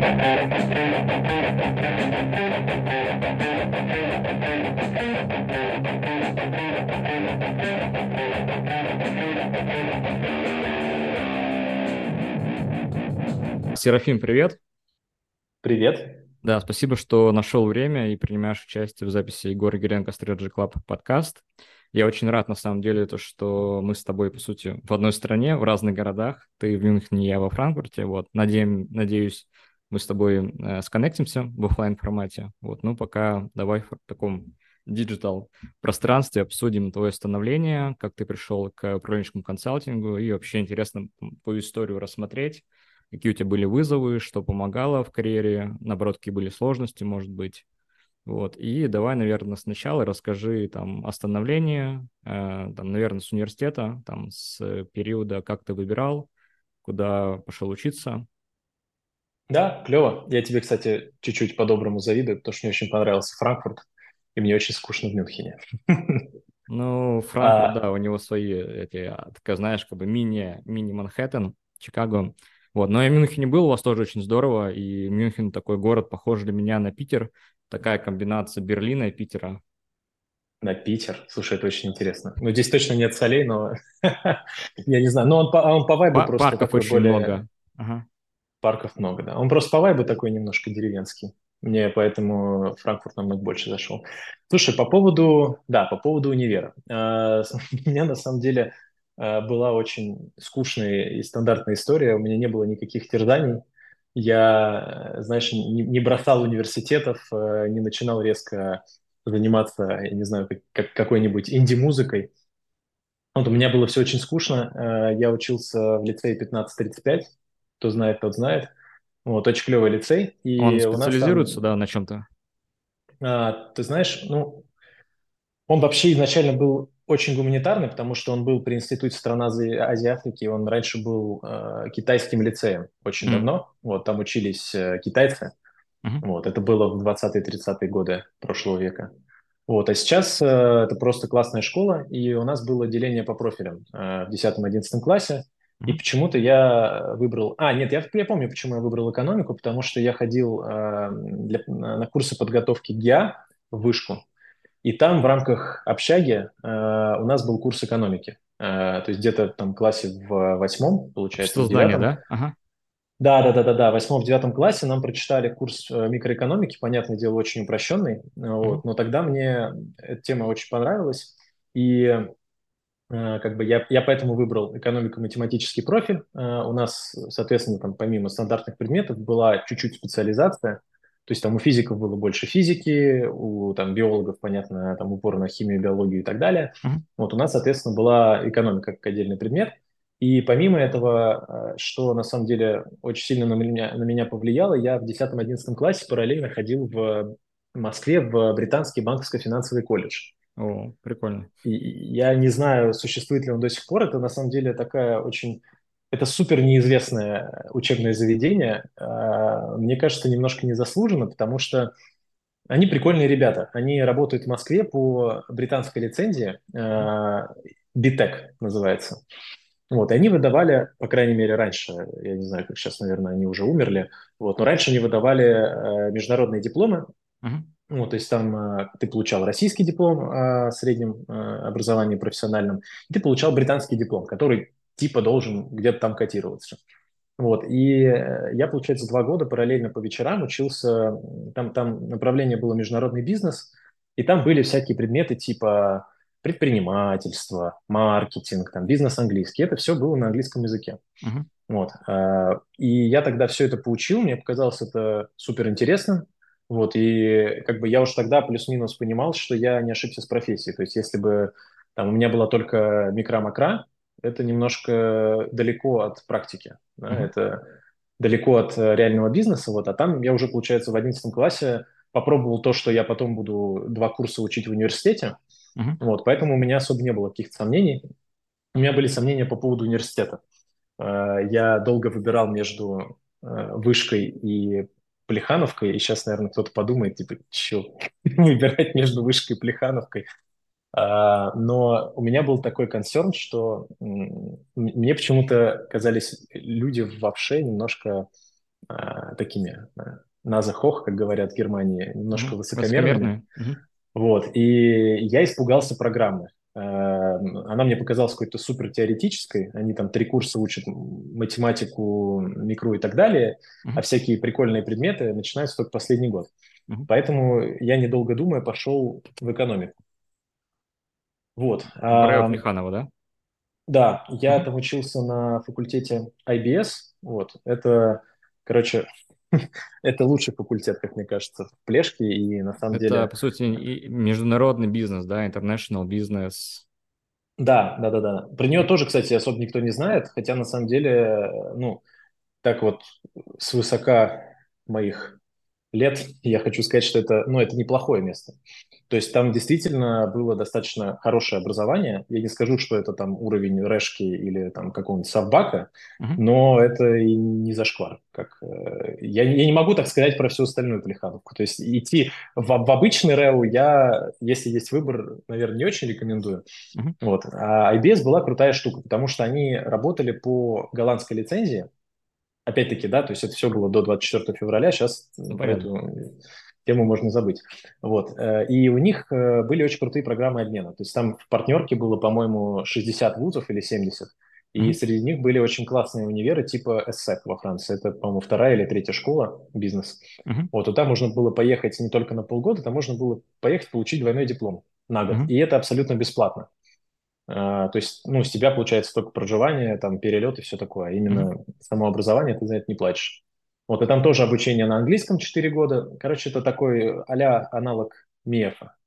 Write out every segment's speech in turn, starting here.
Серафим, привет. Привет. Да, спасибо, что нашел время и принимаешь участие в записи Егора Геренко Strategy Club подкаст. Я очень рад, на самом деле, то, что мы с тобой, по сути, в одной стране, в разных городах. Ты в Мюнхене, я во Франкфурте. Вот, надеюсь, мы с тобой сконнектимся в оффлайн формате. Вот, ну, пока давай в таком диджитал пространстве обсудим твое становление, как ты пришел к управленческому консалтингу, и вообще интересно твою историю рассмотреть. Какие у тебя были вызовы, что помогало в карьере, наоборот, какие были сложности, может быть. Вот. И давай, наверное, сначала расскажи там о становлении, там, наверное, с университета, там, с периода, как ты выбирал, куда пошел учиться. Да, клево. Я тебе, кстати, чуть-чуть по-доброму завидую, потому что мне очень понравился Франкфурт, и мне очень скучно в Мюнхене. Ну, Франкфурт, А, да, у него свои эти, такая, знаешь, как бы мини-Манхэттен, Чикаго. Вот, но я в Мюнхене был, у вас тоже очень здорово, и Мюнхен такой город, похожий для меня на Питер, такая комбинация Берлина и Питера. на Питер. Слушай, это очень интересно. Ну, здесь точно нет солей, но я не знаю. Но он по вайбу просто Парков такой очень более... много. Ага. Парков много, да. Он просто по вайбу такой немножко деревенский. Мне поэтому Франкфурт намного больше зашел. Слушай, по поводу универа. У меня на самом деле была очень скучная и стандартная история. У меня не было никаких терзаний. Я, знаешь, не бросал университетов, не начинал резко заниматься, я не знаю, какой-нибудь инди-музыкой. Вот у меня было все очень скучно. Я учился в лицее 1535. Кто знает, тот знает. Вот, очень клевый лицей. Он И у нас специализируется, там, да, на чем-то? ты знаешь, ну, он вообще изначально был очень гуманитарный, потому что он был при Институте стран Азии Африки. Он раньше был китайским лицеем очень Мгм. давно. Вот, там учились китайцы. Мгм. Вот, это было в 20-30-е годы прошлого века. Вот, а сейчас это просто классная школа, и у нас было деление по профилям в 10-11 классе, и Мгм. почему-то я выбрал... нет, я помню, почему я выбрал экономику, потому что я ходил на курсы подготовки ГИА в вышку, и там в рамках общаги у нас был курс экономики. То есть где-то там в классе в восьмом, получается, Общество в здания, девятом, да? Ага. да, да, да, да, да. В восьмом-девятом классе нам прочитали курс микроэкономики, понятное дело, очень упрощенный. Мгм. Вот. Но тогда мне эта тема очень понравилась. И как бы я поэтому выбрал экономико-математический профиль. У нас, соответственно, там помимо стандартных предметов была чуть-чуть специализация. То есть там у физиков было больше физики, у там, биологов, понятно, там упор на химию, биологию и так далее. Мгм. Вот у нас, соответственно, была экономика как отдельный предмет. И помимо этого, что на самом деле очень сильно на меня повлияло, я в 10-11 классе параллельно ходил в Москве в британский банковско-финансовый колледж. О, прикольно. И я не знаю, существует ли он до сих пор. Это на самом деле такая очень... Это супер неизвестное учебное заведение. Мне кажется, немножко незаслуженно, потому что они прикольные ребята. Они работают в Москве по британской лицензии. BTEC называется. Вот, и они выдавали, по крайней мере, раньше, я не знаю, как сейчас, наверное, они уже умерли, вот, но раньше они выдавали международные дипломы, Мгм. ну, то есть там ты получал российский диплом о среднем образовании профессиональном, и ты получал британский диплом, который типа должен где-то там котироваться. Вот, и я, получается, 2 года параллельно по вечерам учился, там направление было международный бизнес, и там были всякие предметы типа предпринимательство, маркетинг, там, бизнес английский. Это все было на английском языке. Мгм. Вот. И я тогда все это поучил, мне показалось это супер интересно. Вот. И как бы я уже тогда плюс-минус понимал, что я не ошибся с профессией. То есть если бы там у меня была только микро-макро, это немножко далеко от практики. Да? Мгм. Это далеко от реального бизнеса. Вот. А там я уже, получается, в 11 классе попробовал то, что я потом буду 2 курса учить в университете. Мгм. Вот. Поэтому у меня особо не было каких-то сомнений. У меня были сомнения по поводу университета. Я долго выбирал между Вышкой и Плехановкой, и сейчас, наверное, кто-то подумает, типа, что выбирать между Вышкой и Плехановкой. Но у меня был такой консерн, что мне почему-то казались люди в вообще немножко такими наза-хох, как говорят в Германии, немножко высокомерными. Высокомерные. Мгм. Вот, и я испугался программы. Она мне показалась какой-то супер теоретической. Они там 3 курса учат математику, микру и так далее, а Мгм. всякие прикольные предметы начинаются только последний год. Мгм. Поэтому я, недолго думая, пошел в экономику. Вот. В РЭО Плеханова, да? Да, я Мгм. там учился на факультете IBS. Вот. Это, короче, это лучший факультет, как мне кажется, в Плешке. И на самом Это, деле, по сути, и международный бизнес, да, international бизнес. да, да, да, да. Про нее тоже, кстати, особо никто не знает, хотя на самом деле, ну, так вот, свысока моих лет, я хочу сказать, что это, ну, это неплохое место. То есть там действительно было достаточно хорошее образование. Я не скажу, что это там уровень Решки или там какого-нибудь Совбака, Мгм. но это и не зашквар. Я не могу так сказать про всю остальную Плехановку. То есть идти в обычный РЭУ я, если есть выбор, наверное, не очень рекомендую. Мгм. Вот. А IBS была крутая штука, потому что они работали по голландской лицензии. Опять-таки, да, то есть это все было до 24 февраля, сейчас Ну, про понятно. эту тему можно забыть. Вот. И у них были очень крутые программы обмена. То есть там в партнерке было, по-моему, 60 вузов или 70. И Мгм. среди них были очень классные универы типа ESSEC во Франции. Это, по-моему, вторая или третья школа бизнес. Мгм. Вот, и там можно было поехать не только на полгода, там можно было поехать получить двойной диплом на год. Мгм. И это абсолютно бесплатно. То есть, ну, с тебя получается только проживание, там, перелет и все такое. А Мгм. именно само образование ты за это не платишь. Вот, и там тоже обучение на английском 4 года. Короче, это такой а-ля аналог МИЭФа,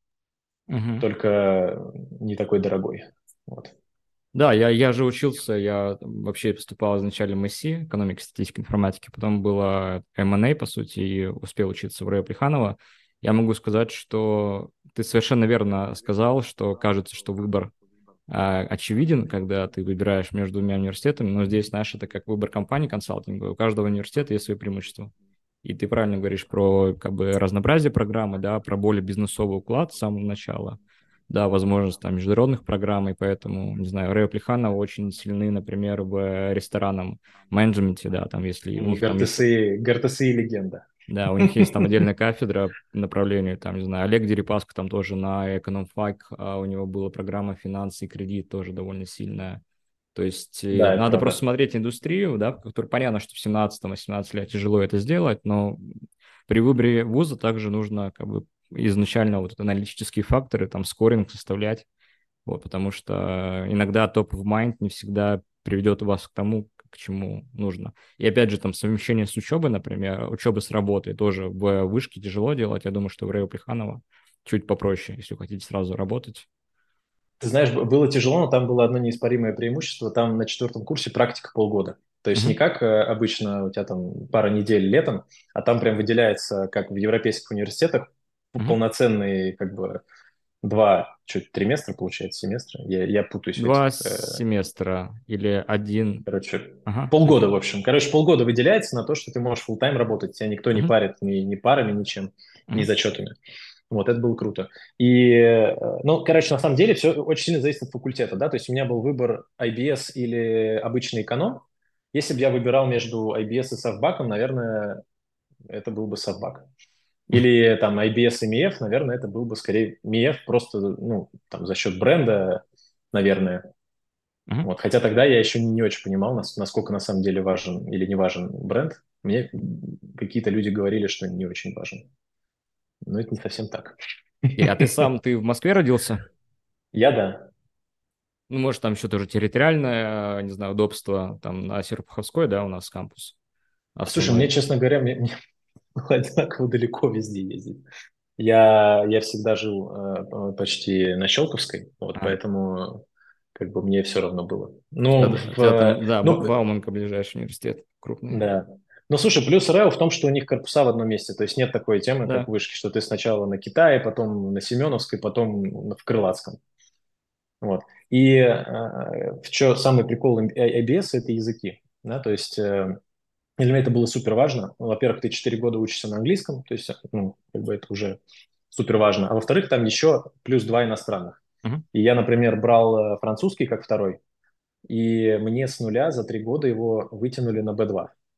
Мгм. только не такой дорогой. Вот. Да, я же учился, я вообще поступал изначально в МСИ, экономика, статистика, информатики, потом было M&A, по сути, и успел учиться в РЭО Плеханова. Я могу сказать, что ты совершенно верно сказал, что кажется, что выбор очевиден, когда ты выбираешь между двумя университетами, но здесь, знаешь, это как выбор компании консалтинговой. У каждого университета есть свои преимущества. И ты правильно говоришь про как бы разнообразие программы, да, про более бизнесовый уклад с самого начала, да, возможность там международных программ, и поэтому, не знаю, Рэо Плеханова очень сильны, например, в ресторанном менеджменте, да, там, если у них там есть, Гартесы и легенда. да, у них есть там отдельная кафедра по направлению, там, не знаю, Олег Дерипаско там тоже на экономфак, у него была программа финансы и кредит тоже довольно сильная. То есть Да, это надо просто правда. смотреть индустрию, да, в которой понятно, что в 17-18 лет тяжело это сделать, но при выборе вуза также нужно как бы изначально вот аналитические факторы, там скоринг составлять, вот, потому что иногда топ of mind не всегда приведет вас к тому, к чему нужно. И опять же, там совмещение с учебой, например, учебы с работой тоже в вышке тяжело делать. Я думаю, что в Рэо Плеханова чуть попроще, если вы хотите сразу работать. Ты знаешь, было тяжело, но там было одно неиспоримое преимущество. Там на 4 курсе практика полгода. То есть не Мгм. как обычно у тебя там пара недель летом, а там прям выделяется, как в европейских университетах, Мгм. полноценные как бы два, чуть триместра получается, семестра. Я путаюсь в Два этих, семестра или один. короче, Ага, полгода, окей. в общем. Короче, полгода выделяется на то, что ты можешь full тайм работать, тебя никто не Мгм. парит ни парами, ничем, ни Мгм. зачетами. Вот, это было круто. И, ну, короче, на самом деле все очень сильно зависит от факультета, да, то есть у меня был выбор IBS или обычный эконом. Если бы я выбирал между IBS и Совбаком, наверное, это был бы Совбак. Или там IBS и МИЭФ, наверное, это был бы скорее МИЭФ просто, ну, там, за счет бренда, наверное. Мгм. Вот. Хотя тогда я еще не очень понимал, насколько на самом деле важен или не важен бренд. Мне какие-то люди говорили, что не очень важен. Но это не совсем так. А ты сам, ты в Москве родился? Я да. Ну, может, там еще тоже территориальное, не знаю, удобство, там на Серпуховской, да, у нас кампус Слушай, мне, основной. честно говоря, мне было одинаково далеко везде ездить. Я всегда жил почти на Щелковской, вот А, поэтому как бы мне все равно было. да, Ну, да, у тебя там, да, ну, Бауманка, ближайший университет, крупный. да. Ну, слушай, плюс РЭО в том, что у них корпуса в одном месте. То есть нет такой темы, как Да. в Вышке, что ты сначала на Китае, потом на Семеновской, потом в Крылатском. Вот. И в чем самый прикол ABS– это языки. Да? То есть для меня это было супер важно. Ну, во-первых, ты 4 года учишься на английском, то есть ну, как бы это уже супер важно. А во-вторых, там еще плюс 2 иностранных. Мгм. И я, например, брал французский как второй, и мне с нуля за 3 года его вытянули на B2.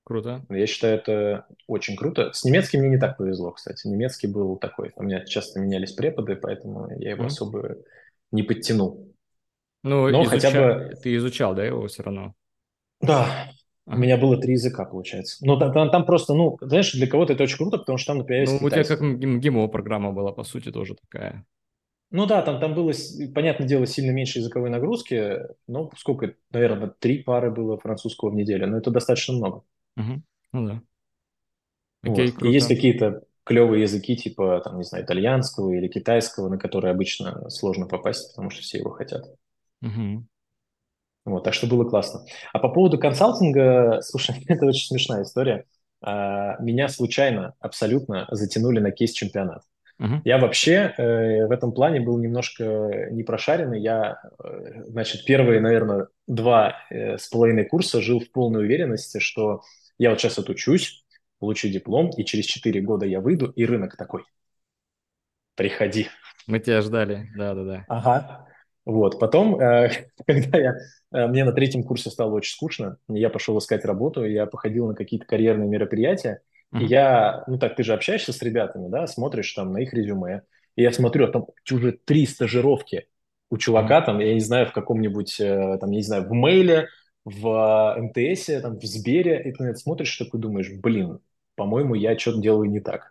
Круто. Я считаю, это очень круто. С немецким мне не так повезло, кстати. Немецкий был такой. У меня часто менялись преподы, поэтому я его Мгм. особо не подтянул. Ну, Но хотя бы, ты изучал, да, его все равно? да, у Ага. меня было 3 языка, получается. Ну, там просто, ну, знаешь, для кого-то это очень круто, потому что там, например, есть Ну, у тебя как китайский. МГИМО программа была, по сути, тоже такая. Ну да, там было, понятное дело, сильно меньше языковой нагрузки, но сколько, наверное, 3 пары было французского в неделю, но это достаточно много. Мгм. Ну да. Окей, Вот. И есть круто. какие-то клевые языки, типа, там, не знаю, итальянского или китайского, на которые обычно сложно попасть, потому что все его хотят. Мгм. Вот, так что было классно. А по поводу консалтинга, слушай, это очень смешная история. Меня случайно абсолютно затянули на кейс-чемпионат. Мгм. Я вообще в этом плане был немножко не прошаренный. Я, значит, первые, наверное, 2,5 курса жил в полной уверенности, что я вот сейчас отучусь, получу диплом, и через 4 года я выйду, и рынок такой: приходи. Мы тебя ждали, да-да-да. Ага. Вот. Потом, когда мне на 3 курсе стало очень скучно, я пошел искать работу, я походил на какие-то карьерные мероприятия, и Мгм. я, ну так, ты же общаешься с ребятами, да, смотришь там на их резюме, и я смотрю, а там уже 3 стажировки у Мгм. чувака, там, я не знаю, в каком-нибудь, там, я не знаю, в Мейле, в МТСе, там, в Сбере, и ты на это смотришь, такой думаешь, блин, по-моему, я что-то делаю не так.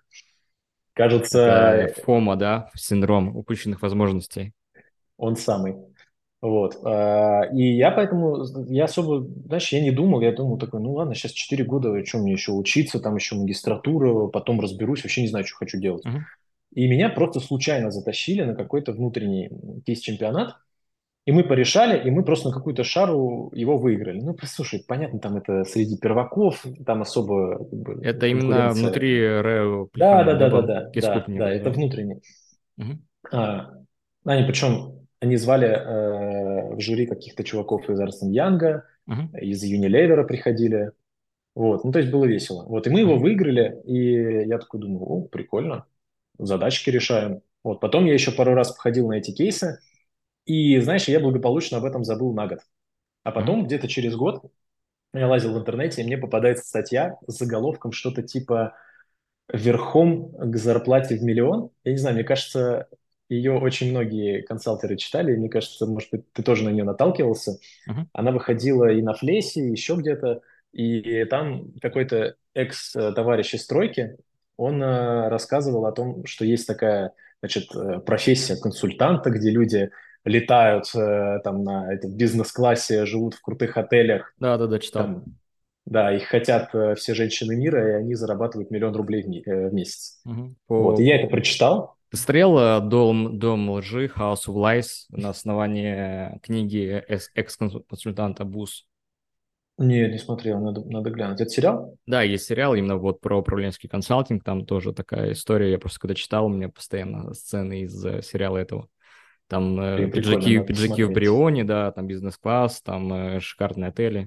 Это Кажется, ФОМа, да, синдром упущенных возможностей. он самый. Вот. И я поэтому, я особо, знаешь, я не думал, я думал такой, ну ладно, сейчас 4 года, что мне еще учиться, там еще магистратура, потом разберусь, вообще не знаю, что хочу делать. Мгм. И меня просто случайно затащили на какой-то внутренний кейс-чемпионат, и мы порешали, и мы просто на какую-то шару его выиграли. Ну, послушай, понятно, там это среди перваков, там особо как бы, Это именно конкуренция. внутри Рэо Да, Плеханова, да, да, да, да, был? да, Кейс-клуб да, у них да, был, это да. внутренний. Мгм. А, они причем, они звали в жюри каких-то чуваков из Эрнст Янга, Мгм. из Unilever приходили. Вот, ну, то есть было весело. Вот, и мы его Мгм. выиграли, и я такой думаю, о, прикольно, задачки решаем. Вот, потом я еще пару раз походил на эти кейсы, и, знаешь, я благополучно об этом забыл на год. А Мгм. потом, где-то через год, я лазил в интернете, и мне попадается статья с заголовком что-то типа «Верхом к зарплате в миллион». Я не знаю, мне кажется, ее очень многие консалтеры читали, и мне кажется, может быть, ты тоже на нее наталкивался. Мгм. Она выходила и на Флесе, и еще где-то, и там какой-то экс-товарищ из стройки, он рассказывал о том, что есть такая, значит, профессия консультанта, где люди летают там на в бизнес-классе, живут в крутых отелях, Да-да-да, читал. там, да, их хотят все женщины мира, и они зарабатывают 1 000 000 рублей в месяц. Мгм. Вот, и я это прочитал. Ты смотрел Дом лжи, House of Lies на основании книги экс-консультанта Бус? Нет, не смотрел, надо глянуть. Это сериал? Да, есть сериал именно вот про управленческий консалтинг, там тоже такая история. Я просто когда читал, у меня постоянно сцены из сериала этого. Там Блин, прикольно, пиджаки, надо пиджаки в посмотреть. Брионе, да, там бизнес-класс, там шикарные отели.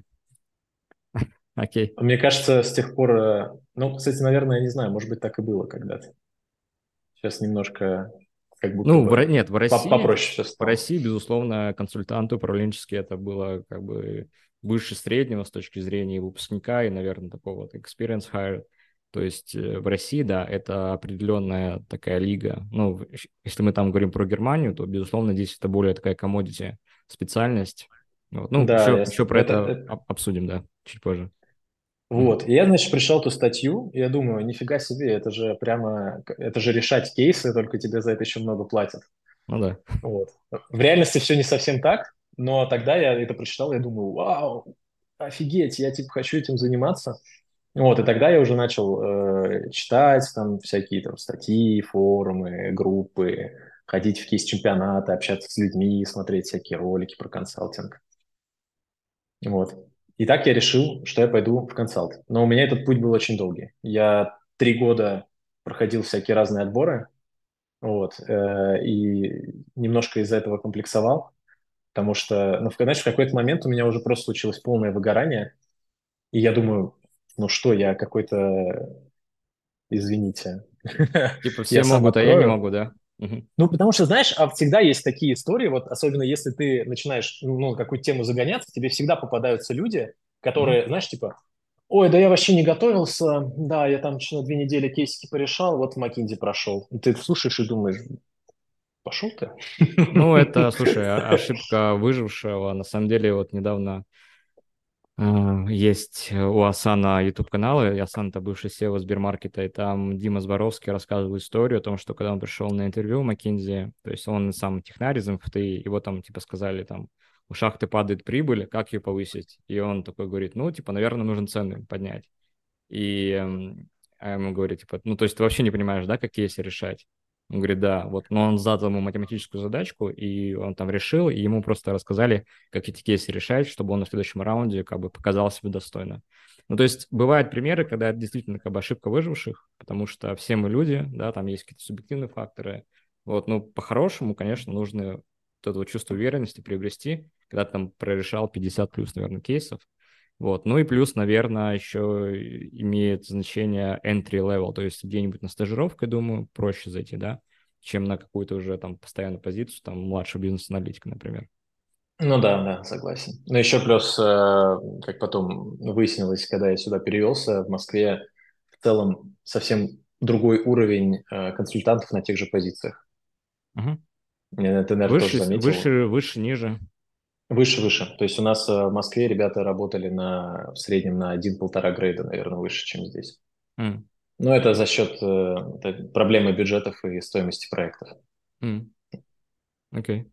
Окей. Мне кажется, с тех пор, ну, кстати, наверное, я не знаю, может быть, так и было когда-то. Сейчас немножко как будто Ну, бы нет, попроще все В стало. России, безусловно, консультанты управленческие это было как бы выше среднего с точки зрения выпускника и, наверное, такого вот experience hire. То есть в России, да, это определенная такая лига. Ну, если мы там говорим про Германию, то, безусловно, здесь это более такая commodity специальность. Вот. Ну, Да, еще ясно. про это обсудим, да, чуть позже. Мгм. Вот. И я, значит, пришел эту статью, и я думаю, нифига себе, это же прямо, это же решать кейсы, только тебе за это еще много платят. Ну да. Вот. В реальности все не совсем так, но тогда я это прочитал, я думаю, вау, офигеть, я типа хочу этим заниматься. Вот, и тогда я уже начал читать там всякие там статьи, форумы, группы, ходить в кейс-чемпионаты, общаться с людьми, смотреть всякие ролики про консалтинг. Вот. И так я решил, что я пойду в консалт. Но у меня этот путь был очень долгий. Я 3 года проходил всякие разные отборы, вот, и немножко из-за этого комплексовал, потому что, ну, знаешь, в какой-то момент у меня уже просто случилось полное выгорание, и я думаю, ну что, я какой-то, извините, Типа я все сам могут, а я не открою. могу, да? Мгм. Ну, потому что, знаешь, всегда есть такие истории, вот особенно если ты начинаешь, ну, какую-то тему загоняться, тебе всегда попадаются люди, Мгм. которые, знаешь, типа, Ой, да я вообще не готовился. Да, я там на 2 недели кейсики порешал, вот в Макинзи прошел. И ты слушаешь и думаешь, пошел ты? Ну, это, слушай, ошибка выжившего. На самом деле, вот недавно есть у Асана YouTube-канал, и Асан — это бывший SEO Сбермаркета, и там Дима Зборовский рассказывал историю о том, что когда он пришел на интервью в McKinsey, то есть он сам технарь из МФТИ, его там типа сказали, там, у шахты падает прибыль, как ее повысить? И он такой говорит, ну, типа, наверное, нужно цены поднять. И ему говорит, типа, ну, то есть ты вообще не понимаешь, да, как кейсы решать? Он говорит, да, вот, но он задал ему математическую задачку, и он там решил, и ему просто рассказали, как эти кейсы решать, чтобы он на следующем раунде как бы показал себя достойно. Ну, то есть бывают примеры, когда это действительно как бы ошибка выживших, потому что все мы люди, да, там есть какие-то субъективные факторы. Вот, ну, по-хорошему, конечно, нужно вот это вот чувство уверенности приобрести, когда ты там прорешал 50 плюс, наверное, кейсов. Вот. Ну и плюс, наверное, еще имеет значение entry level, то есть где-нибудь на стажировку, я думаю, проще зайти, да, чем на какую-то уже там постоянную позицию, там, младшего бизнес-аналитика, например. Ну да, да, согласен. Но еще плюс, как потом выяснилось, когда я сюда перевелся, в Москве в целом совсем другой уровень консультантов на тех же позициях. Мгм. Ты, наверное, тоже Выше, заметил. выше, выше, ниже. Выше, выше. То есть у нас в Москве ребята работали в среднем на 1-1,5 грейда, наверное, выше, чем здесь. М, Но это за счет проблемы бюджетов и стоимости проектов. м, Окей.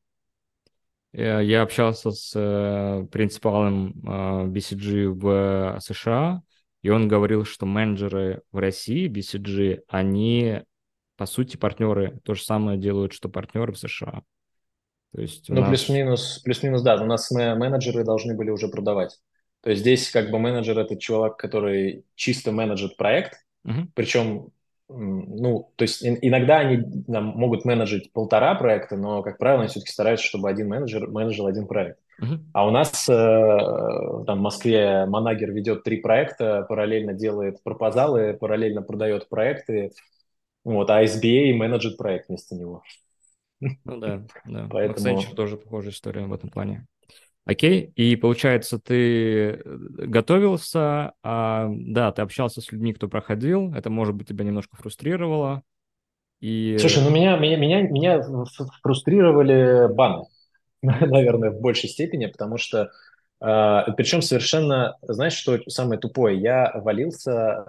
Я общался с принципалом BCG в США, и он говорил, что менеджеры в России BCG, они, по сути, партнеры, то же самое делают, что партнеры в США. То есть у Ну, нас... плюс-минус, да. У нас менеджеры должны были уже продавать. То есть здесь как бы менеджер – это чувак, который чисто менеджит проект, Мгм, причем, ну, то есть иногда они могут менеджить 1,5 проекта, но, как правило, они все-таки стараются, чтобы один менеджер менеджил один проект. мгм. А у нас там в Москве Манагер ведет 3 проекта, параллельно делает пропозалы, параллельно продает проекты, вот, а SBA менеджит проект вместо него. Ну да, да. В Accenture Поэтому тоже похожая история в этом плане. Окей, и получается, ты готовился, да, ты общался с людьми, кто проходил, это, может быть, тебя немножко фрустрировало, и... слушай, ну меня фрустрировали баны, наверное, в большей степени, потому что, причем совершенно, знаешь, что самое тупое? Я валился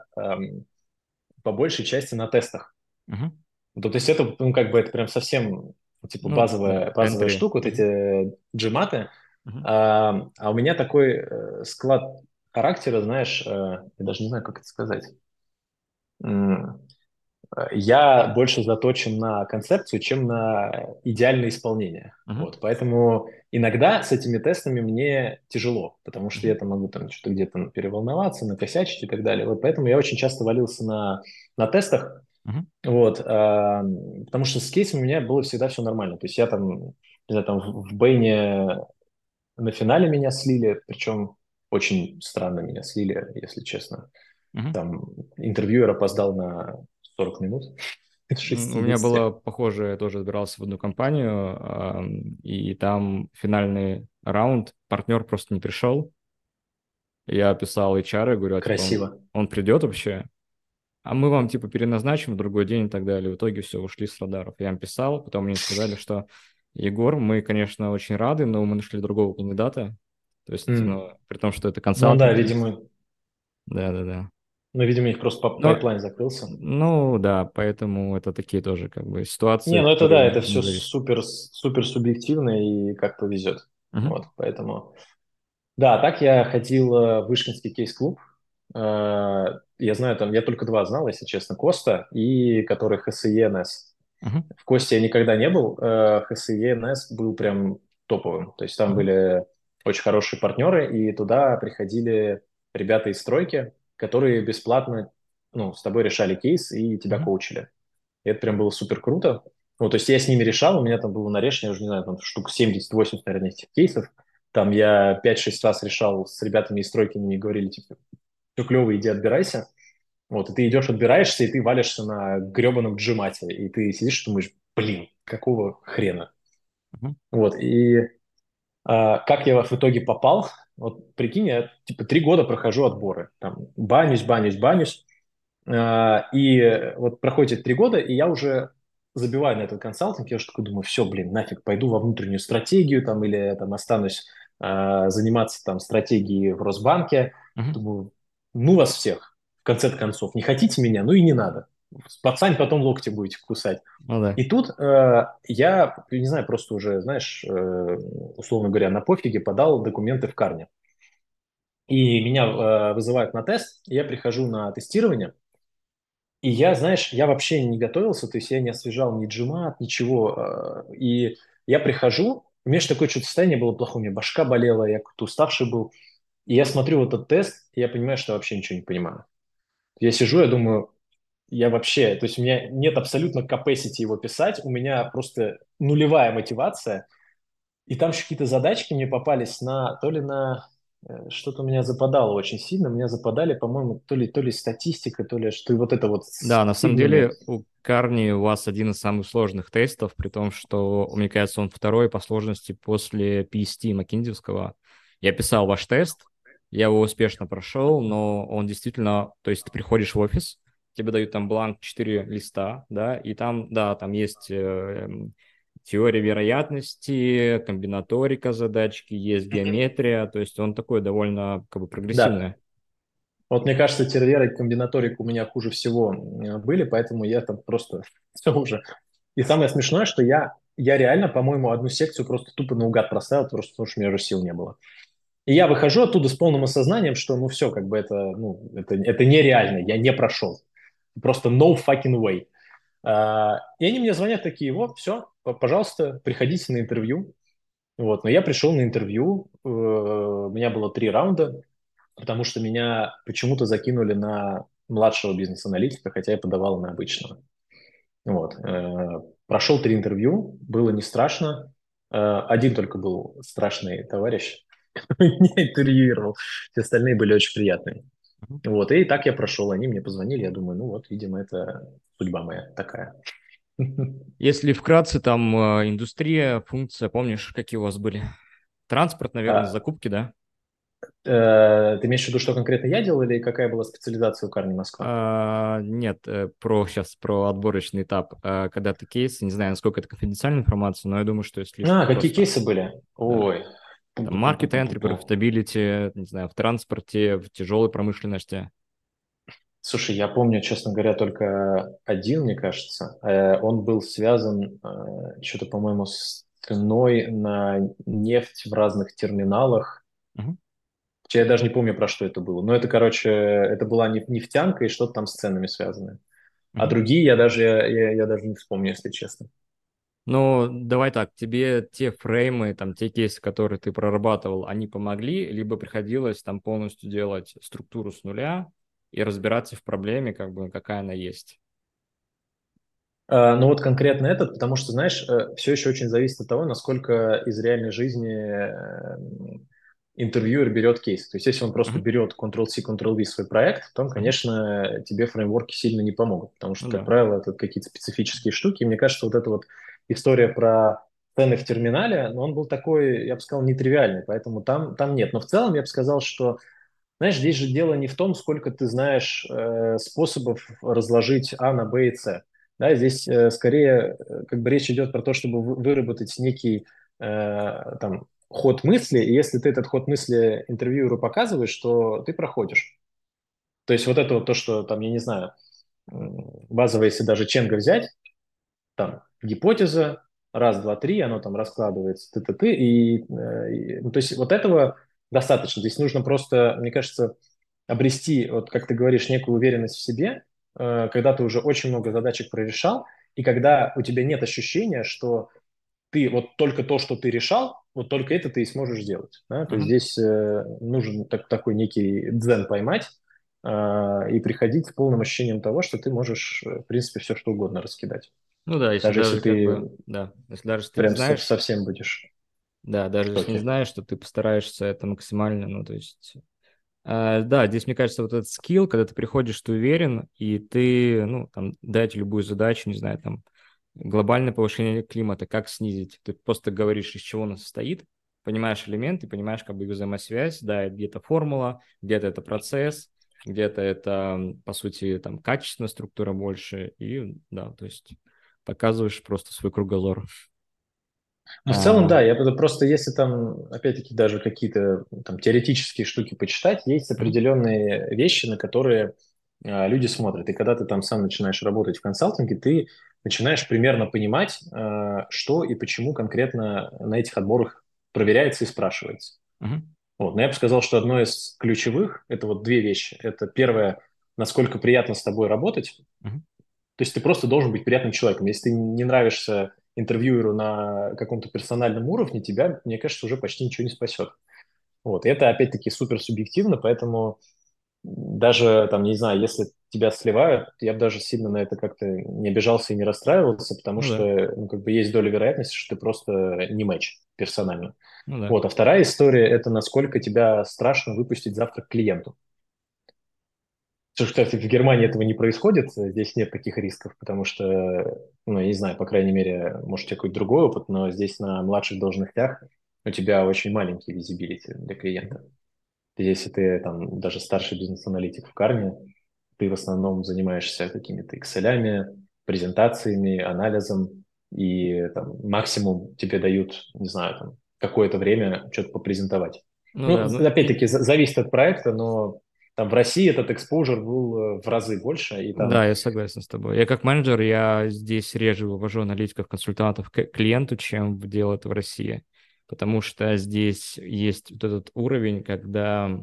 по большей части на тестах. Мгм. Ну, то есть это, ну, как бы это прям совсем, типа, Ну, да, базовая entry. штука, вот Мгм. эти джиматы. Мгм. А у меня такой склад характера, знаешь, я даже не знаю, как это сказать. Я больше заточен на концепцию, чем на идеальное исполнение. Мгм. Вот, поэтому иногда с этими тестами мне тяжело, потому что я Мгм. там могу там что-то где-то переволноваться, накосячить и так далее. Вот поэтому я очень часто валился на тестах, Мгм. вот, потому что с кейсом у меня было всегда все нормально. То есть я там, не знаю, там в Бэйне на финале меня слили, причем очень странно меня слили, если честно. Мгм. Там интервьюер опоздал на 40 минут из У меня 60. было похоже, я тоже отбирался в одну компанию, и там финальный раунд, партнер просто не пришел. Я писал HR и говорю, типа, Красиво. он придет вообще? А мы вам, типа, переназначим в другой день и так далее. В итоге все, ушли с радаров. Я им писал, потом мне сказали, что Егор, мы, конечно, очень рады, но мы нашли другого кандидата. То есть, М. ну, при том, что это Ну да, консалтинг есть. видимо, Да-да-да. ну, видимо, их просто Но, пайплайн закрылся. ну, да, поэтому это такие тоже, как бы, Не, ситуации, ну это да, которые это не все зависят. супер, супер субъективно и как повезет. Мгм. Вот, поэтому... Да, так я ходил в Вышкинский кейс-клуб. Я знаю, там, я только два знал, если честно, Коста и который ХСЕНС. Мгм. В Косте я никогда не был, ХСЕНС был прям топовым. То есть там Мгм. были очень хорошие партнеры, и туда приходили ребята из стройки, которые бесплатно, ну, с тобой решали кейс и тебя Мгм. коучили. И это прям было супер круто. Вот, то есть я с ними решал, у меня там было на решение, я уже не знаю, там штук 70-80, наверное, этих кейсов. Там я 5-6 раз решал с ребятами из стройки, они мне говорили, типа, все клево, иди отбирайся. Вот, и ты идешь, отбираешься, и ты валишься на гребаном джимате, и ты сидишь и думаешь, блин, какого хрена? Мгм. Вот, и как я в итоге попал? Вот прикинь, я типа 3 года прохожу отборы, там, банюсь. И вот проходит эти 3 года, и я уже забиваю на этот консалтинг, я уже такой думаю, все, блин, нафиг, пойду во внутреннюю стратегию там, или там останусь заниматься там стратегией в Росбанке. Мгм. Думаю, ну вас всех, в конце концов. Не хотите меня? Ну и не надо. Пацань, потом локти будете кусать. Ну да. И тут я, не знаю, просто уже, знаешь, условно говоря, на пофиге подал документы в Карне. И меня вызывают на тест, и я прихожу на тестирование, и я, знаешь, я вообще не готовился, то есть я не освежал ни джимат, ничего. И я прихожу, у меня же такое что-то состояние было плохое, у меня башка болела, я как-то уставший был. И я смотрю вот этот тест, и я понимаю, что я вообще ничего не понимаю. Я сижу, я думаю, я вообще, то есть у меня нет абсолютно capacity его писать, у меня просто нулевая мотивация. И там еще какие-то задачки мне попались на, то ли на, что-то у меня западало очень сильно, меня западали, по-моему, то ли статистика, то ли что, и вот это вот с Да, на самом сигнами. деле у Карни у вас один из самых сложных тестов, при том, что, мне кажется, он второй по сложности после PST Маккинзевского. Я писал ваш тест, я его успешно прошел, но он действительно, то есть ты приходишь в офис, тебе дают там бланк 4 листа, да, и там, да, там есть теория вероятности, комбинаторика задачки, есть геометрия, то есть он такой довольно как бы Да, прогрессивный. вот мне кажется, тервер и комбинаторик у меня хуже всего были, поэтому я там просто все уже. И самое смешное, что я реально, по-моему, одну секцию просто тупо наугад проставил, просто потому что у меня уже сил не было. И я выхожу оттуда с полным осознанием, что ну все, как бы это, ну, это нереально, я не прошел. Просто no fucking way. И они мне звонят такие, вот, все, пожалуйста, приходите на интервью. Вот, но я пришел на интервью, у меня было 3 раунда, потому что меня почему-то закинули на младшего бизнес-аналитика, хотя я подавал на обычного. Вот. Прошел 3 интервью, было не страшно. Один только был страшный товарищ, который меня интервьюировал. Все остальные были очень приятные. Вот. И так я прошел. Они мне позвонили. Я думаю, ну вот, видимо, это судьба моя такая. Если вкратце, там индустрия, функция, помнишь, какие у вас были? Транспорт, наверное, А, закупки, да? ты имеешь в виду, что конкретно я делал, или какая была специализация у Карни Москва? Нет, про сейчас про отборочный этап, когда ты кейсы, не знаю, насколько это конфиденциальная информация, но я думаю, что если Какие просто, кейсы были? да, Ой. там market entry, Пу-пу-пу-пу-пу. profitability, не знаю, в транспорте, в тяжелой промышленности. Слушай, я помню, честно говоря, только один, мне кажется. Он был связан что-то, по-моему, с ценой на нефть в разных терминалах. Мгм. Я даже не помню, про что это было. Но это, короче, это была нефтянка и что-то там с ценами связано. А Мгм. другие я даже не вспомню, если честно. Ну, давай так, тебе те фреймы, там, те кейсы, которые ты прорабатывал, они помогли, либо приходилось там полностью делать структуру с нуля и разбираться в проблеме, как бы, какая она есть. Ну вот конкретно этот, потому что, знаешь, все еще очень зависит от того, насколько из реальной жизни интервьюер берет кейс. То есть если он просто Мгм. берет Ctrl-C, Ctrl-V свой проект, то, Мгм. конечно, тебе фреймворки сильно не помогут, потому что, Ну как да. правило, это какие-то специфические штуки. И мне кажется, вот эта вот история про цены в терминале, но он был такой, я бы сказал, нетривиальный, поэтому там нет. Но в целом я бы сказал, что знаешь, здесь же дело не в том, сколько ты знаешь способов разложить А на Б и С. Да, здесь скорее как бы речь идет про то, чтобы выработать некий там ход мысли, и если ты этот ход мысли интервьюеру показываешь, то ты проходишь. То есть вот это вот то, что там, я не знаю, базово, если даже Ченга взять, там гипотеза, раз, два, три, оно там раскладывается, ты, ну, то есть вот этого достаточно. Здесь нужно просто, мне кажется, обрести, вот как ты говоришь, некую уверенность в себе, когда ты уже очень много задачек прорешал, и когда у тебя нет ощущения, что ты вот только то, что ты решал, вот только это ты и сможешь сделать. Да? То есть Мгм. здесь нужен такой некий дзен поймать и приходить с полным ощущением того, что ты можешь, в принципе, все что угодно раскидать. Ну да, если Даже если даже как ты бы, да, если даже ты не прям знаешь, совсем будешь да, даже в если не токе. знаешь, что ты постараешься это максимально, ну, то есть, да, здесь, мне кажется, вот этот скилл, когда ты приходишь, ты уверен, и ты, ну, там, дать любую задачу, не знаю, там, глобальное повышение климата, как снизить, ты просто говоришь, из чего оно состоит, понимаешь элементы, понимаешь как бы их взаимосвязь, да, где-то формула, где-то это процесс, где-то это, по сути, там, качественная структура больше, и, да, то есть показываешь просто свой кругозор. Ну, в целом, А, да, просто если там, опять-таки, даже какие-то там теоретические штуки почитать, есть мгм, определенные вещи, на которые люди смотрят. И когда ты там сам начинаешь работать в консалтинге, ты начинаешь примерно понимать, что и почему конкретно на этих отборах проверяется и спрашивается. мгм, Вот. Но я бы сказал, что одно из ключевых – это вот две вещи. Это первое, насколько приятно с тобой работать. мгм. То есть ты просто должен быть приятным человеком. Если ты не нравишься интервьюеру на каком-то персональном уровне, тебя, мне кажется, уже почти ничего не спасет. Вот. И это, опять-таки, супер субъективно, поэтому даже, там, не знаю, если тебя сливают, я бы даже сильно на это как-то не обижался и не расстраивался, потому Ну да, что, ну, как бы есть доля вероятности, что ты просто не матч персонально. ну да. Вот. А вторая история – это насколько тебя страшно выпустить завтра к клиенту. Что, кстати, в Германии этого не происходит, здесь нет таких рисков, потому что, ну, я не знаю, по крайней мере, может, у тебя какой-то другой опыт, но здесь на младших должностях у тебя очень маленький визибилити для клиента. Если ты там даже старший бизнес-аналитик в Карме, ты в основном занимаешься какими-то Excel, презентациями, анализом, и там, максимум тебе дают, не знаю, там, какое-то время что-то попрезентовать. Ну Ну, да, ну, опять-таки, зависит от проекта, но там в России этот exposure был в разы больше, и там, да, я согласен с тобой. Я как менеджер, я здесь реже вывожу аналитиков, консультантов к клиенту, чем делаю это в России. Потому что здесь есть вот этот уровень, когда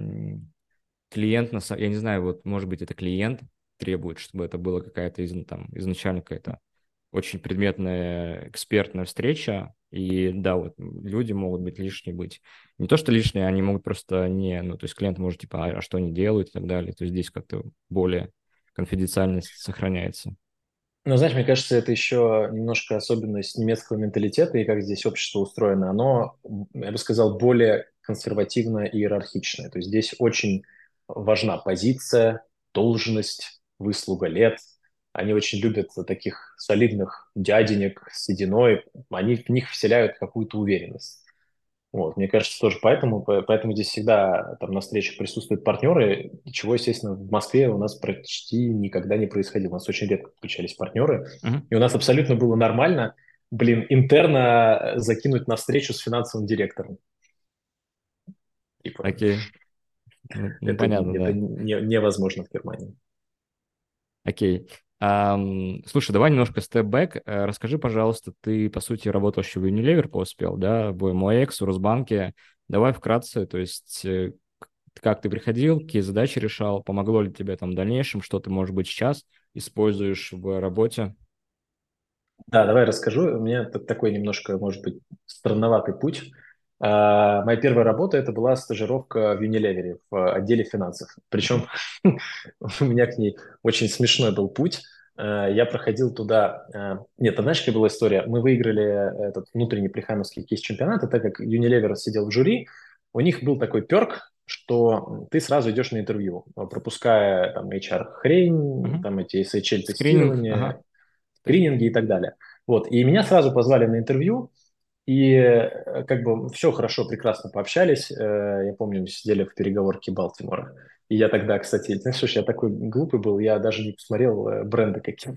клиент, я не знаю, вот, может быть, это клиент требует, чтобы это была какая-то там, изначально какая-то очень предметная экспертная встреча, и да, вот люди могут быть лишние быть. Не то, что лишние, они могут просто не, ну, то есть клиент может, типа, а что они делают и так далее. То есть здесь как-то более конфиденциальность сохраняется. ну, знаешь, мне кажется, это еще немножко особенность немецкого менталитета и как здесь общество устроено. Оно, я бы сказал, более консервативно и иерархичное. То есть здесь очень важна позиция, должность, выслуга лет. Они очень любят таких солидных дяденек с сединой. Они в них вселяют какую-то уверенность. Вот, мне кажется, тоже поэтому здесь всегда там на встречах присутствуют партнеры, чего, естественно, в Москве у нас почти никогда не происходило. У нас очень редко включались партнеры, Мгм. и у нас абсолютно было нормально, интерна закинуть на встречу с финансовым директором. Типа, Окей. Ну, это, понятно, это да. невозможно в Германии. Окей. Слушай, давай немножко степ-бэк. Расскажи, пожалуйста, ты, по сути, работал еще в Unilever, успел, да, в МОЭКС, в Росбанке. Давай вкратце, то есть как ты приходил, какие задачи решал, помогло ли тебе там в дальнейшем, что ты, может быть, сейчас используешь в работе? Да, давай расскажу. У меня такой немножко, может быть, странноватый путь. Моя первая работа это была стажировка в Unilever в отделе финансов. Причем у меня к ней очень смешной был путь. Я проходил туда... Нет, а знаешь, какая была история? Мы выиграли этот внутренний прихаймовский кейс-чемпионат, и так как Unilever сидел в жюри, у них был такой перк, что ты сразу идешь на интервью, пропуская там HR-хрень, Мгм. там эти Скрининг, ага. SHL-тестирования, скрининги и так далее. Вот. И меня сразу позвали на интервью, и как бы все хорошо, прекрасно пообщались. Я помню, мы сидели в переговорке Балтимора. И я тогда, кстати, знаешь, что ж, я такой глупый был, я даже не посмотрел бренды какие.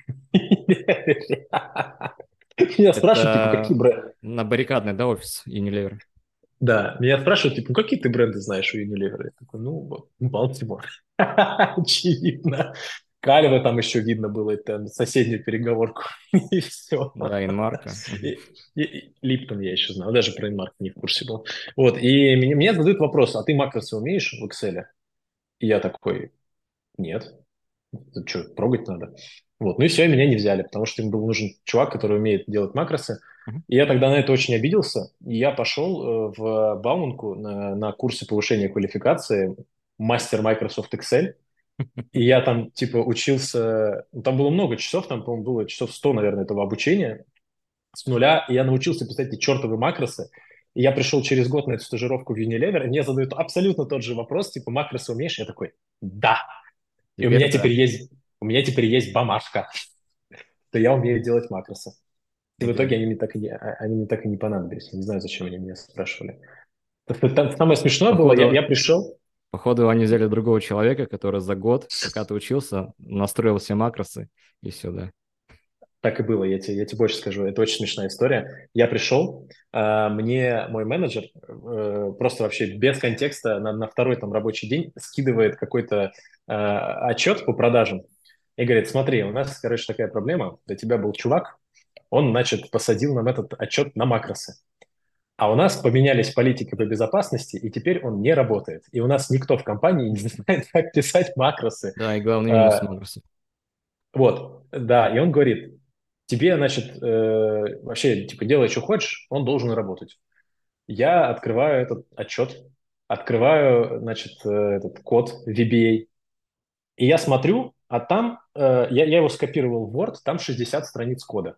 Меня спрашивают, типа, какие Это бренды? на баррикадный, да, офис Unilever? Да, меня спрашивают, типа, ну какие ты бренды знаешь у Unilever? Я такой, ну, вот, Балтимор. Очевидно. Кальве там еще видно было, это соседнюю переговорку, и все. Да, инмарка. Мгм. Липтон я еще знал, даже про Инмарк не в курсе был. Вот, и мне задают вопрос, а ты макросы умеешь в Excel? И я такой, нет. Тут что, трогать надо? Вот, ну и все, и меня не взяли, потому что им был нужен чувак, который умеет делать макросы. Мгм. И я тогда на это очень обиделся, и я пошел в Бауманку на курсы повышения квалификации мастер Microsoft Excel, и я там, типа, учился, ну, там было много часов, там, по-моему, было часов 100, наверное, этого обучения с нуля, и я научился писать эти чертовы макросы, и я пришел через год на эту стажировку в Unilever, и мне задают абсолютно тот же вопрос, типа, макросы умеешь? Я такой, да. И Теперь да. у меня теперь есть бумажка, что я умею делать макросы. И в Окей. итоге они мне так и не понадобились. Я не знаю, зачем они меня спрашивали. Там самое смешное было, я Походу, пришел, походу, они взяли другого человека, который за год, пока ты учился, настроил все макросы и все, да. так и было, я тебе больше скажу, это очень смешная история. Я пришел, мне мой менеджер просто вообще без контекста на второй там рабочий день скидывает какой-то отчет по продажам и говорит, смотри, у нас, короче, такая проблема, до тебя был чувак, он, значит, посадил нам этот отчет на макросы. А у нас поменялись политики по безопасности, и теперь он не работает. И у нас никто в компании не знает, как писать макросы. Да, и главный минус А, макросов. Вот, да, и он говорит, тебе, значит, вообще, типа, делай, что хочешь, он должен работать. Я открываю этот отчет, открываю, значит, этот код VBA, и я смотрю, а там, я его скопировал в Word, там 60 страниц кода.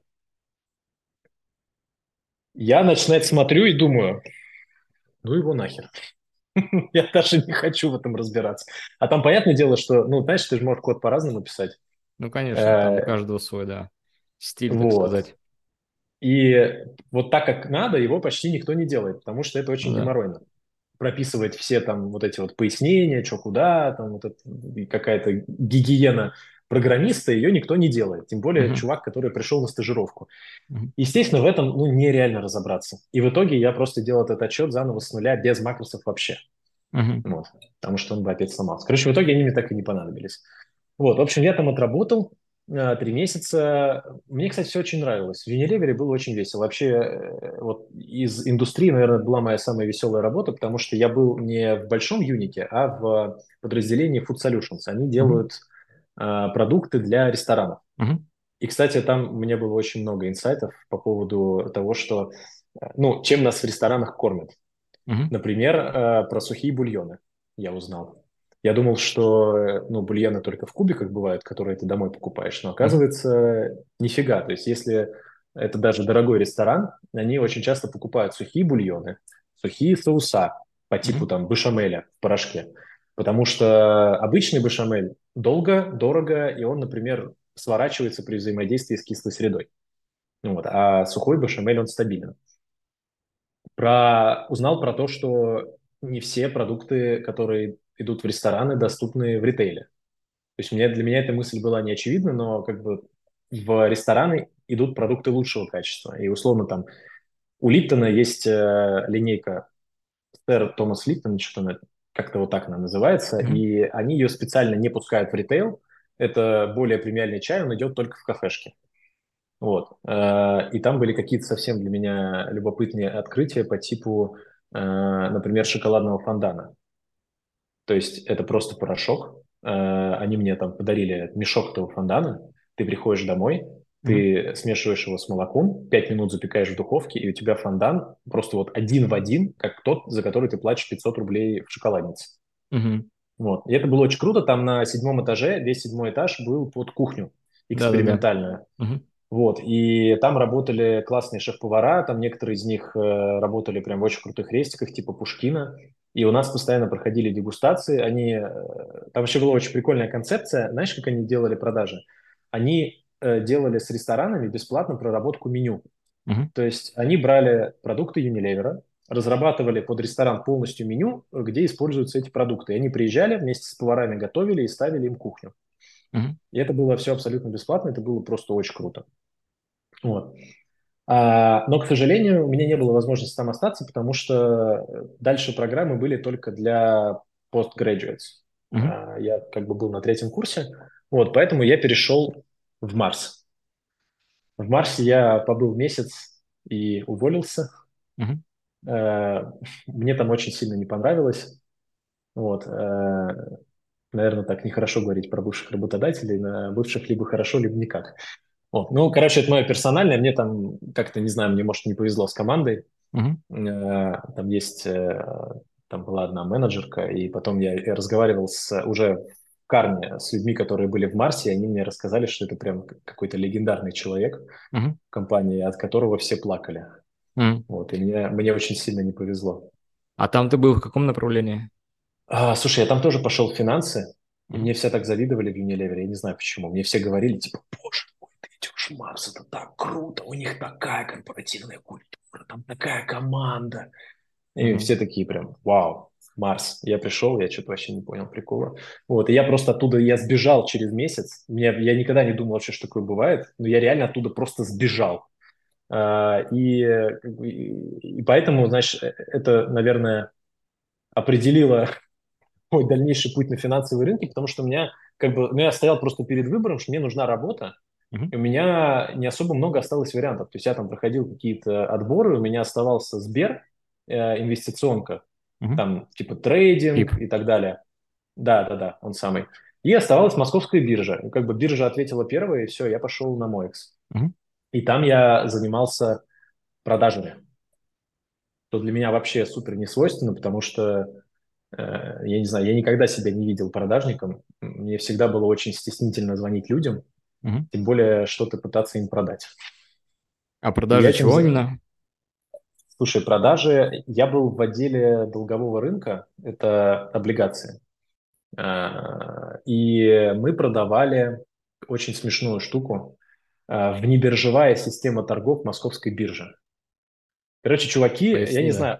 Я, начинаю смотрю и думаю, ну его нахер. Я даже не хочу в этом разбираться. А там понятное дело, что, ну, знаешь, ты же можешь код по-разному писать. Ну, конечно, там у Э, каждого свой, да, стиль, так Вот. сказать. И вот так, как надо, его почти никто не делает, потому что это Ну очень да. геморройно. Прописывать все там вот эти вот пояснения, что куда, там вот и какая-то гигиена программиста, ее никто не делает. Тем более Мгм. чувак, который пришел на стажировку. Мгм. Естественно, в этом ну, нереально разобраться. И в итоге я просто делал этот отчет заново с нуля, без макросов вообще. Мгм. Вот. Потому что он бы опять сломался. Короче, в итоге они мне так и не понадобились. Вот, в общем, я там отработал 3 месяца. Мне, кстати, все очень нравилось. В Unilever было очень весело. Вообще, вот из индустрии, наверное, это была моя самая веселая работа, потому что я был не в большом юнике, а в подразделении Food Solutions. Они Мгм. делают продукты для ресторанов. Мгм. И, кстати, там у меня было очень много инсайтов по поводу того, что, ну, чем нас в ресторанах кормят. Мгм. Например, про сухие бульоны я узнал. Я думал, что ну, бульоны только в кубиках бывают, которые ты домой покупаешь, но Мгм. оказывается нифига. То есть если это даже дорогой ресторан, они очень часто покупают сухие бульоны, сухие соуса по типу Мгм. там бешамеля в порошке. Потому что обычный бешамель долго, дорого, и он, например, сворачивается при взаимодействии с кислой средой. Ну вот, а сухой бешамель, он стабилен. Узнал про то, что не все продукты, которые идут в рестораны, доступны в ритейле. То есть для меня эта мысль была не очевидна, но как бы в рестораны идут продукты лучшего качества. И условно там у Липтона есть линейка сэр Томас Липтон, что-то как-то вот так она называется, Мгм. и они ее специально не пускают в ритейл. Это более премиальный чай, он идет только в кафешке. Вот. И там были какие-то совсем для меня любопытные открытия по типу, например, шоколадного фондана. То есть это просто порошок. Они мне там подарили мешок этого фондана. Ты приходишь домой, Мгм. ты смешиваешь его с молоком, 5 минут запекаешь в духовке, и у тебя фондан просто вот один в один, как тот, за который ты платишь 500 рублей в шоколаднице. Мгм. Вот. И это было очень круто. Там на 7-м этаже, весь 7-й этаж был под кухню Да-да-да. экспериментальную. Мгм. Вот, и там работали классные шеф-повара, там некоторые из них работали прям в очень крутых рестиках, типа Пушкина, и у нас постоянно проходили дегустации, там вообще была очень прикольная концепция, знаешь, как они делали продажи? Они делали с ресторанами бесплатно проработку меню, Мгм. то есть они брали продукты Unilever, разрабатывали под ресторан полностью меню, где используются эти продукты, и они приезжали вместе с поварами, готовили и ставили им кухню. Мгм. И это было все абсолютно бесплатно, это было просто очень круто. Вот. Но, к сожалению, у меня не было возможности там остаться, потому что дальше программы были только для postgraduates. Мгм. Я как бы был на 3-м курсе, вот, поэтому я перешел в Марс. В Марсе я побыл месяц и уволился. Мгм. Э, Мне там очень сильно не понравилось. Вот, наверное, так нехорошо говорить про бывших работодателей, на бывших либо хорошо, либо никак. Вот. Ну, короче, это мое персональное, мне там как-то, не знаю, мне, может, не повезло с командой. Мгм. Там есть, там была одна менеджерка, и потом я разговаривал уже в Карне с людьми, которые были в Марсе, и они мне рассказали, что это прям какой-то легендарный человек Мгм. в компании, от которого все плакали. Мгм. Вот, и мне очень сильно не повезло. А там ты был в каком направлении? Слушай, я там тоже пошел в финансы, и Мгм. мне все так завидовали в Unilever, я не знаю почему. Мне все говорили, типа, боже мой, ты уж Марс, это так круто, у них такая корпоративная культура, там такая команда. И Мгм. все такие прям, вау, Марс. Я пришел, я что-то вообще не понял прикола. Вот, и я просто оттуда, я сбежал через месяц. Я никогда не думал вообще, что такое бывает, но я реально оттуда просто сбежал. Как бы, и поэтому, знаешь, это, наверное, определило мой дальнейший путь на финансовые рынки, потому что у меня, как бы, ну, я стоял просто перед выбором, что мне нужна работа, Мгм. и у меня не особо много осталось вариантов. То есть я там проходил какие-то отборы, у меня оставался Сбер, инвестиционка, Мгм. там типа Фип. трейдинг и так далее. Да, да, да, он самый. И оставалась московская биржа. И как бы биржа ответила первой, и все, я пошел на Моэкс. Мгм. И там я занимался продажами, что для меня вообще супер не свойственно, потому что, я не знаю, я никогда себя не видел продажником. Мне всегда было очень стеснительно звонить людям, Мгм. тем более что-то пытаться им продать. А И я продажи этим... чего именно? Слушай, продажи... Я был в отделе долгового рынка, это облигации. И мы продавали очень смешную штуку. Внебиржевая система торгов Московской биржи. Короче, чуваки, я Поясни, не да. знаю,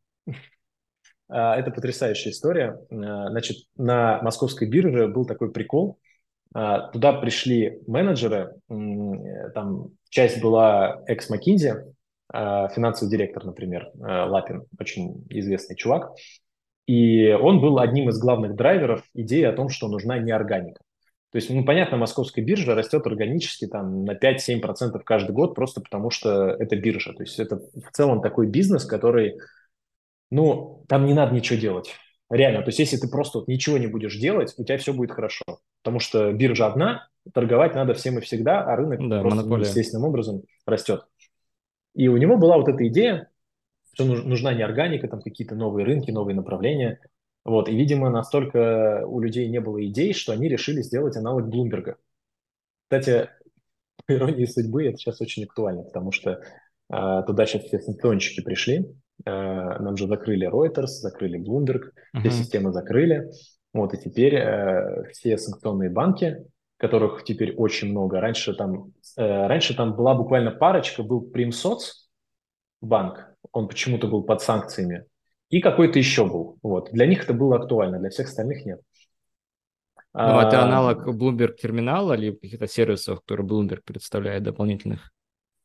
это потрясающая история. Значит, на Московской бирже был такой прикол. Туда пришли менеджеры, там часть была экс-Макинзи, финансовый директор, например, Лапин, очень известный чувак. И он был одним из главных драйверов идеи о том, что нужна неорганика. То есть, ну, понятно, московская биржа растет органически там, на 5-7% каждый год, просто потому что это биржа. То есть это в целом такой бизнес, который, ну, там не надо ничего делать. Реально, то есть если ты просто вот ничего не будешь делать, у тебя все будет хорошо. Потому что биржа одна, торговать надо всем и всегда, а рынок Да, просто монополия. естественным образом растет. И у него была вот эта идея, что нужна не органика, там какие-то новые рынки, новые направления. Вот. И, видимо, настолько у людей не было идей, что они решили сделать аналог Блумберга. Кстати, по иронии судьбы, это сейчас очень актуально, потому что туда сейчас все санкционщики пришли. Нам же закрыли Reuters, закрыли Bloomberg, все Мгм. системы закрыли. Вот, и теперь все санкционные банки, которых теперь очень много. Раньше там была буквально парочка, был Примсоц банк, он почему-то был под санкциями, и какой-то еще был. Вот. Для них это было актуально, для всех остальных нет. Ну, это А, аналог Bloomberg терминала или каких-то сервисов, которые Bloomberg представляет дополнительных?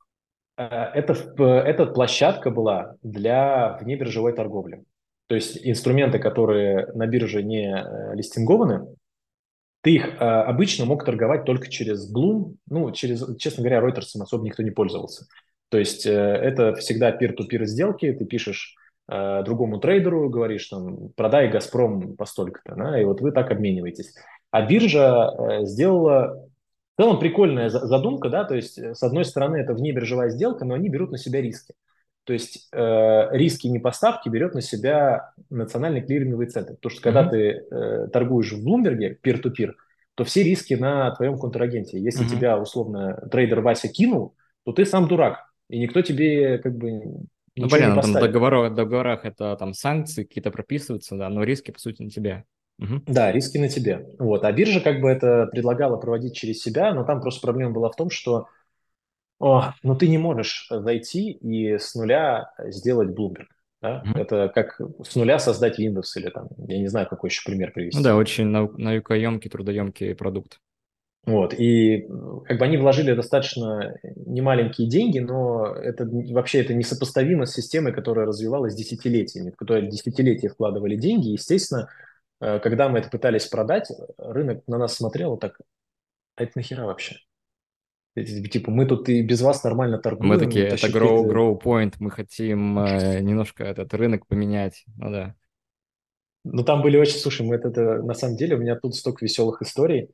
эта площадка была для внебиржевой торговли. То есть инструменты, которые на бирже не листингованы, ты их обычно мог торговать только через Bloom, ну, честно говоря, Reuters особо никто не пользовался. То есть это всегда peer-to-peer сделки, ты пишешь другому трейдеру, говоришь там, продай Газпром по столько-то, да, и вот вы так обмениваетесь. А биржа сделала в целом прикольная задумка, да, то есть с одной стороны это внебиржевая сделка, но они берут на себя риски. То есть риски непоставки берет на себя национальный клиринговый центр. Потому что когда Мгм. ты торгуешь в Блумберге peer-to-peer, то все риски на твоем контрагенте. Если Мгм. тебя, условно, трейдер Вася кинул, то ты сам дурак, и никто тебе как бы Ну, ничего не понятно, там в поставит. договорах это там санкции какие-то прописываются, да, но риски, по сути, на тебе. Мгм. Да, риски на тебе. Вот. А биржа как бы это предлагала проводить через себя, но там просто проблема была в том, что ну ты не можешь зайти и с нуля сделать Bloomberg. Да? Мгм. Это как с нуля создать Windows или там, я не знаю, какой еще пример Ну да, привести. очень наукоемкий, трудоемкий продукт. Вот. И как бы они вложили достаточно немаленькие деньги, но вообще это несопоставимо с системой, которая развивалась десятилетиями, в которой десятилетия вкладывали деньги. Естественно, когда мы это пытались продать, рынок на нас смотрел вот так, а это нахера вообще? Типа, мы тут и без вас нормально Мы такие, торгуем, это тащить какие-то... grow point, мы хотим немножко этот рынок поменять. Ну да. Ну, там были очень... Слушай, на самом деле, у меня тут столько веселых историй.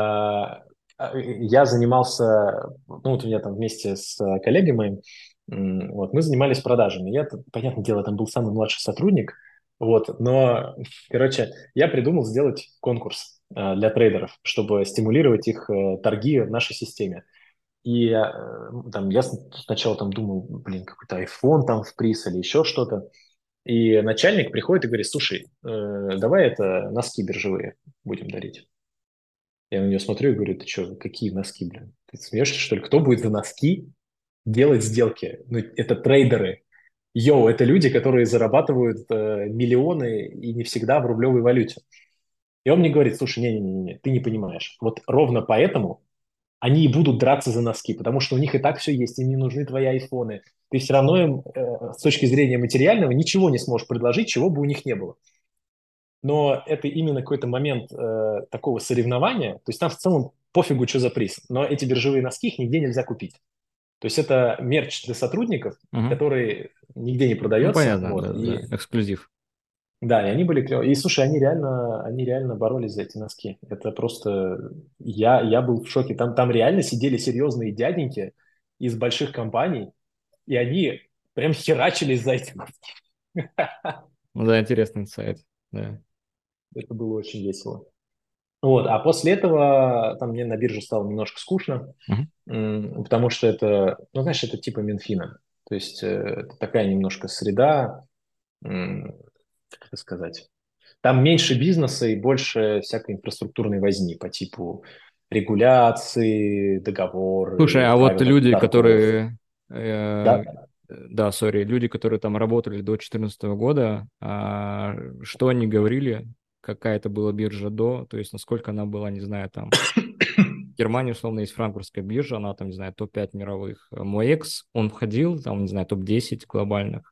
Я занимался... Ну, вот у меня там вместе с коллегой моим, вот, мы занимались продажами. Понятное дело, там был самый младший сотрудник, вот, но, короче, я придумал сделать конкурс для трейдеров, чтобы стимулировать их торги в нашей системе. И там я сначала там думал, блин, какой-то iPhone там в приз или еще что-то. И начальник приходит и говорит, слушай, давай это носки биржевые будем дарить. Я на нее смотрю и говорю, ты что, какие носки, блин? Ты смеешься, что ли? Кто будет за носки делать сделки? Ну, это трейдеры. Йоу, это люди, которые зарабатывают миллионы и не всегда в рублевой валюте. И он мне говорит, слушай, не-не-не, ты не понимаешь. Вот ровно поэтому они и будут драться за носки, потому что у них и так все есть, им не нужны твои айфоны. Ты все равно им с точки зрения материального ничего не сможешь предложить, чего бы у них не было. Но это именно какой-то момент такого соревнования, то есть там в целом пофигу, что за приз, но эти биржевые носки их нигде нельзя купить. То есть это мерч для сотрудников, Мгм. который нигде не Ну, продается, понятно, вот, да, да, и эксклюзив. да, и они были клевые. И слушай, они реально боролись за эти носки. Это просто... Я был в шоке. Там реально сидели серьезные дяденьки из больших компаний, и они прям херачились за эти носки. Ну да, интересный инсайт, да. Это было очень весело. Вот, а после этого там мне на бирже стало немножко скучно, Мгм. потому что это, ну, знаешь, это типа Минфина. То есть это такая немножко среда, как это сказать, там меньше бизнеса и больше всякой инфраструктурной возни по типу регуляции, Слушай, договоры, а вот правила люди, торгов. которые, Да. да, сори, люди, которые там работали до 2014 года, что они говорили, какая это была биржа до, то есть насколько она была, не знаю, там, в Германии, условно, есть франкфуртская биржа, она там, не знаю, топ-5 мировых. MOEX, он входил, там, не знаю, топ-10 глобальных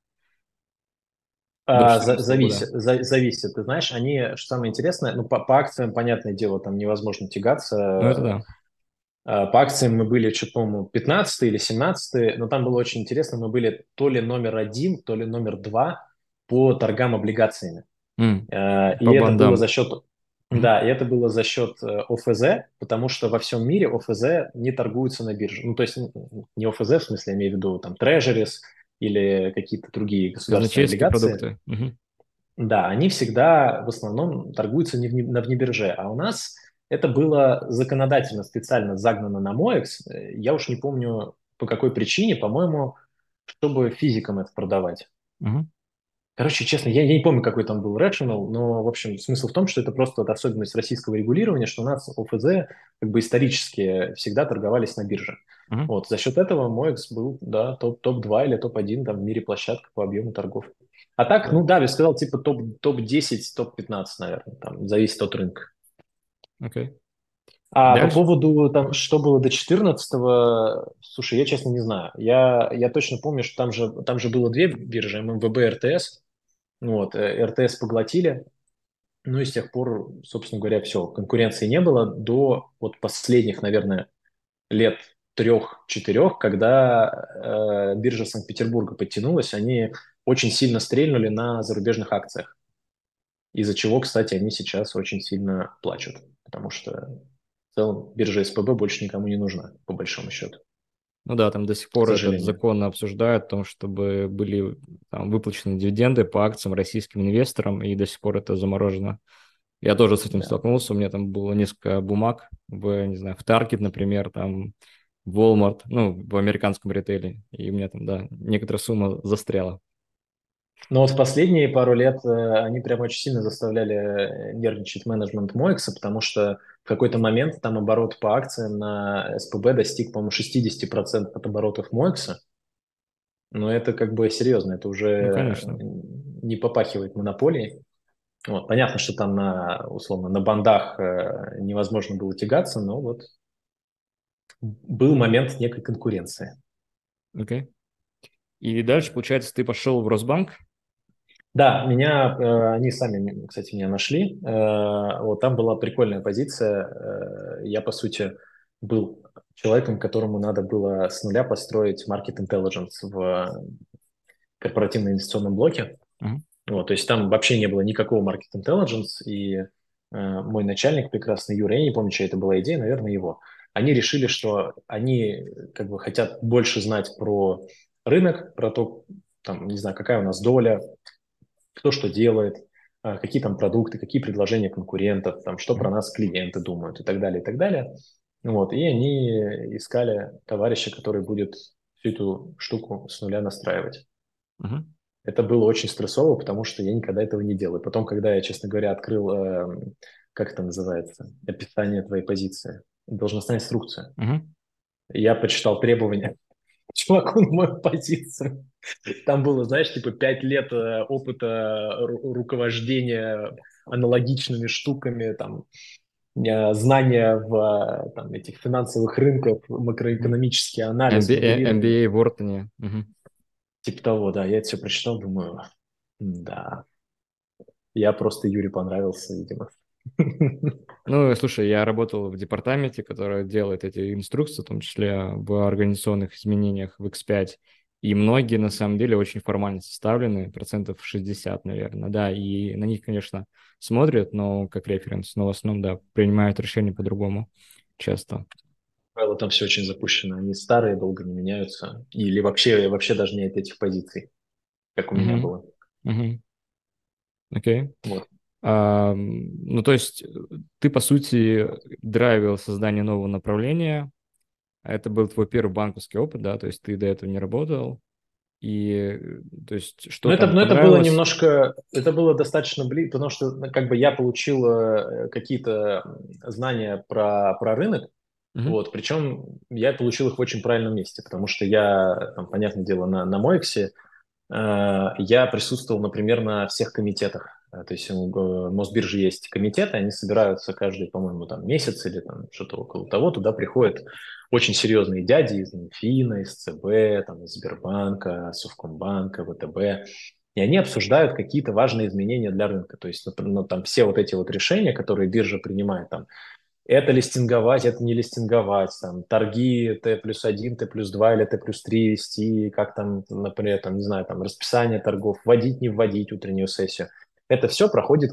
до 2014 года. Зависит. Ты знаешь, они, что самое интересное, ну, по акциям, понятное дело, там невозможно Ну, это тягаться. да. По акциям мы были, что-то, по-моему, 15 или 17, но там было очень интересно, мы были то ли номер один, то ли номер два по торгам облигациями. М, И По это было бандам. за счет, Мгм. да, и это было за счет ОФЗ, потому что во всем мире ОФЗ не торгуются на бирже. Ну, то есть не ОФЗ, в смысле, я имею в виду там Treasuries или какие-то другие государственные Казначейские облигации. продукты. Мгм. Да, они всегда в основном торгуются не на внебирже, а у нас это было законодательно специально загнано на МОЭКС. Я уж не помню по какой причине, по-моему, чтобы физикам это продавать. Мгм. Короче, честно, я не помню, какой там был rational, но, в общем, смысл в том, что это просто вот особенность российского регулирования, что у нас ОФЗ как бы исторически всегда торговались на бирже. Мгм. Вот, за счет этого MOEX был, да, топ-2 или топ-1 там в мире площадка по объему торгов. А так, Да. ну да, я сказал, типа топ-10, топ-15, наверное, там, зависит от рынка. Окей. И А по дальше? поводу, там, что было до 14-го, слушай, я честно не знаю. Я точно помню, что там же было две биржи, ММВБ и РТС. Вот, РТС поглотили, ну и с тех пор, собственно говоря, все, конкуренции не было до вот последних, наверное, лет трех-четырех, когда биржа Санкт-Петербурга подтянулась, они очень сильно стрельнули на зарубежных акциях, из-за чего, кстати, они сейчас очень сильно плачут, потому что в целом биржа СПБ больше никому не нужна, по большому счету, Ну да, там до сих к пор этот сожалению. закон обсуждают, о том, чтобы были там, выплачены дивиденды по акциям российским инвесторам, и до сих пор это заморожено. Я тоже с этим Да. столкнулся, у меня там было несколько бумаг не знаю, в Target, например, там, в Walmart, ну, в американском ритейле, и у меня там, да, некоторая сумма застряла. Но вот в последние пару лет они прям очень сильно заставляли нервничать менеджмент Моекса, потому что в какой-то момент там оборот по акциям на СПБ достиг, по-моему, 60% от оборотов Моекса. Но это как бы серьезно, это Ну, уже конечно. не попахивает монополией. Вот. Понятно, что там условно, на бандах невозможно было тягаться, но вот был момент некой конкуренции. Окей. И дальше, получается, ты пошел в Росбанк. Да, они сами, кстати, меня нашли. Вот там была прикольная позиция. Я, по сути, был человеком, которому надо было с нуля построить market intelligence в корпоративно-инвестиционном блоке. Мгм. Вот, то есть там вообще не было никакого market intelligence, и мой начальник прекрасный Юра, я не помню, чья это была идея, наверное, его. Они решили, что они как бы хотят больше знать про рынок, про то, там, не знаю, какая у нас доля, кто что делает, какие там продукты, какие предложения конкурентов, там, что про Мгм. нас клиенты думают и так далее, и так далее. Вот, и они искали товарища, который будет всю эту штуку с нуля настраивать. Мгм. Это было очень стрессово, потому что я никогда этого не делал. И потом, когда я, честно говоря, открыл как это называется, описание твоей позиции, должностная инструкция. Мгм. Я почитал требования чуваку на мою позицию. Там было, знаешь, типа 5 лет опыта руковождения аналогичными штуками, там, знания в там, этих финансовых рынках, Мгм. макроэкономический анализ, моделирование. MBA в Ортоне. Мгм. Типа того, да. Я это все прочитал, думаю, да, я просто Юре понравился, видимо. Ну, слушай, я работал в департаменте, который делает эти инструкции, в том числе в организационных изменениях в X5, и многие, на самом деле, очень формально составлены, процентов 60, наверное, да, и на них, конечно, смотрят, но как референс, но в основном, да, принимают решения по-другому часто. Правило, там все очень запущено. Они старые, долго не меняются. Или вообще даже нет этих позиций, как у меня Угу, было. угу, окей. Вот. Ну, то есть ты, по сути, драйвил создание нового направления. Это был твой первый банковский опыт, да? То есть ты до этого не работал. И, то есть, что там Но это было понравилось? немножко, это было достаточно близко, потому что как бы я получил какие-то знания про рынок, Мгм. вот, причем я получил их в очень правильном месте, потому что я, там, понятное дело, на Моексе я присутствовал, например, на всех комитетах. То есть в Мосбирже есть комитеты, они собираются каждый, по-моему, там месяц или там что-то около того. Туда приходят очень серьезные дяди из Минфина, из ЦБ, там, из Сбербанка, Совкомбанка, ВТБ. И они обсуждают какие-то важные изменения для рынка. То есть, например, ну, там все вот эти вот решения, которые биржа принимает, там, это листинговать, это не листинговать, там, торги Т+1, Т+2 или Т+3 вести, как там, например, там, не знаю, там, расписание торгов, вводить, не вводить утреннюю сессию. Это все проходит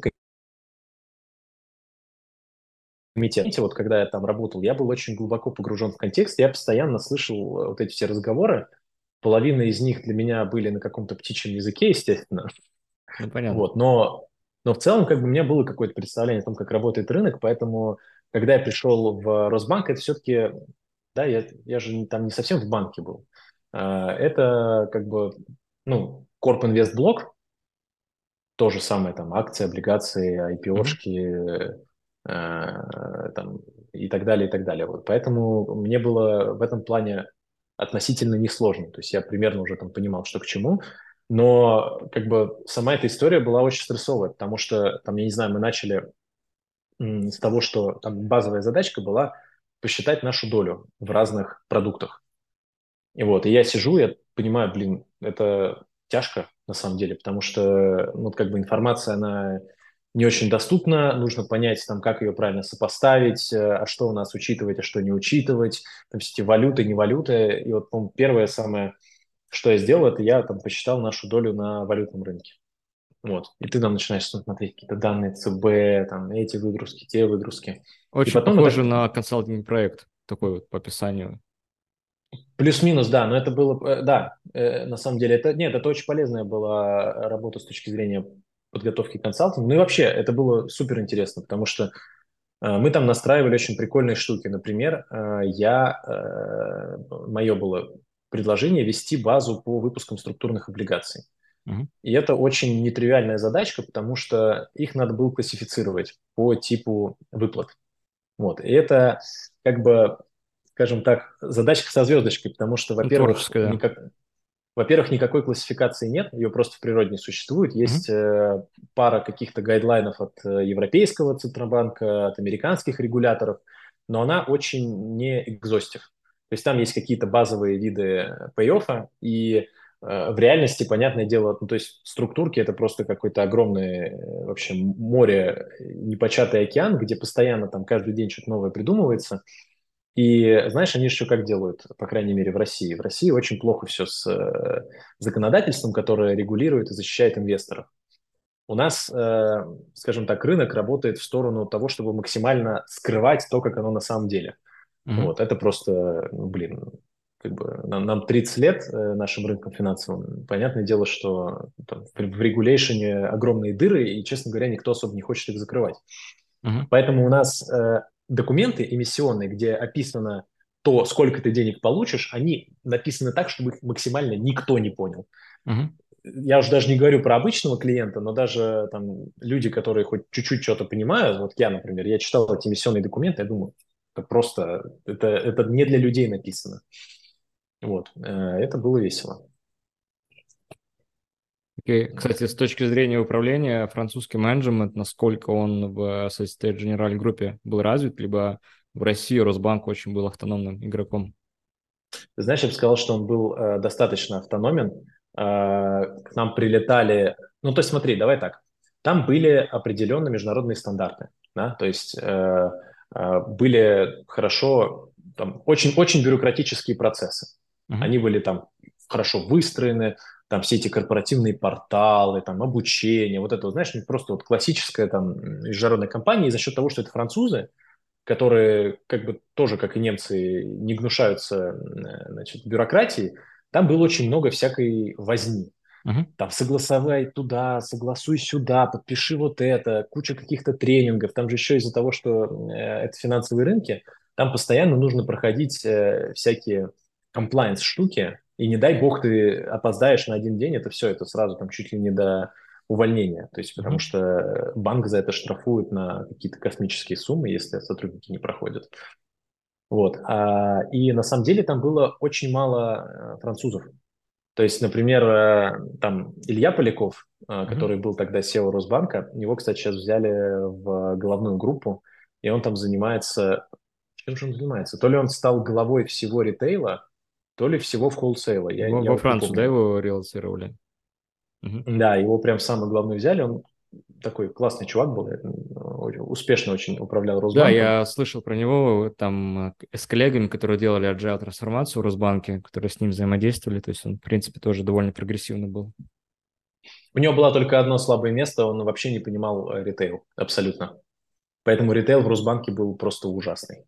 комитет. Вот когда я там работал, я был очень глубоко погружен в контекст, я постоянно слышал вот эти все разговоры, половина из них для меня были на каком-то птичьем языке, естественно, Ну, понятно. вот, но в целом как бы у меня было какое-то представление о том, как работает рынок, поэтому когда я пришел в Росбанк, это все-таки, да, я же там не совсем в банке был. Это как бы, ну, Корп Инвест Блок, то же самое, там, акции, облигации, Мгм. IPO-шки, там, и так далее, и так далее. Вот. Поэтому мне было в этом плане относительно несложно. То есть я примерно уже там понимал, что к чему. Но как бы сама эта история была очень стрессовая, потому что, там, я не знаю, мы начали с того, что там базовая задачка была посчитать нашу долю в разных продуктах. И вот, и я сижу, я понимаю, блин, это тяжко на самом деле, потому что, ну, как бы информация, она не очень доступна, нужно понять, там, как ее правильно сопоставить, а что у нас учитывать, а что не учитывать, там, все эти валюты, не валюты. И вот, по первое самое, что я сделал, это я там посчитал нашу долю на валютном рынке. Вот. И ты там начинаешь смотреть какие-то данные ЦБ, там, эти выгрузки, те выгрузки. И Очень потом похоже это на консалтинг проект, такой вот по описанию. плюс-минус, да, но это было, да, на самом деле, это, нет, это очень полезная была работа с точки зрения подготовки консалтинга. Ну и вообще, это было супер интересно, потому что мы там настраивали очень прикольные штуки. Например, мое было предложение вести базу по выпускам структурных облигаций. Мгм. И это очень нетривиальная задачка, потому что их надо было классифицировать по типу выплат. Вот. И это как бы, скажем так, задачка со звездочкой, потому что, Ну, во-первых, творческое, да. никакой классификации нет, ее просто в природе не существует. Мгм. Есть пара каких-то гайдлайнов от Европейского Центробанка, от американских регуляторов, но она очень не экзостив. То есть там есть какие-то базовые виды пей-оффа, и в реальности, понятное дело, ну, то есть структурки это просто какой-то огромный вообще море, непочатый океан, где постоянно там каждый день что-то новое придумывается, и знаешь, они еще как делают, по крайней мере, в России. В России очень плохо все с законодательством, которое регулирует и защищает инвесторов. У нас, скажем так, рынок работает в сторону того, чтобы максимально скрывать то, как оно на самом деле. Мгм. Вот, это просто, ну, блин, как бы нам 30 лет нашим рынкам финансовым. Понятное дело, что там, в регулейшене огромные дыры, и, честно говоря, никто особо не хочет их закрывать. Мгм. Поэтому у нас документы эмиссионные, где описано то, сколько ты денег получишь, они написаны так, чтобы их максимально никто не понял. Мгм. я уже даже не говорю про обычного клиента, но даже там люди, которые хоть чуть-чуть что-то понимают, вот я, например, я читал эти эмиссионные документы, я думаю, это просто, это не для людей написано. Вот, это было весело. Окей. Кстати, с точки зрения управления, французский менеджмент, насколько он в Société Générale группе был развит, либо в России Росбанк очень был автономным игроком? Ты знаешь, я бы сказал, что он был достаточно автономен. К нам прилетали... Ну, то есть смотри, давай так. Там были определенные международные стандарты. Да? То есть были хорошо... Там, очень бюрократические процессы. Мгм. Они были там хорошо выстроены, там все эти корпоративные порталы, там обучение, вот это, вот, знаешь, не просто вот классическая там международная компания, и за счет того, что это французы, которые как бы тоже, как и немцы, не гнушаются значит, бюрократии, там было очень много всякой возни. Мгм. Там согласовай туда, согласуй сюда, подпиши вот это, куча каких-то тренингов. Там же еще из-за того, что это финансовые рынки, там постоянно нужно проходить всякие комплайенс-штуки, и не дай бог ты опоздаешь на один день, это все, это сразу там чуть ли не до увольнения. То есть потому Мгм. что банк за это штрафует на какие-то космические суммы, если сотрудники не проходят. Вот. И на самом деле там было очень мало французов. То есть, например, там Илья Поляков, Мгм. который был тогда SEO Росбанка, его, кстати, сейчас взяли в головную группу, и он там занимается... Чем же он занимается? То ли он стал главой всего ритейла, то ли всего в холлсейла. Я Во вот не Францию, да, помню. его релоцировали? Мгм. Да, его прям самый главный взяли. Он такой классный чувак был, успешно очень управлял Да, Росбанком. я слышал про него там с коллегами, которые делали agile трансформацию в Росбанке, которые с ним взаимодействовали, то есть он, в принципе, тоже довольно прогрессивный был. У него было только одно слабое место, он вообще не понимал ритейл, абсолютно. Поэтому ритейл в Росбанке был просто ужасный.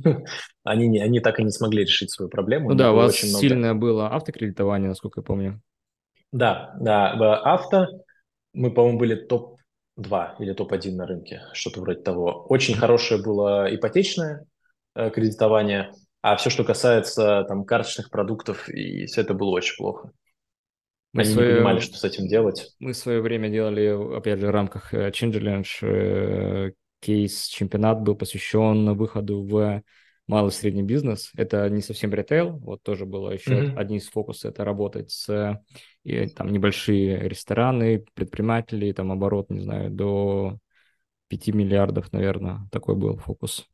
Они так и не смогли решить свою проблему, у Ну них да, у было вас очень много... сильное было автокредитование, насколько я помню. Да, да, в авто мы, по-моему, были топ-2 или топ-1 на рынке, что-то вроде того. Очень Мгм. хорошее было ипотечное кредитование, а все, что касается там карточных продуктов, и все это было очень плохо. Мы Они не понимали, свое, что с этим делать. мы в свое время делали, опять же, в рамках Changelinge кейс-чемпионат был посвящен выходу в малый и средний бизнес. Это не совсем ритейл, вот тоже было еще Мгм. одни из фокусов, это работать с там небольшие рестораны, предприниматели, там оборот, не знаю, до 5 миллиардов, наверное, такой был фокус.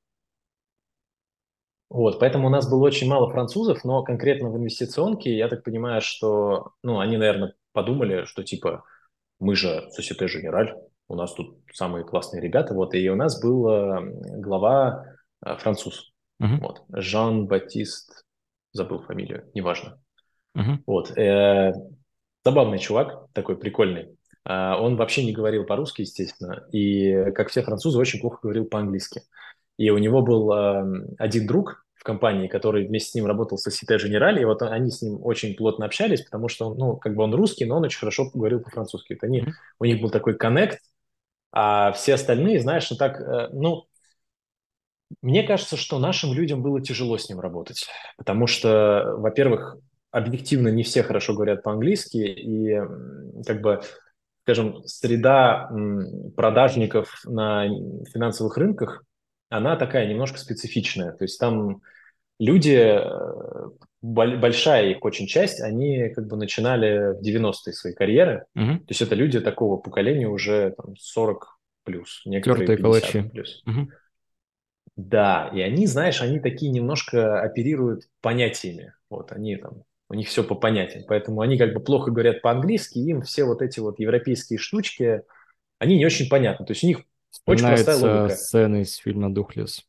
Вот, поэтому у нас было очень мало французов, но конкретно в инвестиционке, я так понимаю, что, ну, они, наверное, подумали, что типа мы же Société Générale, у нас тут самые классные ребята, вот, и у нас был глава француз, Мгм. вот, Жан-Батист, забыл фамилию, неважно, Мгм. вот, забавный чувак, такой прикольный, он вообще не говорил по-русски, естественно, и, как все французы, очень плохо говорил по-английски, и у него был один друг в компании, который вместе с ним работал в Société Générale, и вот они с ним очень плотно общались, потому что он, ну, как бы он русский, но он очень хорошо говорил по-французски. Вот они, Мгм. у них был такой коннект, а все остальные, знаешь, ну так, ну, мне кажется, что нашим людям было тяжело с ним работать, потому что, во-первых, объективно не все хорошо говорят по-английски, и как бы, скажем, среда продажников на финансовых рынках, она такая немножко специфичная. То есть там люди, большая их очень часть, они как бы начинали в 90-е свои карьеры. Мгм. То есть это люди такого поколения уже там, 40 плюс, некоторые Тертые 50 калачи. плюс. Мгм. Да, и они, знаешь, они такие немножко оперируют понятиями. Вот они там, у них все по понятиям. Поэтому они как бы плохо говорят по-английски, им все вот эти вот европейские штучки, они не очень понятны. То есть у них очень простая Вспоминаются логика. сцены из фильма «Духлесс».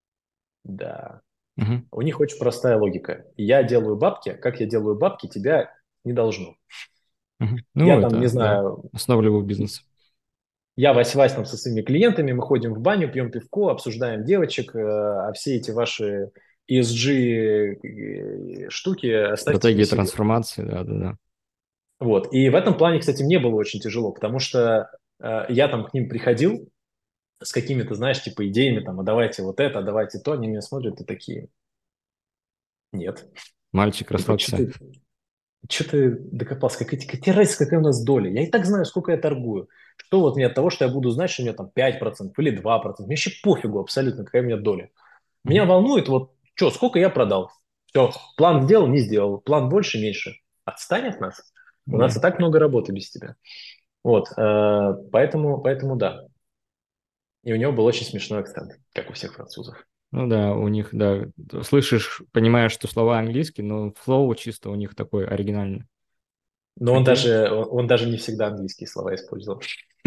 Да, Мгм. у них очень простая логика. Я делаю бабки, как я делаю бабки, тебя не должно. Мгм. Я Ну, там, не это, да, знаю, основа любого бизнеса. я Вась-Вась там со своими клиентами, мы ходим в баню, пьем пивко, обсуждаем девочек, а все эти ваши ESG штуки оставьте при Стратегия себе. трансформации, да-да-да. Вот. И в этом плане, кстати, мне было очень тяжело, потому что я там к ним приходил с какими-то, знаешь, типа идеями, там, а давайте вот это, а давайте то, они меня смотрят и такие, нет. Мальчик, Типа, что расслабься. ты? Что ты докопался? Какая разница, какая у нас доля? Я и так знаю, сколько я торгую. Что вот мне от того, что я буду знать, что у меня там 5% или 2%. Мне вообще пофигу абсолютно, какая у меня доля. Меня Мгм. волнует вот, что, сколько я продал. Все, план сделал, не сделал. План больше, меньше. Отстань от нас. У нас Да. и так много работы без тебя. Вот, поэтому да. И у него был очень смешной акцент, как у всех французов. Ну да, у них, да, слышишь, понимаешь, что слова английские, но флоу чисто у них такой оригинальный. Но Окей. он даже не всегда английские слова использовал.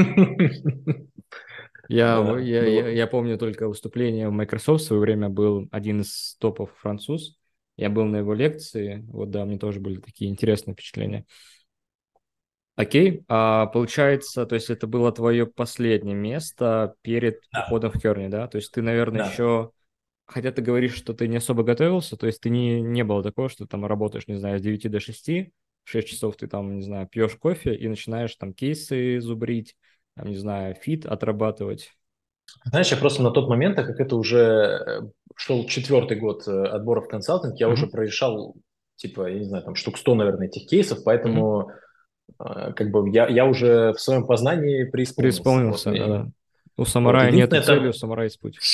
Я, в- Да, было. я помню только выступление в Microsoft в свое время был один из топов француз. Я был на его лекции. Вот да, мне тоже были такие интересные впечатления. Окей, получается, то есть это было твое последнее место перед Да, уходом в Керни, да? То есть ты, наверное, да. еще, хотя ты говоришь, что ты не особо готовился, то есть ты не было такого, что ты там работаешь, не знаю, с 9 до 6, в 6 часов ты там, не знаю, пьешь кофе и начинаешь там кейсы зубрить, там, не знаю, фит отрабатывать. Знаешь, я просто на тот момент, так как это уже шел четвертый год отбора в консалтинг, я уже Мгм, прорешал, типа, я не знаю, там штук 100, наверное, этих кейсов, мгм. поэтому как бы я уже в своем познании преисполнился. Вот, Преисполнился, да. У вот. самурая нету Единственное цели, у там, самурая есть путь.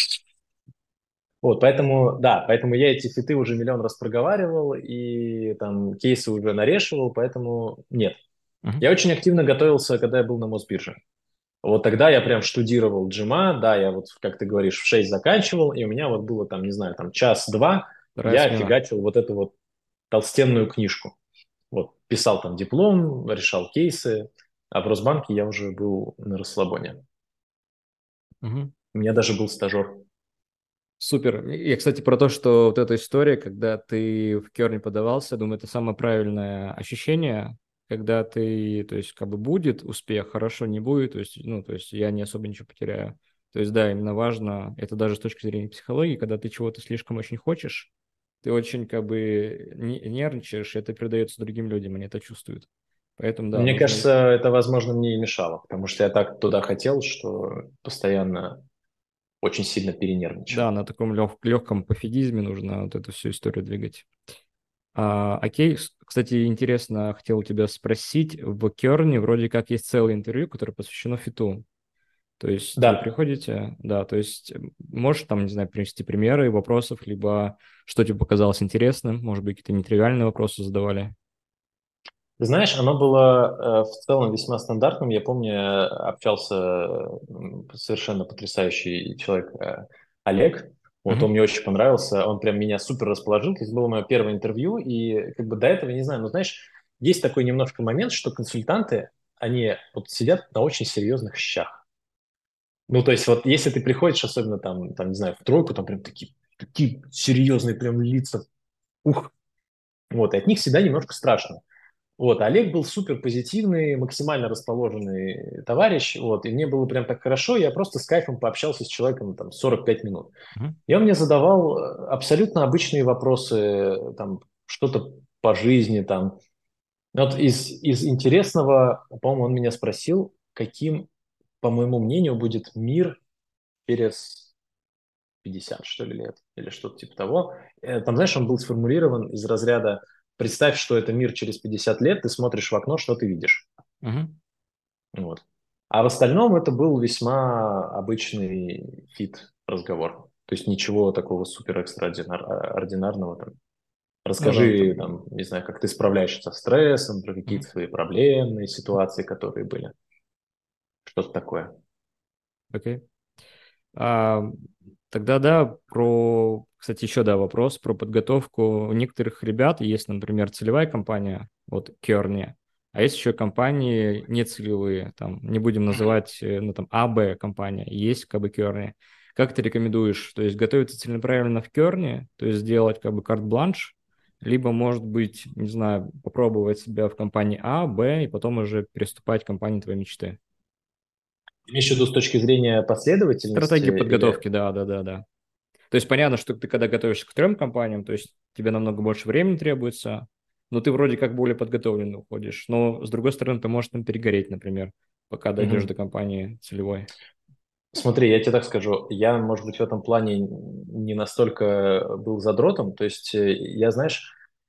вот, поэтому, да, поэтому я эти фиты уже миллион раз проговаривал и там кейсы уже нарешивал, поэтому нет. Мгм, Я очень активно готовился, когда я был на Мосбирже. Вот тогда я прям штудировал джима, да, я вот, как ты говоришь, в 6 заканчивал, и у меня вот было там, не знаю, там час-два, Вторая я смена. фигачил вот эту вот толстенную книжку. Вот, писал там диплом, решал кейсы, а в Росбанке я уже был на расслабоне. Мгм. У меня даже был стажер. Супер. И, кстати, про то, что вот эта история, когда ты в Керни подавался, думаю, это самое правильное ощущение, когда ты, то есть, как бы будет успех, хорошо не будет, то есть, ну, то есть я не особо ничего потеряю. То есть, да, именно важно, это даже с точки зрения психологии, когда ты чего-то слишком очень хочешь, ты очень, как бы, нервничаешь, и это передается другим людям, они это чувствуют. Поэтому, да, Мне нужно, кажется, это, возможно, мне и мешало, потому что я так туда хотел, что постоянно очень сильно да, перенервничал. на таком легком пофигизме нужно вот эту всю историю двигать. Окей, кстати, интересно, хотел у тебя спросить, в Керне вроде как есть целое интервью, которое посвящено фиту. То есть вы Да, приходите, да, то есть можешь там, не знаю, привести примеры вопросов, либо что тебе показалось интересным, может быть, какие-то нетривиальные вопросы задавали. ты знаешь, оно было в целом весьма стандартным. Я помню, я общался совершенно потрясающий человек Олег. Вот он Мгм, мне очень понравился, он прям меня супер расположил. То есть было мое первое интервью, и как бы до этого, я не знаю, но знаешь, есть такой немножко момент, что консультанты, они вот сидят на очень серьезных щах. Ну, то есть вот если ты приходишь, особенно там, не знаю, в тройку, там прям такие серьезные прям лица, ух, вот, и от них всегда немножко страшно. Вот, Олег был супер позитивный, максимально расположенный товарищ, вот, и мне было прям так хорошо, я просто с кайфом пообщался с человеком там 45 минут. мгм, И он мне задавал абсолютно обычные вопросы, там, что-то по жизни, там. Вот из интересного, по-моему, он меня спросил, каким, по моему мнению, будет мир через 50, что ли, лет, или что-то типа того. Там, знаешь, он был сформулирован из разряда «Представь, что это мир через 50 лет, ты смотришь в окно, что ты видишь?» мгм. Вот. А в остальном это был весьма обычный фит разговор. То есть ничего такого супер экстраординарного там. Ну да, Расскажи, там, не знаю, как ты справляешься со стрессом, про мгм. какие-то свои проблемные ситуации, которые были. Что-то такое. Окей. А, Тогда да, кстати, еще да, вопрос про подготовку. У некоторых ребят есть, например, целевая компания, вот Керни, а есть еще компании нецелевые, там, не будем называть, ну, там, АБ компания, есть как бы Керни. Как ты рекомендуешь, то есть готовиться целенаправленно в Керни, то есть сделать как бы карт-бланш, либо, может быть, не знаю, попробовать себя в компании А, Б, и потом уже переступать в компании твоей мечты? Имеешь в виду с точки зрения последовательности Стратегия или... подготовки, да, да, да, да. То есть понятно, что ты когда готовишься к 3 компаниям, то есть тебе намного больше времени требуется, но ты вроде как более подготовленный уходишь. Но с другой стороны, ты можешь там перегореть, например, пока дойдешь Мгм. до компании целевой. Смотри, я тебе так скажу, я, может быть, в этом плане не настолько был задротом, то есть я, знаешь,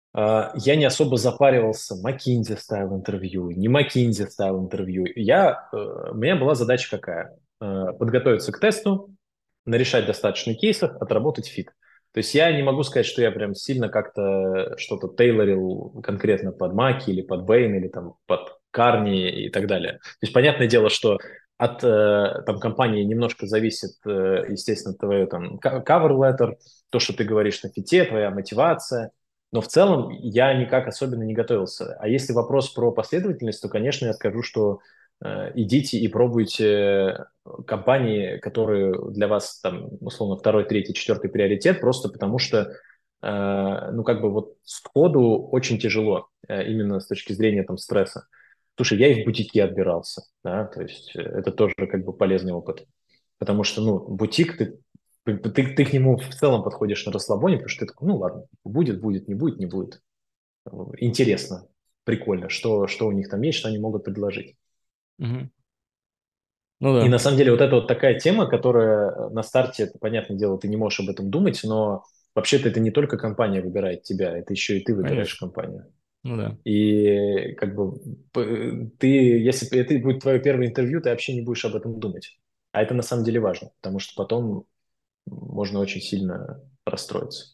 Я не особо запаривался, McKinsey ставил интервью, не McKinsey ставил интервью. У меня была задача какая? Подготовиться к тесту, нарешать достаточно кейсов, отработать фит. То есть я не могу сказать, что я прям сильно как-то что-то тейлорил конкретно под Маки или под Бэйн или там под Карни и так далее. То есть понятное дело, что от там, компании немножко зависит, естественно, твое там cover letter, то, что ты говоришь на фите, твоя мотивация. Но в целом я никак особенно не готовился. А если вопрос про последовательность, то, конечно, я скажу, что идите и пробуйте компании, которые для вас там, условно, второй, третий, четвертый приоритет, просто потому что, ну, как бы вот сходу очень тяжело, именно с точки зрения там стресса. Слушай, я и в бутике отбирался, да, то есть это тоже как бы полезный опыт. Потому что, ну, бутик, ты к нему в целом подходишь на расслабоне, потому что ты такой, ну, ладно, будет, будет, не будет, не будет. Интересно, прикольно, что у них там есть, что они могут предложить. Мгм. Ну И да, на самом деле вот это вот такая тема, которая на старте, это, понятное дело, ты не можешь об этом думать, но вообще-то это не только компания выбирает тебя, это еще и ты выбираешь конечно. компанию. Ну да. И как бы ты, если это будет твое первое интервью, ты вообще не будешь об этом думать. А это на самом деле важно, потому что потом можно очень сильно расстроиться.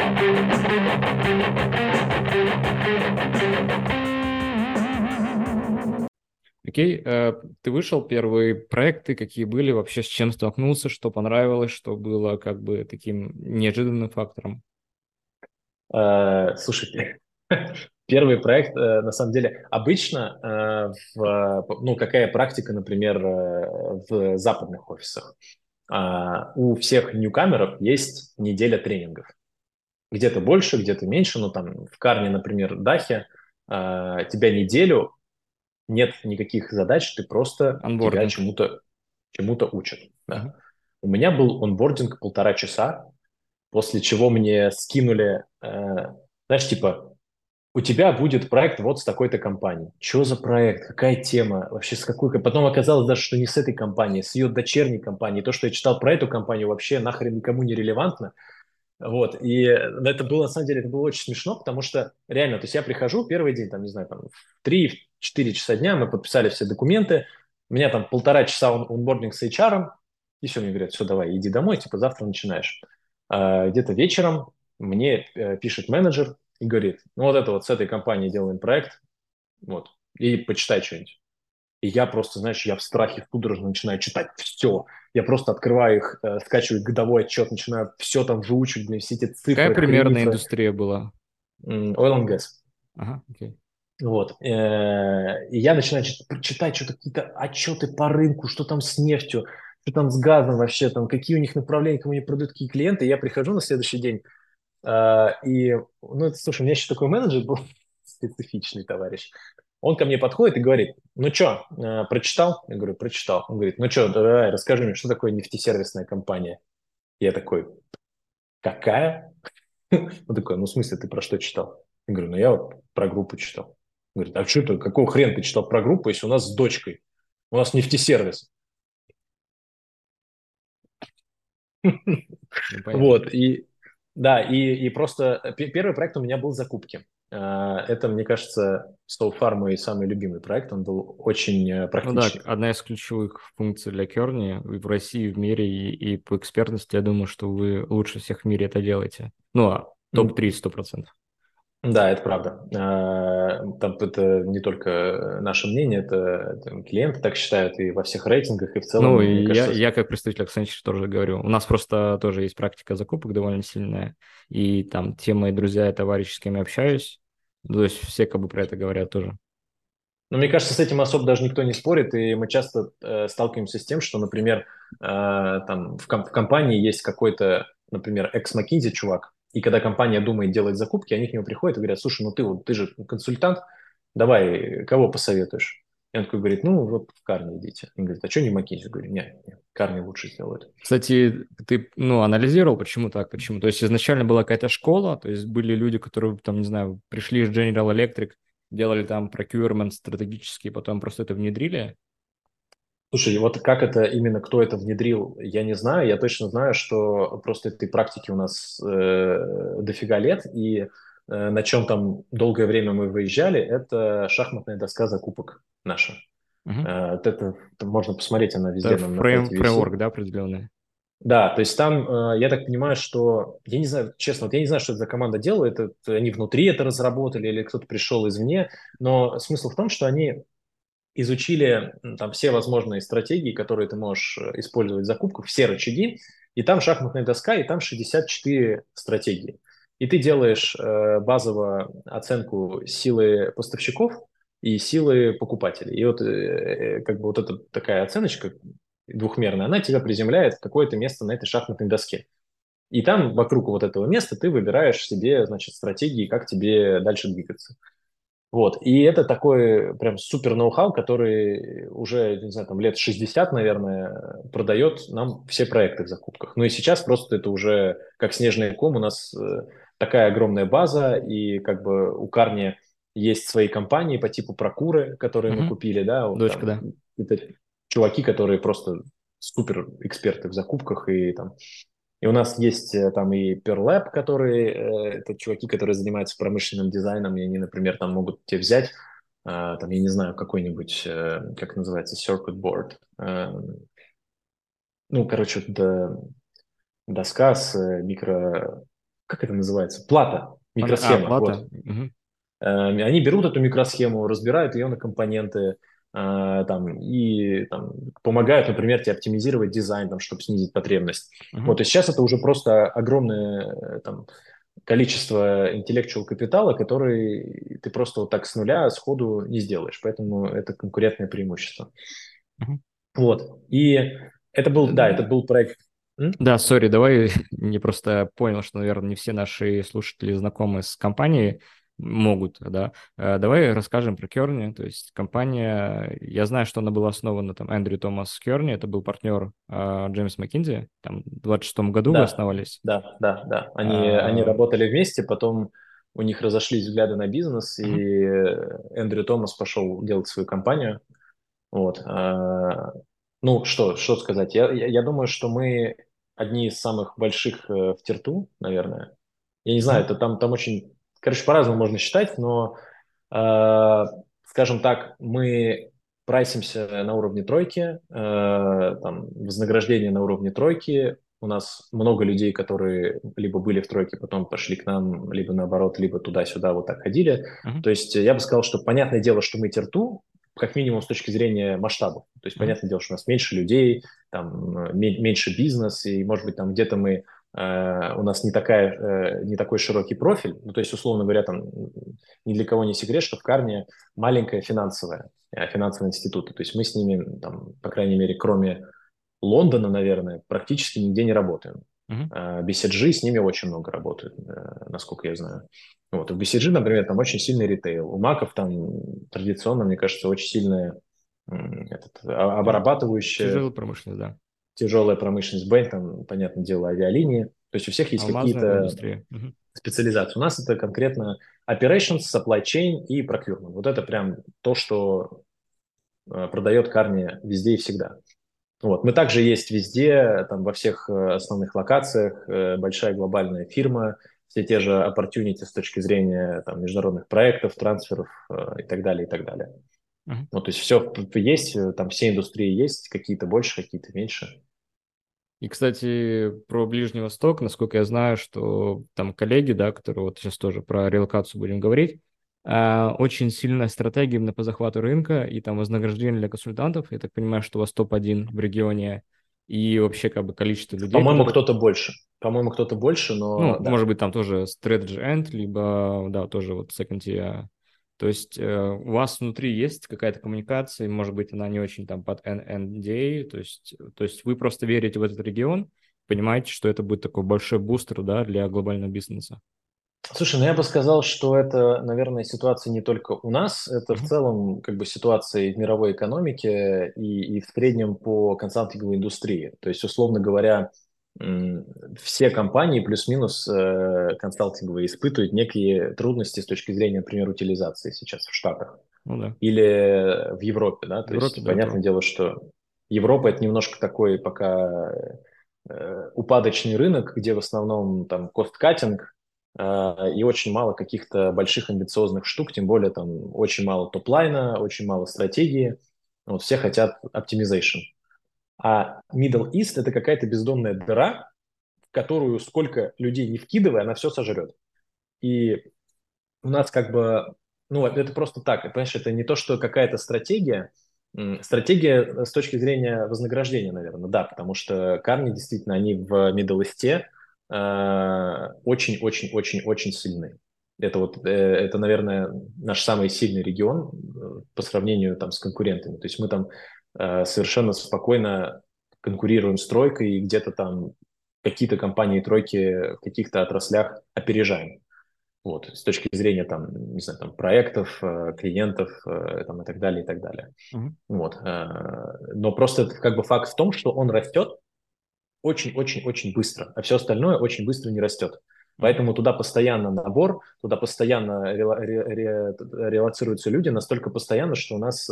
Окей, ты вышел, первые проекты, какие были, вообще с чем столкнулся, что понравилось, что было как бы таким неожиданным фактором? Слушайте, первый проект, на самом деле, обычно, ну, какая практика, например, в западных офисах? У всех ньюкамеров есть неделя тренингов. Где-то больше, где-то меньше, но там в Карне, например, Дахе, тебя неделю нет никаких задач, ты просто тебя Анбординг. чему-то учат. Да. Мгм. У меня был онбординг 1,5 часа, после чего мне скинули, знаешь, типа, у тебя будет проект вот с такой-то компанией. Что за проект? Какая тема? Вообще с какой? Потом оказалось даже, что не с этой компанией, с ее дочерней компанией. То, что я читал про эту компанию, вообще нахрен никому не релевантно. Вот, и это было, на самом деле, это было очень смешно, потому что реально, то есть я прихожу первый день, там, не знаю, там, в 3-4 часа дня мы подписали все документы, у меня там 1,5 часа онбординг с HR, и все, мне говорят, все, давай, иди домой, типа, завтра начинаешь. Где-то вечером мне пишет менеджер и говорит, ну, вот это вот с этой компанией делаем проект, вот, и почитай что-нибудь. И я просто, знаешь, я в страхе судорожно начинаю читать все. Я просто открываю их, скачиваю годовой отчет, начинаю все там выучивать, блин, все эти Какая цифры, примерная хрифы. индустрия была? Oil and gas. Ага, окей. Вот. И я начинаю читать что-то, какие-то отчеты по рынку, что там с нефтью, что там с газом вообще, там, какие у них направления, кому они продают, какие клиенты. И я прихожу на следующий день, ну, слушай, у меня еще такой менеджер был, специфичный товарищ. Он ко мне подходит и говорит, ну что, прочитал? Я говорю, прочитал. Он говорит, ну что, давай, расскажи мне, что такое нефтесервисная компания? Я такой, какая? Он такой, ну, в смысле, ты про что читал? Я говорю, ну, я вот про группу читал. Он говорит, а что ты, какого хрена ты читал про группу, если у нас с дочкой? У нас нефтесервис. Ну, понятно. Вот, и да, и просто первый проект у меня был закупки. Это, мне кажется, so far мой самый любимый проект. Он был очень Ну да, практичный. одна из ключевых функций для Керни и в России, и в мире, и по экспертности, я думаю, что вы лучше всех в мире это делаете. Ну, а топ-3 100%. Да, это правда. Там это не только наше мнение, это клиенты так считают и во всех рейтингах, и в Ну, целом, мне и я, кажется, я как представитель Accenture тоже говорю. У нас просто тоже есть практика закупок довольно сильная, и там те мои друзья и товарищи, с кем я общаюсь, то есть все как бы про это говорят тоже. но мне кажется, с этим особо даже никто не спорит, и мы часто сталкиваемся с тем, что, например, там в компании есть какой-то, например, экс-McKinsey чувак, и когда компания думает делать закупки, они к нему приходят и говорят, слушай, ну ты же консультант, давай, кого посоветуешь? И он такой говорит, ну вот в Карни идите. Он говорит, а что не McKinsey? Я говорю, нет, нет, Карни лучше сделают. Кстати, ты, ну, анализировал, почему так, почему? То есть изначально была какая-то школа, то есть были люди, которые, там, не знаю, пришли из General Electric, делали там procurement стратегический, потом просто это внедрили. Слушай, вот как это именно, кто это внедрил, я не знаю. Я точно знаю, что просто этой практики у нас дофига лет, и на чем там долгое время мы выезжали, это шахматная доска закупок наша. Мгм. Это можно посмотреть, она везде Это на сайте висит. фреймворк, да, определенный? Да, то есть там, я так понимаю, что, я не знаю, честно, вот я не знаю, что это за команда делает, они внутри это разработали или кто-то пришел извне, но смысл в том, что они изучили там все возможные стратегии, которые ты можешь использовать в закупках, все рычаги, и там шахматная доска, и там 64 стратегии. И ты делаешь базово оценку силы поставщиков и силы покупателей. И вот как бы вот эта такая оценочка двухмерная, она тебя приземляет в какое-то место на этой шахматной доске. И там вокруг вот этого места ты выбираешь себе, значит, стратегии, как тебе дальше двигаться. Вот. И это такой прям супер ноу-хау, который уже, не знаю, там лет 60, наверное, продает нам все проекты в закупках. Ну и сейчас просто это уже как снежный ком. У нас такая огромная база, и как бы у Карни есть свои компании по типу Прокуры, которые мы Мгм. купили, да, вот Дочка, там да. это чуваки, которые просто супер эксперты в закупках и там и у нас есть там и Pearl Lab, которые, это чуваки, которые занимаются промышленным дизайном, и они, например, там могут тебе взять, там, я не знаю, какой-нибудь, как называется, circuit board. Ну, короче, вот, доска с как это называется? Плата, микросхема, Плата. вот. Мгм. Они берут эту микросхему, разбирают ее на компоненты, там, и там, помогают, например, тебе оптимизировать дизайн, там, чтобы снизить потребность. Мгм. Вот, и сейчас это уже просто огромное там, количество интеллектуал капитала, который ты просто вот так с нуля сходу не сделаешь. Поэтому это конкурентное преимущество. Мгм. Вот. И это был, да, это был проект. Да, сори, давай, не просто понял, что, наверное, не все наши слушатели знакомы с компанией, могут, да. Давай расскажем про Керни, то есть компания, я знаю, что она была основана, там, Эндрю Томас Керни, это был партнер Джеймс Маккинзи, там, в 26-м году вы Да, основались. да, да, да. Они А, работали вместе, потом у них разошлись взгляды на бизнес, и мгм, Эндрю Томас пошел делать свою компанию. Вот. Ну, что сказать? Я думаю, что мы одни из самых больших в Тирту, наверное. Я не знаю, мгм, это там очень... Короче, по-разному можно считать, но, э, скажем так, мы прайсимся на уровне тройки, там, вознаграждение на уровне тройки. У нас много людей, которые либо были в тройке, потом пошли к нам, либо наоборот, либо туда-сюда вот так ходили. мгм, То есть я бы сказал, что понятное дело, что мы Тирту, как минимум с точки зрения масштабов. То есть мгм, понятное дело, что у нас меньше людей, там, меньше бизнес, и, может быть, там где-то у нас не такой широкий профиль. Ну, то есть, условно говоря, там ни для кого не секрет, что в Карне маленькая финансовый институт. То есть мы с ними, там, по крайней мере, кроме Лондона, наверное, практически нигде не работаем. мгм. BCG с ними очень много работают, насколько я знаю. Вот. В BCG, например, там очень сильный ритейл. У Маков там традиционно, мне кажется, очень сильная Ну, обрабатывающая тяжелая промышленность, да. тяжелая промышленность. Бэнк, там, понятное дело, авиалинии. То есть у всех есть Алмазная какие-то индустрия. Мгм, специализации. У нас это конкретно operations, supply chain и procurement. Вот это прям то, что продает Карни везде и всегда. Вот. Мы также есть везде, там, во всех основных локациях, большая глобальная фирма, все те же opportunity с точки зрения там, международных проектов, трансферов и так далее, и так далее. мгм. Ну, то есть все есть, там все индустрии есть, какие-то больше, какие-то меньше. И, кстати, про Ближний Восток, насколько я знаю, что там коллеги, да, которые вот сейчас тоже про релокацию будем говорить, очень сильная стратегия именно по захвату рынка и там вознаграждение для консультантов. Я так понимаю, что у вас топ-1 в регионе и вообще как бы количество людей, По-моему, которые, кто-то больше. По-моему, кто-то больше, ну, но да. может быть, там тоже strategy end, либо, да, тоже вот second tier. То есть у вас внутри есть какая-то коммуникация, и, может быть, она не очень там под NDA, то есть вы просто верите в этот регион, понимаете, что это будет такой большой бустер, да, для глобального бизнеса. Слушай, ну я бы сказал, что это, наверное, ситуация не только у нас, это в Мгм. целом как бы ситуация в мировой экономике и в среднем по консалтинговой индустрии. То есть, условно говоря, м, все компании плюс-минус консалтинговые испытывают некие трудности с точки зрения, например, утилизации сейчас в Штатах Ну да. или в Европе, да. В То Европе, есть, да, понятное тоже. дело, что Европа это немножко такой пока упадочный рынок, где в основном там кост-каттинг, и очень мало каких-то больших амбициозных штук, тем более там очень мало топ-лайна, очень мало стратегии. Вот все хотят optimization. А Middle East — это какая-то бездонная дыра, в которую сколько людей не вкидывая, она все сожрет. И у нас как бы, ну, это просто так, понимаешь, это не то, что какая-то стратегия. Стратегия с точки зрения вознаграждения, наверное, да, потому что камни действительно, они в Middle East очень-очень-очень-очень сильны. Это вот, это, наверное, наш самый сильный регион по сравнению там с конкурентами. То есть мы там совершенно спокойно конкурируем с тройкой и где-то там какие-то компании тройки в каких-то отраслях опережаем. Вот, с точки зрения там, не знаю, там проектов, клиентов, там и так далее, и так далее. Мгм. Вот. Но просто как бы факт в том, что он растет очень-очень-очень быстро, а все остальное очень быстро не растет. Мгм. Поэтому туда постоянно набор, туда постоянно релоцируются люди настолько постоянно, что у нас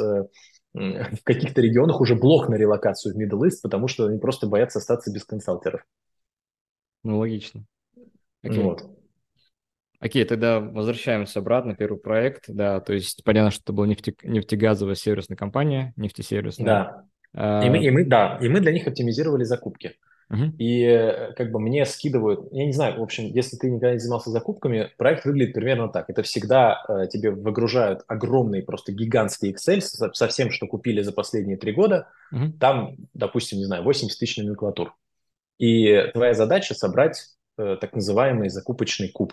в каких-то регионах уже блок на релокацию в Middle East, потому что они просто боятся остаться без консалтеров. Ну, логично. Окей. Вот. Окей, тогда возвращаемся обратно. Первый проект, да, то есть понятно, что это была нефтегазовая сервисная компания, нефтесервисная. Да. А, Да, и мы для них оптимизировали закупки. мгм. И как бы мне скидывают, я не знаю, в общем, если ты никогда не занимался закупками, проект выглядит примерно так. Это всегда тебе выгружают огромный, просто гигантский Excel со всем, что купили за последние 3 года. Мгм. Там, допустим, не знаю, 80 тысяч номенклатур. И твоя задача собрать так называемый закупочный куб.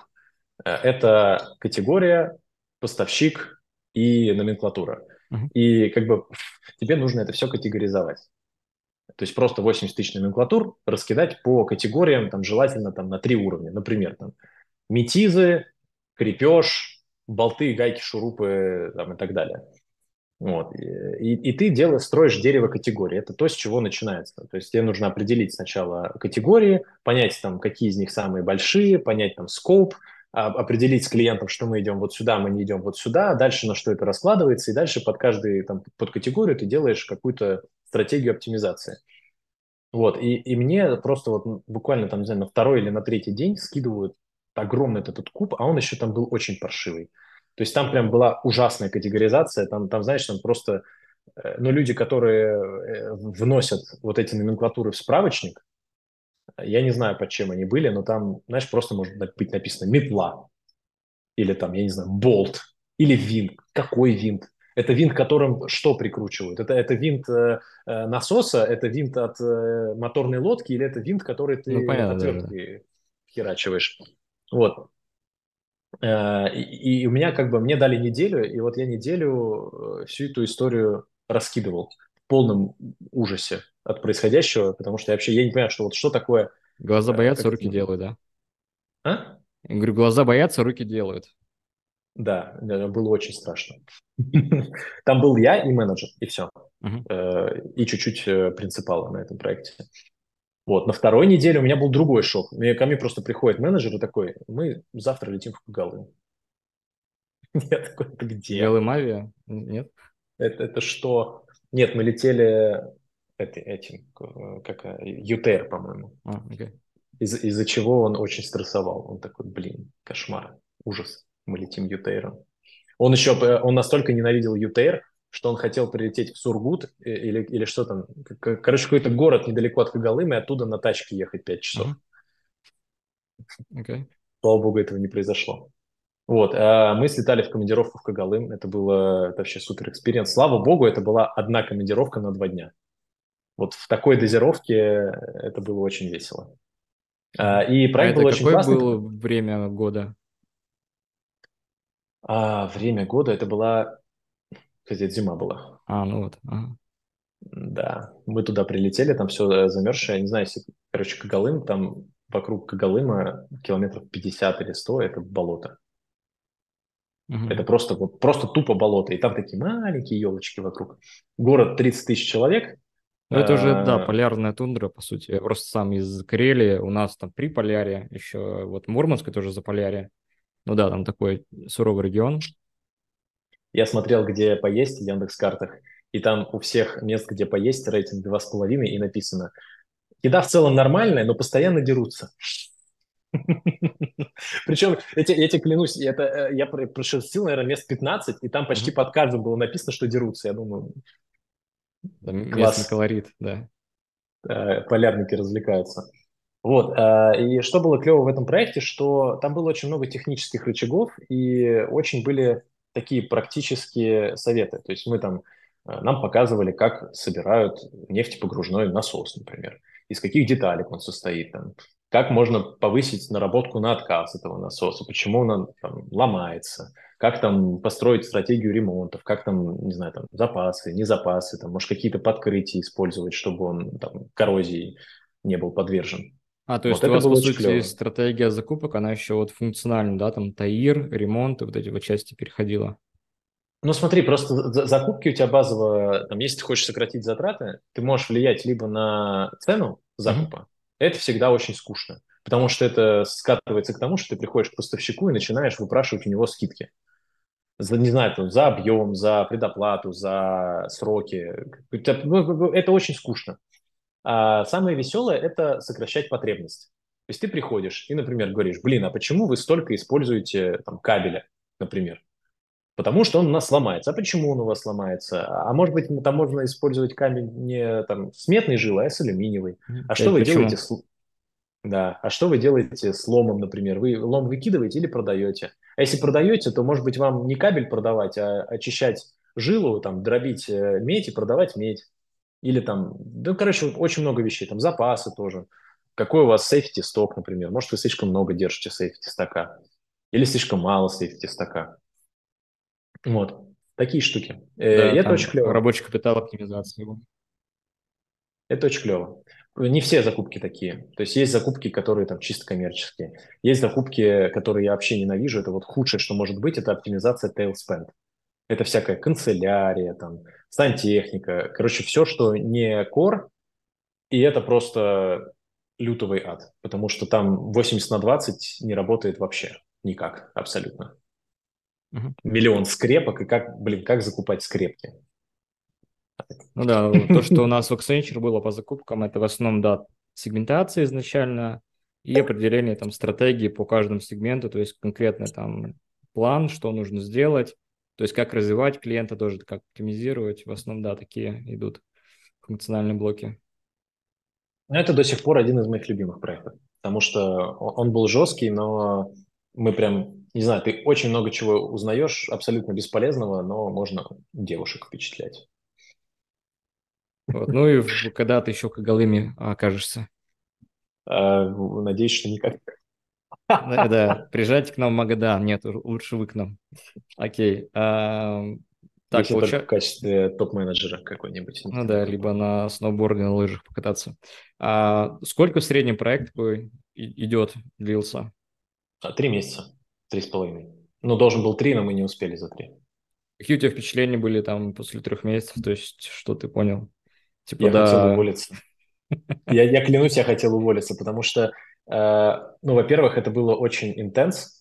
Это категория, поставщик и номенклатура. Мгм. И как бы тебе нужно это все категоризовать. То есть просто 80 тысяч номенклатур раскидать по категориям, там, желательно там, на 3 уровня. Например, там, метизы, крепеж, болты, гайки, шурупы там, и так далее. Вот. И ты строишь дерево категорий. Это то, с чего начинается. То есть тебе нужно определить сначала категории, понять, там, какие из них самые большие, понять там скоп, определить с клиентом, что мы идем вот сюда, мы не идем вот сюда, дальше на что это раскладывается, и дальше под каждый там, под категорию ты делаешь какую-то стратегию оптимизации. Вот, и мне просто вот буквально там, не знаю, на второй или на третий день скидывают огромный этот куб, а он еще там был очень паршивый. То есть там прям была ужасная категоризация, там знаешь, там просто, ну, люди, которые вносят вот эти номенклатуры в справочник, я не знаю, под чем они были, но там, знаешь, просто может быть написано метла, или там, я не знаю, болт, или винт. Какой винт? Это винт, которым что прикручивают? Это винт насоса, это винт от моторной лодки, или это винт, который Ну, ты понятно, да, да. отверткой херачиваешь? Вот. И у меня как бы, мне дали неделю, и вот я неделю всю эту историю раскидывал в полном ужасе от происходящего, потому что я не понимаю, что вот что такое, Глаза боятся, как это, руки делают, да. а? Я говорю, глаза боятся, руки делают. Да, было очень страшно. Там был я и менеджер, и все. Мгм. И чуть-чуть принципала на этом проекте. Вот, на второй неделе у меня был другой шок. Ко мне просто приходит менеджер и такой: мы завтра летим в Когалым. Я такой: это где? Голым авиа? Нет? Это что? Нет, мы летели этим, как ЮТР, по-моему. А, окей. Из-за чего он очень стрессовал. Он такой: блин, кошмар, ужас, мы летим ЮТРом. Он настолько ненавидел ЮТР, что он хотел прилететь в Сургут или что там. Короче, какой-то город недалеко от Когалыма, и оттуда на тачке ехать 5 часов. Мгм. Окей. Слава богу, этого не произошло. Вот, а мы слетали в командировку в Когалым. Это вообще супер экспириенс. Слава богу, это была одна командировка на 2 дня. Вот в такой дозировке это было очень весело. Мгм. И А проект был это очень какое классный. было время года? Время года это была, кстати, это зима была. А, ну вот. Ага. Да, мы туда прилетели, там все замерзшее. Я не знаю, если, короче, Когалым, там вокруг Когалыма километров 50 или 100 это болото. Это Мгм. просто, вот, просто тупо болото. И там такие маленькие елочки вокруг. Город 30 тысяч человек. Ну, это уже, да, Э, полярная тундра, по сути. Я просто сам из Карелии, у нас там Приполярье, еще вот Мурманск тоже за Полярье. Ну да, там такой суровый регион. Я смотрел, где поесть в Яндекс.Картах, и там у всех мест, где поесть, рейтинг 2,5, и написано: еда в целом нормальная, но постоянно дерутся. Причем, я тебе клянусь, я прошерстил, наверное, мест 15, и там почти Мгм. под каждым было написано, что дерутся. Я думаю, Да, местный класс, колорит, да. полярники развлекаются. Вот, и что было клево в этом проекте, что там было очень много технических рычагов и очень были такие практические советы. То есть нам показывали, как собирают нефтепогружной насос, например, из каких деталек он состоит, там, как можно повысить наработку на отказ этого насоса, почему он там ломается, как там построить стратегию ремонтов, как там, не знаю, там запасы, не запасы, там, может, какие-то подкрытия использовать, чтобы он там коррозии не был подвержен. То Вот есть у это вас, по было очень сути, клево. стратегия закупок, она еще вот функциональна, да, там ТАИР, ремонт и вот эти вот части переходила. Ну, смотри, просто закупки у тебя базово, там, если ты хочешь сократить затраты, ты можешь влиять либо на цену Мгм. закупа, это всегда очень скучно, потому что это скатывается к тому, что ты приходишь к поставщику и начинаешь выпрашивать у него скидки. Не знаю, там, за объем, за предоплату, за сроки. Это очень скучно. А самое веселое – это сокращать потребность. То есть ты приходишь и, например, говоришь, блин, а почему вы столько используете там, кабеля, например? Потому что он у нас сломается. А почему он у вас сломается? А может быть, там можно использовать камень не там, с медной жилой, а с алюминиевой. А что Пять вы делаете почему? с... Да. А что вы делаете с ломом, например? Вы лом выкидываете или продаете? А если продаете, то, может быть, вам не кабель продавать, а очищать жилу, там, дробить медь и продавать медь. Или там, да, короче, вот очень много вещей. Там запасы тоже. Какой у вас сейфти сток, например? Может, вы слишком много держите сейфти стока. Или слишком мало сейфти стока. Вот. Такие штуки. И Да, это очень там клево. рабочий капитал оптимизации его. Это очень клево. Не все закупки такие. То есть есть закупки, которые там чисто коммерческие. Есть закупки, которые я вообще ненавижу. Это вот худшее, что может быть, это оптимизация tail spend. Это всякая канцелярия, там, сантехника. Короче, все, что не core, и это просто лютовый ад. Потому что там 80/20 не работает вообще. Никак, абсолютно. Мгм. Миллион скрепок, и как закупать скрепки? Ну да, то, что у нас в Accenture было по закупкам, это в основном, да, сегментация изначально и определение там стратегии по каждому сегменту, то есть конкретный там план, что нужно сделать, то есть как развивать клиента тоже, как оптимизировать. В основном, да, такие идут функциональные блоки. Но это до сих пор один из моих любимых проектов, потому что он был жесткий, но мы прям, не знаю, ты очень много чего узнаешь, абсолютно бесполезного, но можно девушек впечатлять. Вот. Ну и когда ты еще коголыми окажешься. Надеюсь, что никак. Да, да, приезжайте к нам в Магадан. Нет, лучше вы к нам. Окей. Так, Если только в получается, качестве топ-менеджера какой-нибудь, ну нефтяной да, либо компании. на сноуборде, на лыжах покататься. Сколько в среднем проект такой идет, длился? 3 месяца, 3,5. Ну, должен был 3, но мы не успели за 3. Какие у тебя впечатления были там после 3 месяцев? То есть, что ты понял? Типа, Я хотел да, уволиться. Я клянусь, я хотел уволиться, потому что, ну, во-первых, это было очень интенс,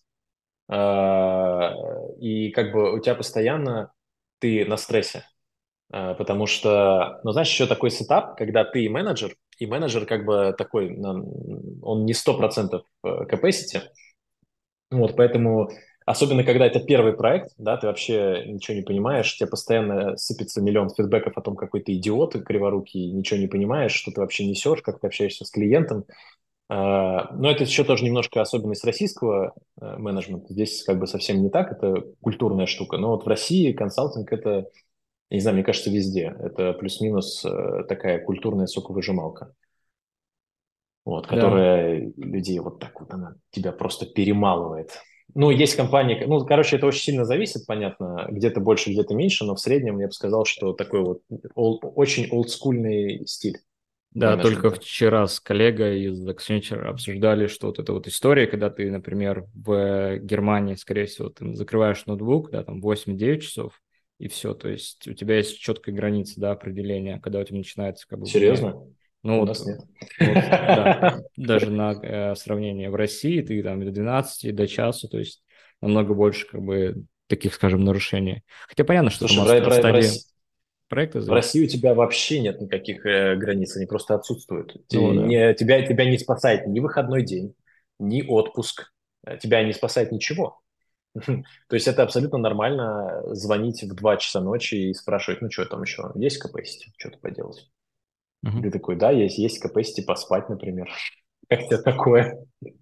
и как бы у тебя постоянно ты на стрессе, потому что, ну, знаешь, еще такой сетап, когда ты и менеджер как бы такой, он не 100% capacity, вот, поэтому, особенно когда это первый проект, да, ты вообще ничего не понимаешь, тебе постоянно сыпется миллион фидбэков о том, какой ты идиот и криворукий, ничего не понимаешь, что ты вообще несешь, как ты общаешься с клиентом. Но это еще тоже немножко особенность российского менеджмента. Здесь как бы совсем не так, это культурная штука. Но вот в России консалтинг это, я не знаю, мне кажется, везде. Это плюс-минус такая культурная соковыжималка, вот, да. которая людей вот так вот, она тебя просто перемалывает. Ну, есть компании, ну, короче, это очень сильно зависит, понятно, где-то больше, где-то меньше, но в среднем я бы сказал, что такой вот очень олдскульный стиль Да, только менеджмента. вчера с коллегой из Accenture обсуждали, что вот эта вот история, когда ты, например, в Германии, скорее всего, ты закрываешь ноутбук, да, там 8-9 часов, и все, то есть у тебя есть четкая граница, да, определения, когда у тебя начинается как бы вне. Серьезно? Ну У вот, нас нет. вот, да, даже на сравнение в России ты там до 12, до часу, то есть намного больше как бы таких, скажем, нарушений. Хотя понятно, что там Слушай, от стадии проекта В зависит. России у тебя вообще нет никаких границ, они просто отсутствуют. Ну да. Тебя не спасает ни выходной день, ни отпуск. Тебя не спасает ничего. То есть это абсолютно нормально звонить в 2 часа ночи и спрашивать, ну что там еще, есть capacity, что-то поделать? И Мгм. ты такой, да, есть capacity поспать, например. Как тебе такое,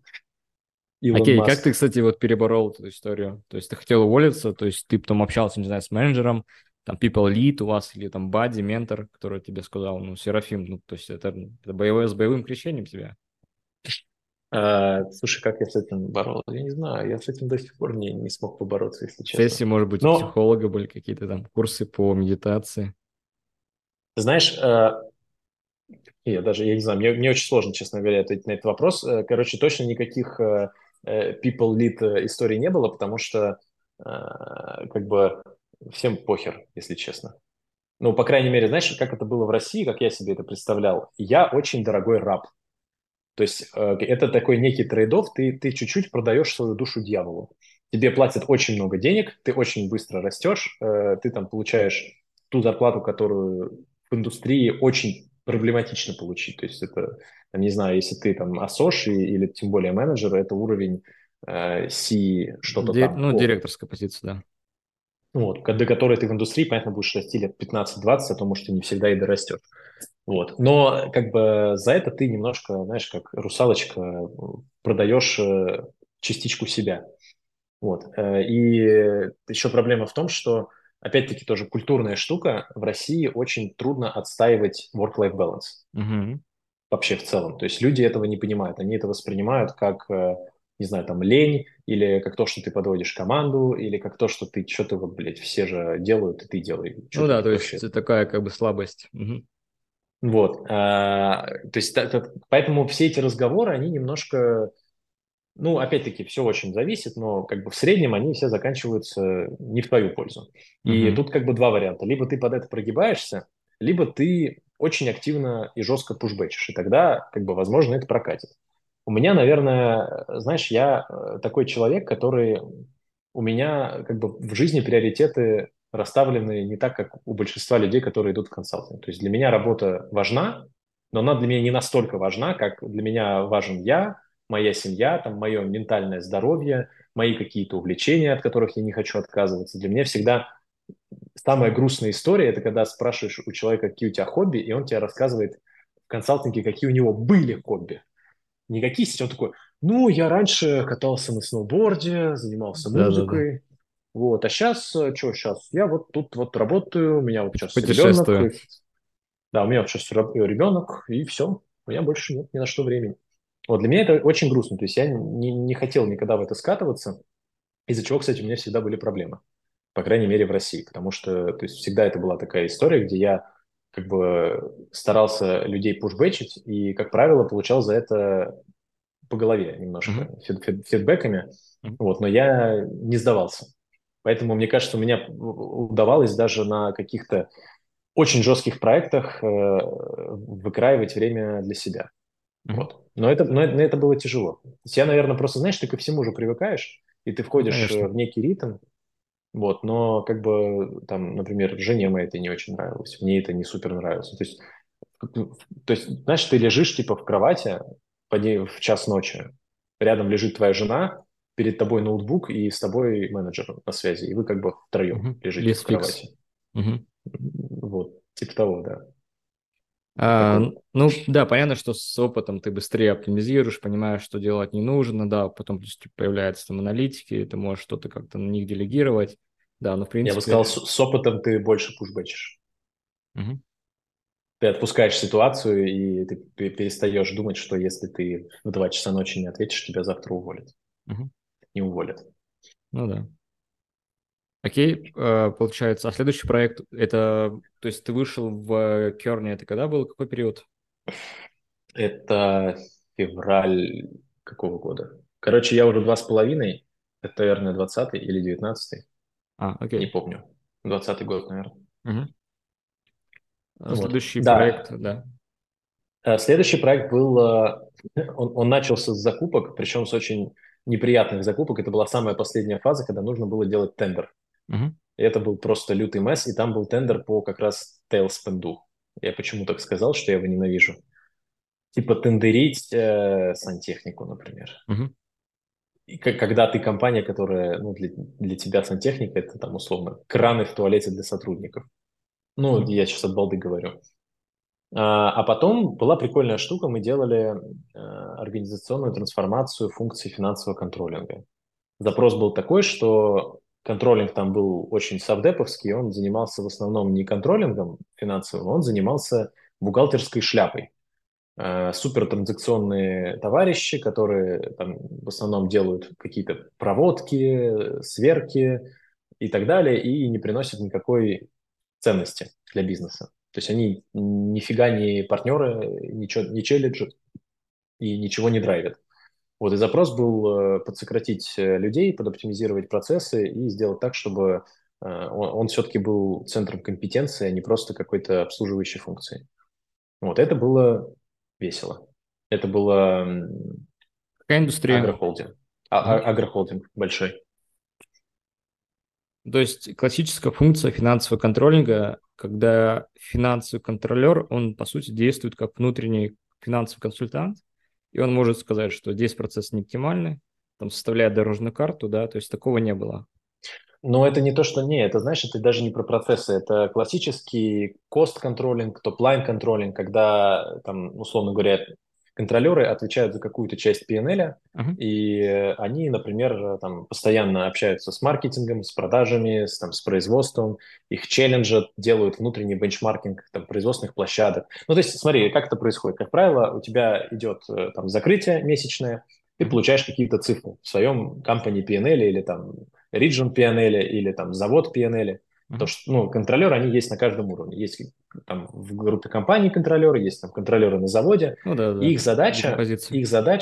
Илон Окей, как ты, Маск? кстати, вот переборол эту историю? То есть ты хотел уволиться, то есть ты потом общался, не знаю, с менеджером, там people lead у вас или там бадди, ментор, который тебе сказал, ну, Серафим, ну, то есть это боевое с боевым крещением тебя. Слушай, как я с этим боролся? Я не знаю, я с этим до сих пор не смог побороться, если честно. Сессии, может быть, у Но, психолога были какие-то там курсы по медитации. знаешь, я не знаю, мне очень сложно, честно говоря, ответить на этот вопрос. Короче, точно никаких people lead историй не было, потому что как бы всем похер, если честно. Ну, по крайней мере, знаешь, как это было в России, как я себе это представлял. Я очень дорогой раб. То есть это такой некий трейд-офф, ты чуть-чуть продаешь свою душу дьяволу. Тебе платят очень много денег, ты очень быстро растешь, ты там получаешь ту зарплату, которую в индустрии очень проблематично получить. То есть это, там, не знаю, если ты там асош или тем более менеджер, это уровень C что-то там. Ну, директорская позиция, да. Вот, до которой ты в индустрии, понятно, будешь расти лет 15-20, а то, может, и не всегда и дорастешь. Вот. Но как бы за это ты немножко, знаешь, как русалочка, продаешь частичку себя. Вот. И еще проблема в том, что, опять-таки, тоже культурная штука. В России очень трудно отстаивать work-life balance Мгм. вообще в целом. То есть люди этого не понимают. Они это воспринимают как, не знаю, там, лень, или как то, что ты подводишь команду, или как то, что ты что-то вот, блядь, все же делают, и ты делай. Что Ну ты да, то тут вообще? есть такая как бы слабость. Мгм. Вот. То есть, поэтому все эти разговоры, они немножко, ну, опять-таки, все очень зависит, но как бы в среднем они все заканчиваются не в твою пользу. И Мгм. тут как бы два варианта. Либо ты под это прогибаешься, либо ты очень активно и жестко пушбэчишь, и тогда, как бы, возможно, это прокатит. У меня, наверное, знаешь, я такой человек, который у меня как бы в жизни приоритеты расставлены не так, как у большинства людей, которые идут в консалтинг. То есть для меня работа важна, но она для меня не настолько важна, как для меня важен я, моя семья, там, мое ментальное здоровье, мои какие-то увлечения, от которых я не хочу отказываться. Для меня всегда самая грустная история – это когда спрашиваешь у человека, какие у тебя хобби, и он тебе рассказывает в консалтинге, какие у него были хобби. Никакие сейчас. Он такой, ну, я раньше катался на сноуборде, занимался Да-да-да. музыкой, вот, а сейчас, что сейчас? Я вот тут вот работаю, у меня вот сейчас ребенок, Путешествую. да, у меня вот сейчас ребенок, и все, у меня больше нет ни на что времени. Вот для меня это очень грустно, то есть я не хотел никогда в это скатываться, из-за чего, кстати, у меня всегда были проблемы, по крайней мере, в России, потому что, то есть всегда это была такая история, где я как бы старался людей пушбэчить и, как правило, получал за это по голове Мгм. немножко фидбэками, Мгм. вот, но я не сдавался. Поэтому, мне кажется, у меня удавалось даже на каких-то очень жестких проектах выкраивать время для себя. Мгм. Вот. Но это было тяжело. То есть я, наверное, просто, знаешь, ты ко всему уже привыкаешь, и ты Ну, входишь конечно. в некий ритм, вот, но как бы там, например, жене моей это не очень нравилось, мне это не супер нравилось. То есть, знаешь, ты лежишь типа в кровати в час ночи, рядом лежит твоя жена, перед тобой ноутбук и с тобой менеджер на связи, и вы как бы втроем Мгм. лежите в Лисфикс. кровати. Мгм. Вот, типа того, да. А, Такой вот. ну, да, понятно, что с опытом ты быстрее оптимизируешь, понимаешь, что делать не нужно, да, потом плюс появляются там аналитики, ты можешь что-то как-то на них делегировать, да, но в Я бы сказал, с, принципе, с опытом ты больше пушбэчишь. мгм, Ты отпускаешь ситуацию, и ты перестаешь думать, что если ты в 2 часа ночи не ответишь, тебя завтра уволят. мгм, Не уволят. ну да. Окей, получается, а следующий проект, это, то есть ты вышел в Керне, это когда был, какой период? Это февраль какого года? Короче, я уже 2,5. Это, наверное, 20-й или 19-й. А, Не окей. помню. 20-й год, наверное. Мгм. Вот. Следующий проект, Да. да. Следующий проект был, он начался с закупок, причем с очень неприятных закупок. Это была самая последняя фаза, когда нужно было делать тендер. Мгм. И это был просто лютый месс, и там был тендер по как раз Tailspin. Я почему так сказал, что я его ненавижу. Типа тендерить сантехнику, например. Мгм. когда ты компания, которая, ну, для тебя сантехника, это там условно краны в туалете для сотрудников. Ну, Мгм. я сейчас от балды говорю. А потом была прикольная штука, мы делали организационную трансформацию функций финансового контролинга. Запрос был такой, что контролинг там был очень совдеповский, он занимался в основном не контролингом финансовым, он занимался бухгалтерской шляпой. Супертранзакционные товарищи, которые там в основном делают какие-то проводки, сверки и так далее, и не приносят никакой ценности для бизнеса. То есть они нифига не партнеры, ничего не челленджат и ничего не драйвят. Вот, и запрос был подсократить людей, подоптимизировать процессы и сделать так, чтобы он все-таки был центром компетенции, а не просто какой-то обслуживающей функцией. Вот, это было весело. Это было Какая индустрия? агрохолдинг. Ага. Агрохолдинг большой. То есть классическая функция финансового контролинга, когда финансовый контролер, он, по сути, действует как внутренний финансовый консультант, и он может сказать, что здесь процесс не оптимальный, там составляет дорожную карту, да, то есть такого не было. Но это не то, что не, это, знаешь, это даже не про процессы, это классический кост-контролинг, топ-лайн контролинг, когда, там, условно говоря, контролеры отвечают за какую-то часть P&L, Ага. и они, например, там, постоянно общаются с маркетингом, с продажами, с производством, их челленджат, делают внутренний бенчмаркинг там, производственных площадок. Ну, то есть, смотри, как это происходит. Как правило, у тебя идет там закрытие месячное, ты Мгм. получаешь какие-то цифры в своем company P&L или там region P&L или там завод P&L. То, Мгм. что, ну, контролеры, они есть на каждом уровне. Есть там в группе компаний контролеры, есть там контролеры на заводе. Ну да, И да, декомпозиция.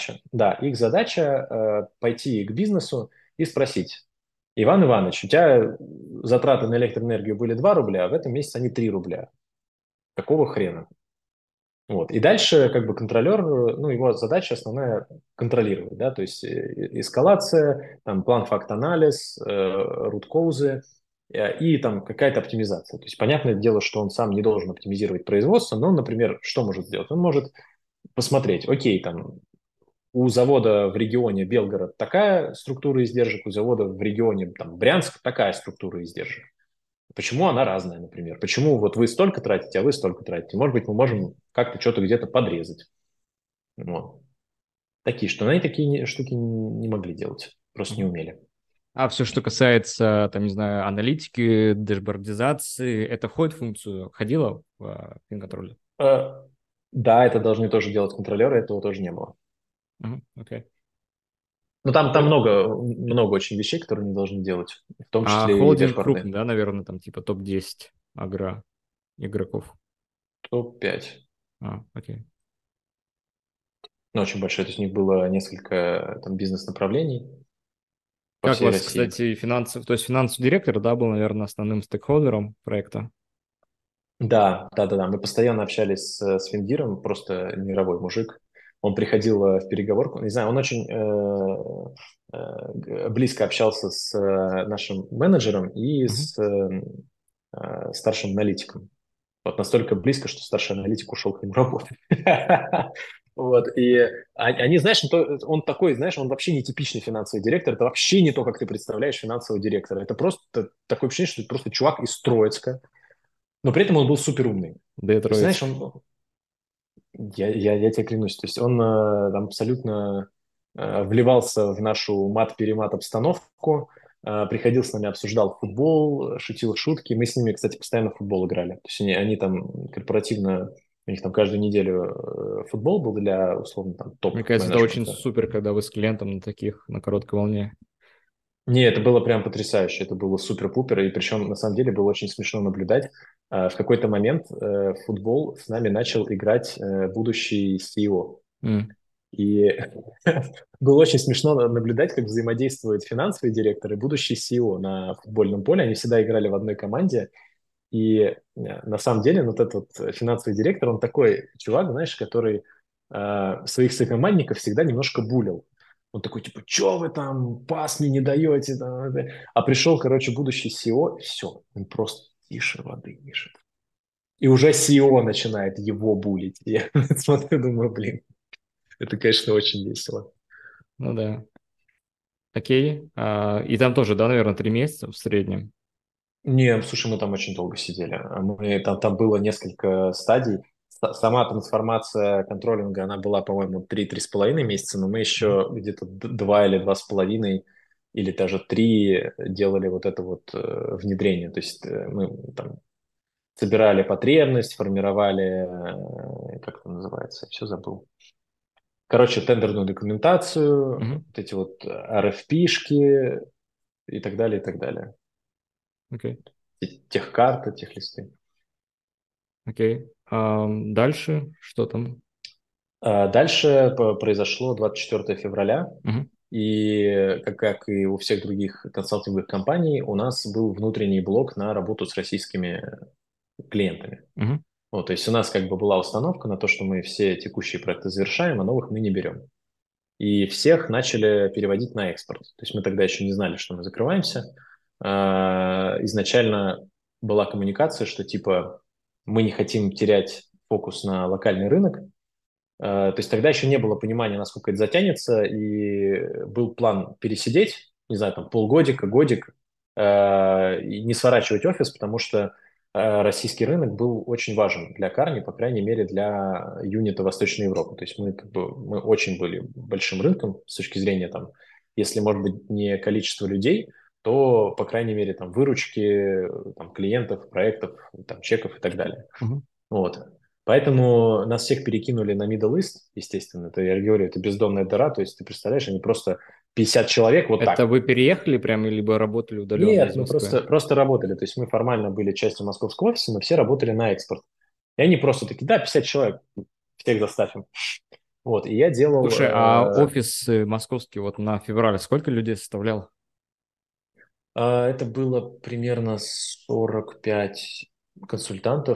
их задача пойти к бизнесу и спросить: Иван Иванович, у тебя затраты на электроэнергию были 2 рубля, а в этом месяце они 3 рубля. Какого хрена? Вот. И дальше как бы контролер, ну, его задача основная контролировать, да, то есть эскалация, там, план факт-анализ, рут-коузы и там какая-то оптимизация. То есть понятное дело, что он сам не должен оптимизировать производство, но он, например, что может сделать? Он может посмотреть, окей, там, у завода в регионе Белгород такая структура издержек, у завода в регионе там, Брянск такая структура издержек. Почему она разная, например? Почему вот вы столько тратите, а вы столько тратите? Может быть, мы можем как-то что-то где-то подрезать. Вот. Такие, что они такие штуки не могли делать, просто не Мгм. умели. А все, что касается, там, не знаю, аналитики, дэшбордизации, это входит в функцию, входило в финконтроле? Э, Да, это должны тоже делать контролеры, этого тоже не было. Мгм. Окей. Но там много очень вещей, которые они должны делать, в том А числе и холдинг крупный, дэшборды. да, наверное, там типа топ-10 агро игроков. Топ-5. Окей. Ну, очень большой. То есть у них было несколько там бизнес-направлений по Как у всей вас, России. кстати, финансовый, то есть финансовый директор, да, был, наверное, основным стейкхолдером проекта? Да. Мы постоянно общались с Финдиром, просто мировой мужик. Он приходил в переговорку, не знаю, он очень близко общался с нашим менеджером и Мгм. с старшим аналитиком. Вот настолько близко, что старший аналитик ушел к нему работать. Вот, и они, знаешь, он такой, знаешь, он вообще не типичный финансовый директор, это вообще не то, как ты представляешь финансового директора. Это просто такое ощущение, что это просто чувак из Троицка, но при этом он был супер умный. Да, То есть, знаешь, Троицк. я тебе клянусь, то есть он там абсолютно вливался в нашу мат-перемат обстановку, приходил с нами, обсуждал футбол, шутил шутки. Мы с ними, кстати, постоянно в футбол играли. То есть они там корпоративно, у них там каждую неделю футбол был для, условно, там, Мне кажется, это очень топ-менеджмента. супер, когда вы с клиентом на таких, на короткой волне. Не, это было прям потрясающе, это было супер-пупер, и причем на самом деле было очень смешно наблюдать. В какой-то момент в футбол с нами начал играть будущий CEO. М. И было очень смешно наблюдать, как взаимодействуют финансовый директор и будущий CEO на футбольном поле. Они всегда играли в одной команде. И на самом деле вот этот вот финансовый директор, он такой чувак, знаешь, который своих сокомандников всегда немножко булил. Он такой, типа, что вы там, пас мне не даете? Там, это?» А пришел, короче, будущий CEO, все, он просто тише воды ниже. И уже CEO начинает его булить. Я смотрю, думаю, блин, это, конечно, очень весело. Ну да. Окей. И там тоже, да, наверное, 3 месяца в среднем. Не, слушай, мы там очень долго сидели. Там было несколько стадий. Сама трансформация контролинга, она была, по-моему, 3-3,5 месяца, но мы еще где-то 2 или 2,5 или даже 3 делали вот это вот внедрение. То есть мы там собирали потребность, формировали, как это называется, все забыл. Короче, тендерную документацию, Мгм. вот эти вот RFP-шки и так далее, и так далее. Окей. Техкарты, техлисты. Окей. Дальше что там? Дальше произошло 24 февраля, Мгм. и как и у всех других консалтинговых компаний, у нас был внутренний блок на работу с российскими клиентами. Мгм. Вот, то есть у нас как бы была установка на то, что мы все текущие проекты завершаем, а новых мы не берем. И всех начали переводить на экспорт. То есть мы тогда еще не знали, что мы закрываемся. Изначально была коммуникация, что типа мы не хотим терять фокус на локальный рынок. То есть тогда еще не было понимания, насколько это затянется, и был план пересидеть, не знаю, там полгодика, годик, и не сворачивать офис, потому что российский рынок был очень важен для Карни, по крайней мере, для юнита Восточной Европы. То есть мы, как бы, мы очень были большим рынком с точки зрения, там, если, может быть, не количество людей, то, по крайней мере, там, выручки, там, клиентов, проектов, там, чеков и так далее. Мгм. Вот. Поэтому нас всех перекинули на Middle East, естественно. Это, я говорю, это бездонная дыра. То есть ты представляешь, они просто 50 человек вот Это так. вы переехали прям, либо работали удаленно Нет, из мы Москвы? просто работали. То есть мы формально были частью московского офиса, но все работали на экспорт. И они просто такие, да, 50 человек, всех заставим. Вот, и я делал... Слушай, а офис московский вот на февраль сколько людей составлял? Это было примерно 45 консультантов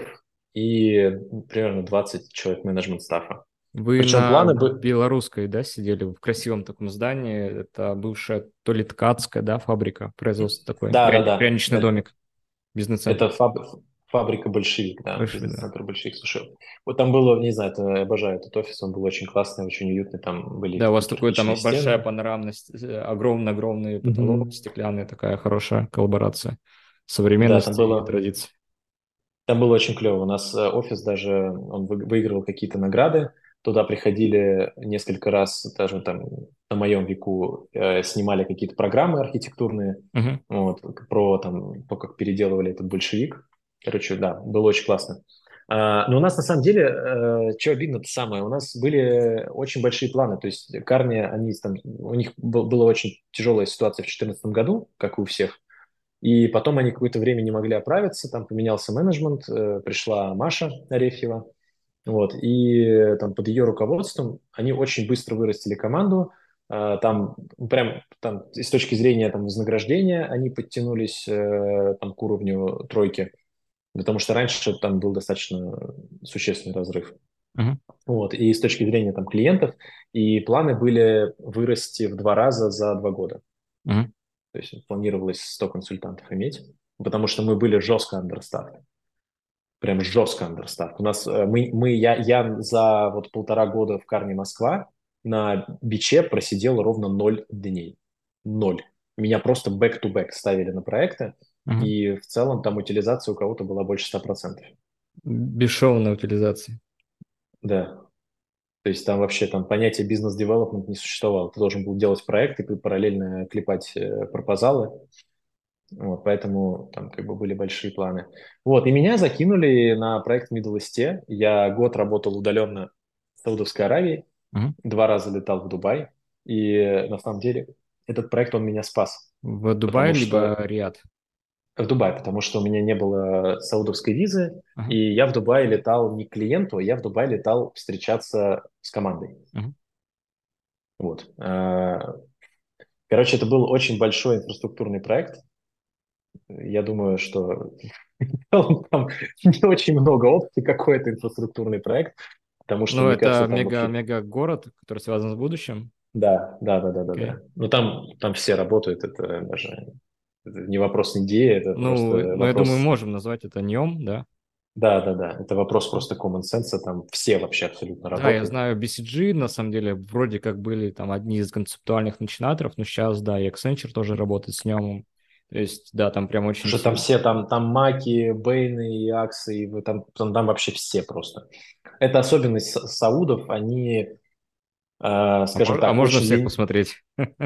и примерно 20 человек менеджмент-стафа. Вы Причем на планы бы... Белорусской, да, сидели в красивом таком здании? Это бывшая то ли ткацкая, да, фабрика, производство такой, Да, да, да. пряничный домик, бизнес-центр. Это фабрика «Большевик», да, Большой, да. бизнес-центр «Большевик». Слушай, вот там было, не знаю, я обожаю этот офис, он был очень классный, очень уютный, там были Да, у вас такие такой кирпичные там большая стены. панорамность, огромный-огромный потолок, Мгм. стеклянная такая хорошая коллаборация Да, современности и традиций. там было очень клево. У нас офис даже, он выигрывал какие-то награды, туда приходили несколько раз, даже там на моем веку снимали какие-то программы архитектурные, Мгм. вот, про там, то, как переделывали этот большевик. Короче, да, было очень классно. Но у нас на самом деле, что обидно-то самое, у нас были очень большие планы. То есть Карни, они там, у них была очень тяжелая ситуация в 2014 году, как и у всех. И потом они какое-то время не могли оправиться, там поменялся менеджмент, пришла Маша Арефьева, вот, и там под ее руководством они очень быстро вырастили команду, там прям там и с точки зрения там вознаграждения они подтянулись там к уровню тройки, потому что раньше там был достаточно существенный разрыв. Мгм. Вот, и с точки зрения там клиентов, и планы были вырасти в 2 раза за 2 года. Мгм. То есть планировалось 100 консультантов иметь, потому что мы были жестко understaffed. Прям жестко understaffed. У нас, я за вот 1,5 года в Карне Москва на биче просидел ровно 0 дней. Ноль. Меня просто back-to-back ставили на проекты, Мгм. и в целом там утилизация у кого-то была больше 100%. Бесшовная утилизация. Да. То есть там вообще там понятие бизнес-девелопмент не существовало. Ты должен был делать проект и параллельно клепать пропозалы. Вот, поэтому там как бы были большие планы. Вот, и меня закинули на проект Middle East. Я год работал удаленно в Саудовской Аравии, Мгм. 2 раза летал в Дубай. И на самом деле этот проект, он меня спас. В Дубае Потому либо что Риад? в Дубай, потому что у меня не было саудовской визы, Ага. и я в Дубае летал не к клиенту, а я в Дубае летал встречаться с командой. Мгм. Вот. Короче, это был очень большой инфраструктурный проект. Я думаю, что там не очень много опций, какой это инфраструктурный проект, потому что, Ну, мне кажется, это там вообще... мега город, который связан с будущим. Да, да, да, да, да, Окей. да. Но там все работают, это даже это не вопрос идеи, это Ну, просто ну, я думаю, вопрос... можем назвать это НИОМ, да? Да, да, да. Это вопрос просто common sense. Там все вообще абсолютно Да, я работают. знаю, BCG, на самом деле, вроде как были там одни из концептуальных начинаторов, но сейчас, да, и Accenture тоже работает с ним. То есть, да, там прям очень Слушай, там все... все, там Маки, Бэйны и Аксы, и там вообще все просто. Это особенность саудов. Они, скажем А так, можно очень всех посмотреть?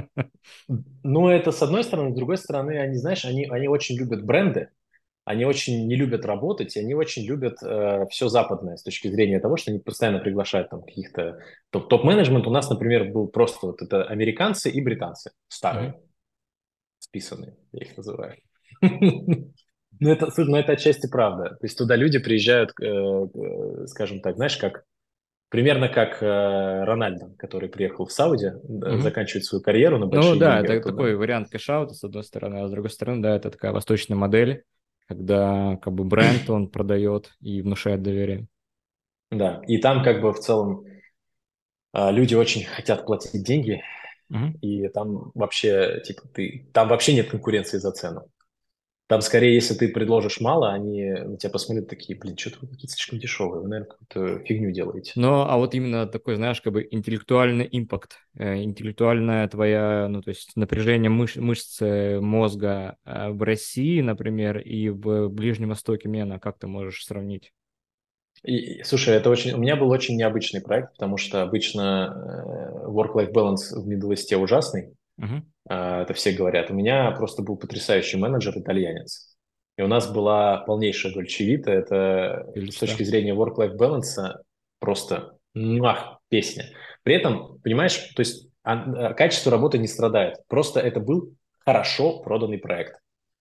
Ну, это с одной стороны. С другой стороны, они, знаешь, они очень любят бренды, они очень не любят работать, и они очень любят все западное с точки зрения того, что они постоянно приглашают там каких-то топ-менеджмент. У нас, например, был просто вот это американцы и британцы Мгм. старые, списанные, я их называю. Ну, это, слушай, ну, это отчасти правда. То есть туда люди приезжают, скажем так, знаешь, как примерно как Рональдо, который приехал в Сауди, Мгм. заканчивать свою карьеру на Ну большие да, деньги это оттуда. такой вариант кэш-аута, с одной стороны, а с другой стороны, да, это такая восточная модель, когда как бы бренд он продает и внушает доверие. Да, и там как бы в целом люди очень хотят платить деньги, Мгм. и там вообще, типа, там вообще нет конкуренции за цену. Там скорее, если ты предложишь мало, они на тебя посмотрят такие, блин, что-то вы какие-то слишком дешевые, вы, наверное, какую-то фигню делаете. Но, а вот именно такой, знаешь, как бы интеллектуальный импакт, интеллектуальная твоя, ну, то есть напряжение мышц мозга в России, например, и в Ближнем Востоке, Мена, как ты можешь сравнить? Слушай, у меня был очень необычный проект, потому что обычно work-life balance в Middle East ужасный, Мгм. это все говорят. У меня просто был потрясающий менеджер, итальянец. И у нас была полнейшая дольче вита. Это Или с что? точки зрения work-life balance просто песня. При этом, понимаешь, то есть качество работы не страдает. Просто это был хорошо проданный проект.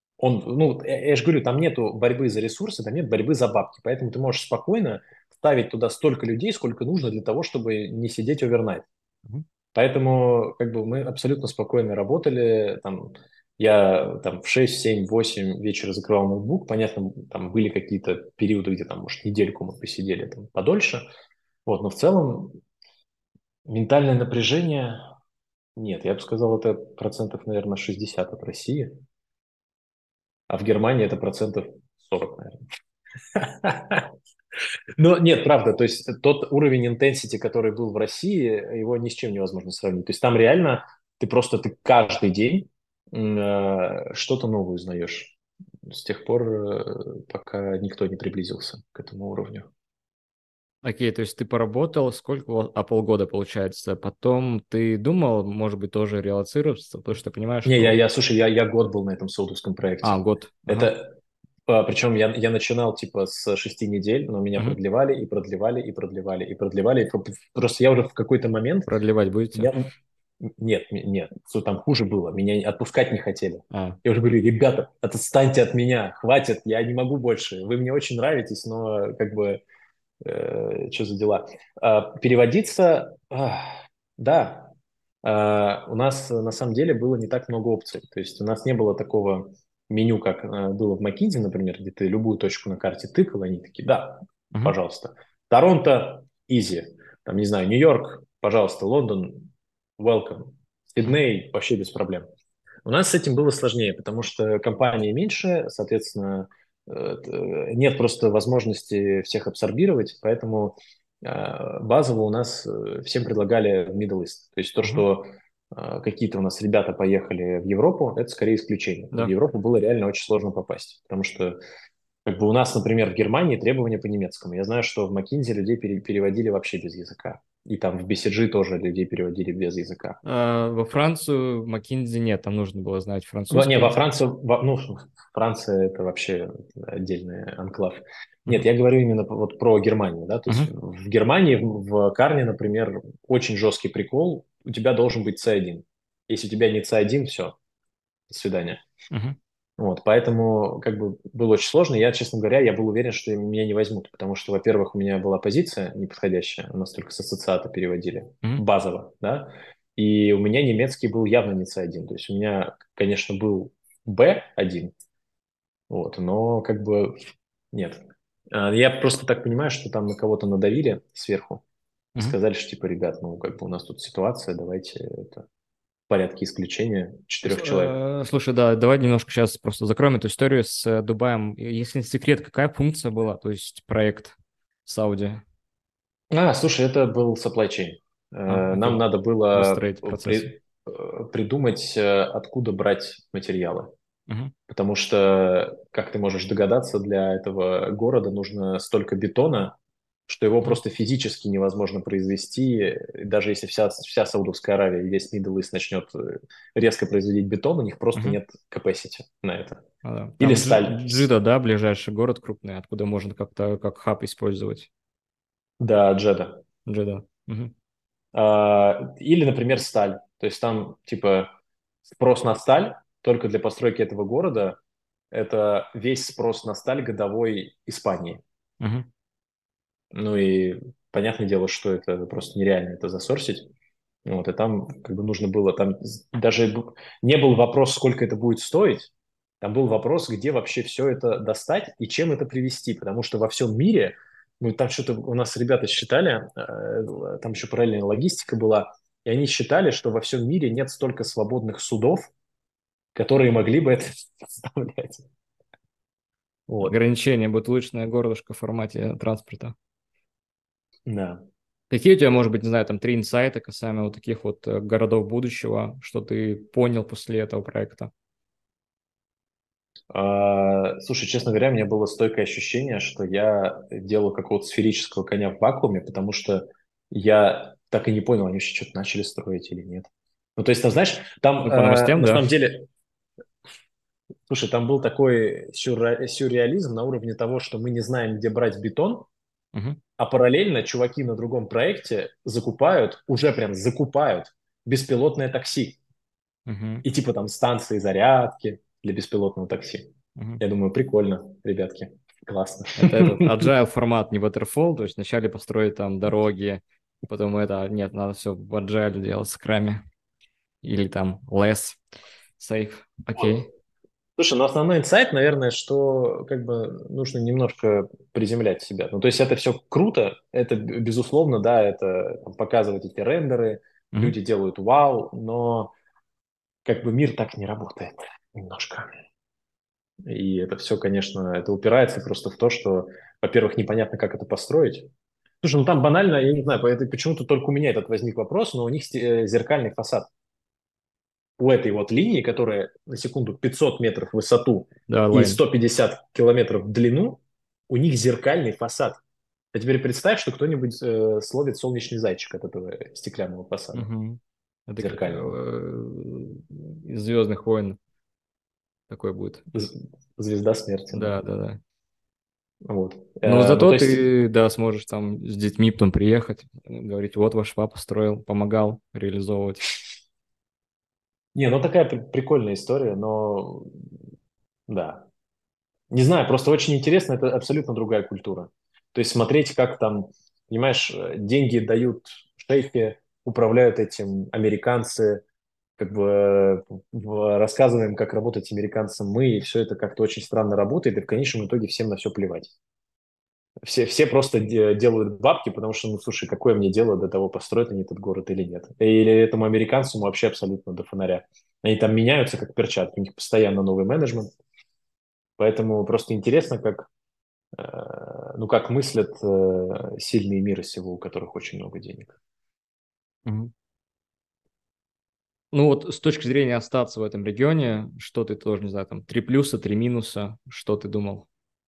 Я же говорю, там нету борьбы за ресурсы, там нет борьбы за бабки. Поэтому ты можешь спокойно ставить туда столько людей, сколько нужно для того, чтобы не сидеть овернайт. Мгм. Поэтому как бы мы абсолютно спокойно работали. Там, я там в 6, 7, 8 вечера закрывал ноутбук. Понятно, там были какие-то периоды, где там, может, недельку мы посидели там подольше. Вот, но в целом ментальное напряжение нет. Я бы сказал, это процентов, наверное, 60 от России, а в Германии это процентов 40, наверное. Но нет, правда, то есть тот уровень intensity, который был в России, его ни с чем невозможно сравнить. То есть там реально ты каждый день что-то новое узнаешь. С тех пор, пока никто не приблизился к этому уровню. Окей, то есть ты поработал сколько, полгода получается, потом ты думал, может быть, тоже релоцироваться, потому что понимаешь, Не, что... слушай, я год был на этом саудовском проекте. Год, ага, Это, причем я начинал типа с 6 недель, но меня мгм. продлевали и продлевали и продлевали и продлевали. Просто я уже в какой-то момент Продлевать будете? Я... Нет, что там хуже было. Меня отпускать не хотели. А, Я уже говорю, ребята, отстаньте от меня, хватит, я не могу больше. Вы мне очень нравитесь, но как бы, что за дела? Переводиться, да. У нас на самом деле было не так много опций. То есть у нас не было такого меню, как было в McKinsey, например, где ты любую точку на карте тыкал, и они такие, да, мгм, пожалуйста. Торонто, easy. Там, не знаю, Нью-Йорк, пожалуйста, Лондон, welcome. мгм. Сидней вообще без проблем. У нас с этим было сложнее, потому что компания меньше, соответственно, нет просто возможности всех абсорбировать, поэтому базово у нас всем предлагали в Middle East. То есть то, Мгм. что какие-то у нас ребята поехали в Европу, это скорее исключение. В Да. Европу было реально очень сложно попасть, потому что как бы у нас, например, в Германии требования по немецкому. Я знаю, что в McKinsey людей переводили вообще без языка. И там в BCG тоже людей переводили без языка. Во Францию Маккинзи нет, там нужно было знать Не, во французский. Францию, ну, Франция это вообще отдельный анклав. Нет, Мгм. я говорю именно вот про Германию, да, то есть Мгм. в Германии, в Карне, например, очень жесткий прикол, у тебя должен быть C1. Если у тебя не C1, все, до свидания. Мгм. Вот, поэтому как бы было очень сложно. Я, честно говоря, я был уверен, что меня не возьмут, потому что, во-первых, у меня была позиция неподходящая, у нас только с ассоциата переводили, Мгм. базово, да, и у меня немецкий был явно не C1, то есть у меня, конечно, был B1, вот, но как бы нет. Я просто так понимаю, что там на кого-то надавили сверху и Мгм. сказали, что типа, ребят, ну как бы у нас тут ситуация, давайте это... порядке исключения 4 человек. Слушай, да, давай немножко сейчас просто закроем эту историю с Дубаем. Если не секрет, какая функция была, то есть проект Сауди? Слушай, это был supply chain. Нам Окей. надо было Выстроить процессы. придумать, откуда брать материалы. Мгм. Потому что, как ты можешь догадаться, для этого города нужно столько бетона, что его Мгм. просто физически невозможно произвести. И даже если вся Саудовская Аравия и весь Middle East начнет резко производить бетон, у них просто Мгм. нет capacity на это. Да. Или Там сталь. Джида, да, ближайший город крупный, откуда можно как-то как хаб использовать. Да, Джеда. Джида. Мгм. Или, например, сталь. То есть там, типа, спрос на сталь только для постройки этого города — это весь спрос на сталь годовой Испании. Мгм. Ну и понятное дело, что это просто нереально это засорсить. Вот, и там как бы нужно было, там даже не был вопрос, сколько это будет стоить, там был вопрос, где вообще все это достать и чем это привезти, потому что во всем мире, ну там что-то у нас ребята считали, там еще параллельная логистика была, и они считали, что во всем мире нет столько свободных судов, которые могли бы это доставлять. Вот, Ограничение, бутылочное горлышко в формате транспорта. да. Какие у тебя, может быть, не знаю, там 3 инсайта касаемо вот таких вот городов будущего, что ты понял после этого проекта? Слушай, честно говоря, у меня было стойкое ощущение, что я делаю какого-то сферического коня в вакууме, потому что я так и не понял, они вообще что-то начали строить или нет. Ну, то есть, там, знаешь, там Ну, по новостям, на да. самом деле, слушай, там был такой сюрреализм на уровне того, что мы не знаем, где брать бетон, Мгм. а параллельно чуваки на другом проекте закупают, уже прям закупают беспилотное такси. Мгм. И типа там станции зарядки для беспилотного такси. Мгм. Я думаю, прикольно, ребятки, классно. Это этот agile формат, не waterfall, то есть вначале построить там дороги, потом это, нет, надо все в agile делать, в скраме, или там less, safe, окей. Вот. Слушай, ну основной инсайт, наверное, что как бы нужно немножко приземлять себя. Ну, то есть это все круто, это безусловно, да, это там, показывать эти рендеры, Мгм. люди делают вау, но как бы мир так не работает немножко. И это все, конечно, это упирается просто в то, что, во-первых, непонятно, как это построить. Слушай, ну там банально, я не знаю, почему-то только у меня этот возник вопрос, но у них зеркальный фасад. У этой вот линии, которая на секунду 500 метров в высоту Да, и лайн. 150 километров в длину, у них зеркальный фасад. А теперь представь, что кто-нибудь словит солнечный зайчик от этого стеклянного фасада Мгм. Это как зеркального. из «Звездных войн» такой будет. Звезда смерти, да. Да, да, да. Вот. Но Ну, зато то есть, ты, да, сможешь там с детьми потом приехать, говорить, вот ваш папа строил, помогал реализовывать. не, ну такая прикольная история, но да. Не знаю, просто очень интересно, это абсолютно другая культура. То есть смотреть, как там, понимаешь, деньги дают шейхи, управляют этим американцы, как бы рассказываем, как работать американцам мы, и все это как-то очень странно работает, и в конечном итоге всем на все плевать. Все просто делают бабки, потому что, ну, слушай, какое мне дело до того, построят они этот город или нет. Или этому американцу вообще абсолютно до фонаря. Они там меняются, как перчатки, у них постоянно новый менеджмент, поэтому просто интересно, ну, как мыслят сильные мира сего, у которых очень много денег. Мгм. Ну вот с точки зрения остаться в этом регионе, что ты тоже, не знаю, там 3 плюса, 3 минуса, что ты думал?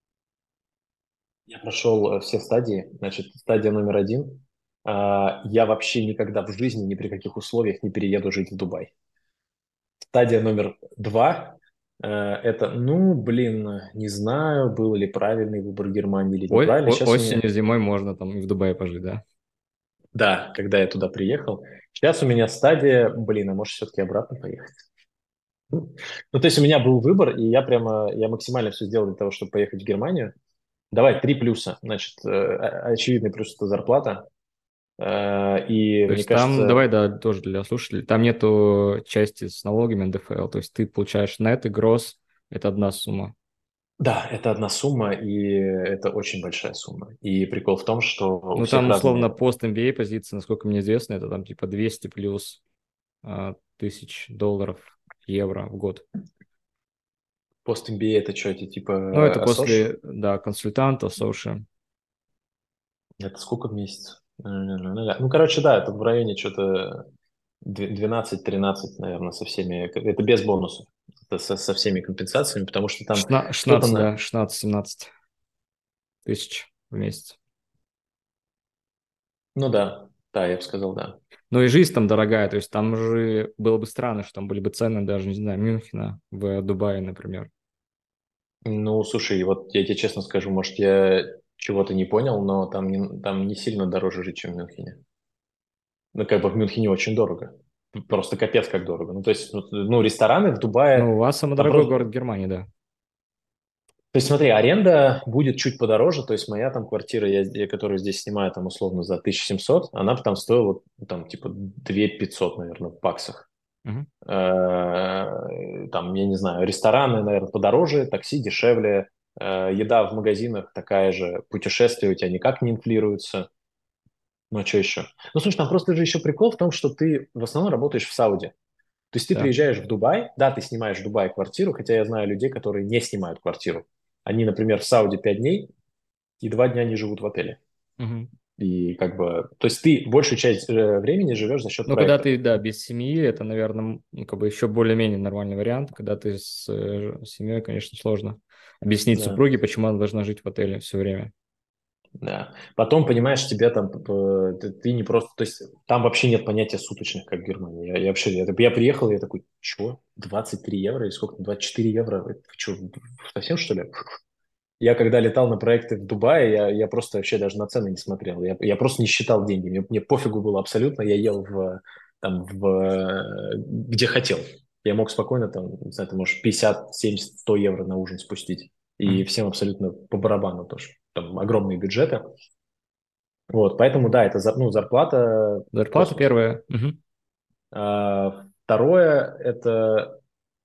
Я прошел все стадии. Значит, стадия номер один. Я вообще никогда в жизни ни при каких условиях не перееду жить в Дубай. Стадия номер два. Это, ну, блин, не знаю, был ли правильный выбор Германии или неправильный. Сейчас у меня, Осенью, зимой можно там и в Дубае пожить, да? да, когда я туда приехал. Сейчас у меня стадия, блин, а может все-таки обратно поехать? Ну, то есть у меня был выбор, и я максимально все сделал для того, чтобы поехать в Германию. Давай, 3 плюса. Значит, очевидный плюс — это зарплата. И То мне есть там, кажется, давай, да, тоже для слушателей, там нету части с налогами НДФЛ, то есть ты получаешь нет и гросс, это одна сумма. да, это одна сумма, и это очень большая сумма. И прикол в том, что у Ну всех там условно разные... пост MBA позиции, насколько мне известно, это там типа 200 плюс тысяч долларов, евро в год. Пост MBA это что, это Ну, это типа Асош? после, да, консультанта, соуши. Это сколько в месяц? Ну, короче, да, это в районе что-то 12-13, наверное, со всеми. Это без бонусов. Это со всеми компенсациями, потому что там кто-то 16, на... да, 16-17 тысяч в месяц. Ну да, да, я бы сказал, да. Ну и жизнь там дорогая, то есть там же было бы странно, что там были бы цены даже, не знаю, Мюнхена в Дубае, например. Ну, слушай, вот я тебе честно скажу, может, я чего-то не понял, но там не сильно дороже жить, чем в Мюнхене. Ну, как бы в Мюнхене очень дорого. Просто капец как дорого. Ну, то есть, ну, рестораны в Дубае, Ну, у вас самый там дорогой просто... город Германии, да. То есть, смотри, аренда будет чуть подороже, то есть моя там квартира, я которую здесь снимаю, там, условно, за 1700, она бы там стоила, там, типа, 2500, наверное, в баксах. Мгм. Там, я не знаю, рестораны, наверное, подороже, такси дешевле, еда в магазинах такая же, путешествия у тебя никак не инфлируются. Ну, а что еще? Ну, слушай, там просто же еще прикол в том, что ты в основном работаешь в Сауде. То есть ты Да. приезжаешь в Дубай, да, ты снимаешь в Дубае квартиру, хотя я знаю людей, которые не снимают квартиру. Они, например, в Сауде 5 дней, и 2 дня они живут в отеле. Мгм. И как бы, то есть ты большую часть времени живешь за счет Ну, когда проектов. ты, да, без семьи, это, наверное, ну, как бы еще более-менее нормальный вариант. Когда ты с семьей, конечно, сложно объяснить Да. супруге, почему она должна жить в отеле все время. Да. Потом, понимаешь, тебе там, ты не просто, то есть там вообще нет понятия суточных, как в Германии. Я вообще, я приехал, и я такой, что, 23 евро или сколько, 24 евро? Вы что, совсем что ли? Я когда летал на проекты в Дубае, я просто вообще даже на цены не смотрел. Я просто не считал деньги. Мне пофигу было абсолютно. Я ел где хотел. Я мог спокойно там, не знаю, ты можешь 50, 70, 100 евро на ужин спустить. И Мгм. всем абсолютно по барабану тоже. Там огромные бюджеты. Вот, поэтому, да, это ну, зарплата Зарплата космос. первая. Мгм. Второе, это...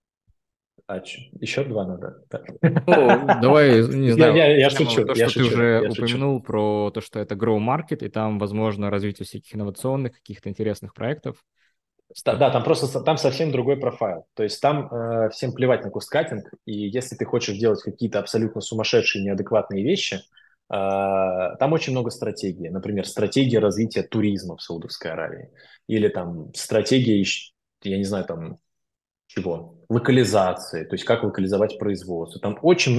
еще два надо. Так. Ну, давай, не Я, знаю, я, я тема, шучу, то, я что ты шучу, уже я шучу. упомянул про то, что это grow market, и там, возможно, развитие всяких инновационных, каких-то интересных проектов. Да, там просто там совсем другой профайл. То есть там всем плевать на кусткатинг, и если ты хочешь делать какие-то абсолютно сумасшедшие, неадекватные вещи, там очень много стратегий. Например, стратегия развития туризма в Саудовской Аравии. Или там стратегия, я не знаю, там чего, локализации, то есть как локализовать производство. Там очень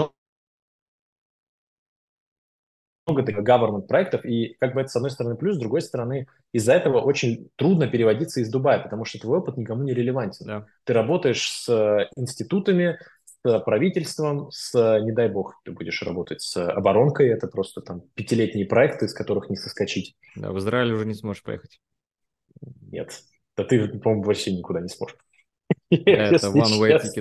много таких government проектов, и как бы это с одной стороны плюс, с другой стороны из-за этого очень трудно переводиться из Дубая, потому что твой опыт никому не релевантен. Да. Ты работаешь с институтами, с правительством, не дай бог, ты будешь работать с оборонкой, это просто там пятилетние проекты, из которых не соскочить. Да, в Израиль уже не сможешь поехать. Нет. Да ты, по-моему, вообще никуда не сможешь, Да, это если one-way честно. ticket.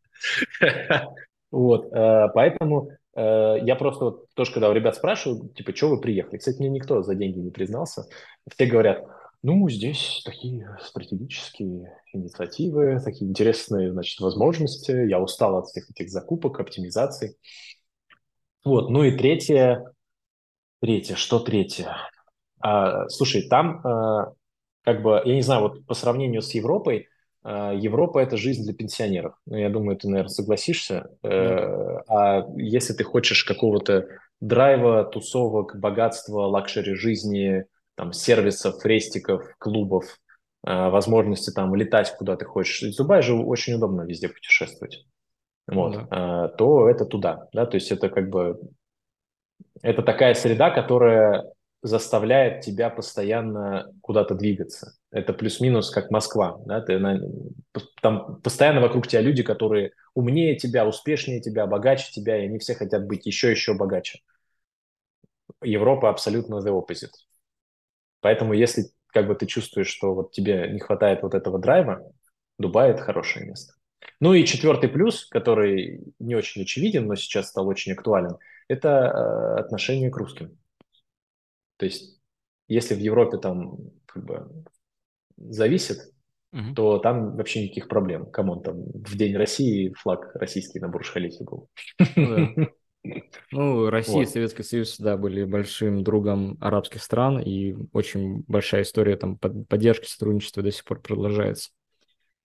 Вот, поэтому я просто вот тоже, когда у ребят спрашиваю, типа, что вы приехали? Кстати, мне никто за деньги не признался. Все говорят, ну, здесь такие стратегические инициативы, такие интересные, значит, возможности. Я устал от всех этих закупок, оптимизаций. Вот, ну и что третье? Слушай, там как бы, я не знаю, вот по сравнению с Европой, Европа – это жизнь для пенсионеров. Ну, я думаю, ты, наверное, согласишься. Да. А если ты хочешь какого-то драйва, тусовок, богатства, лакшери жизни, там, сервисов, рестиков, клубов, возможности там летать куда ты хочешь. Из Дубая же очень удобно везде путешествовать. Ну Вот, да. то это туда, да, то есть это как бы это такая среда, которая заставляет тебя постоянно куда-то двигаться. Это плюс-минус как Москва. Да? Там постоянно вокруг тебя люди, которые умнее тебя, успешнее тебя, богаче тебя, и они все хотят быть еще богаче. Европа абсолютно the opposite. Поэтому если как бы ты чувствуешь, что вот тебе не хватает вот этого драйва, Дубай – это хорошее место. Ну и четвертый плюс, который не очень очевиден, но сейчас стал очень актуален, это отношение к русским. То есть, если в Европе там как бы зависит, Мгм. то там вообще никаких проблем. Камон, там в День России флаг российский на Бурдж-Халифе был. Ну да. Ну, Россия и Вот. Советский Союз всегда были большим другом арабских стран, и очень большая история там поддержки сотрудничества до сих пор продолжается.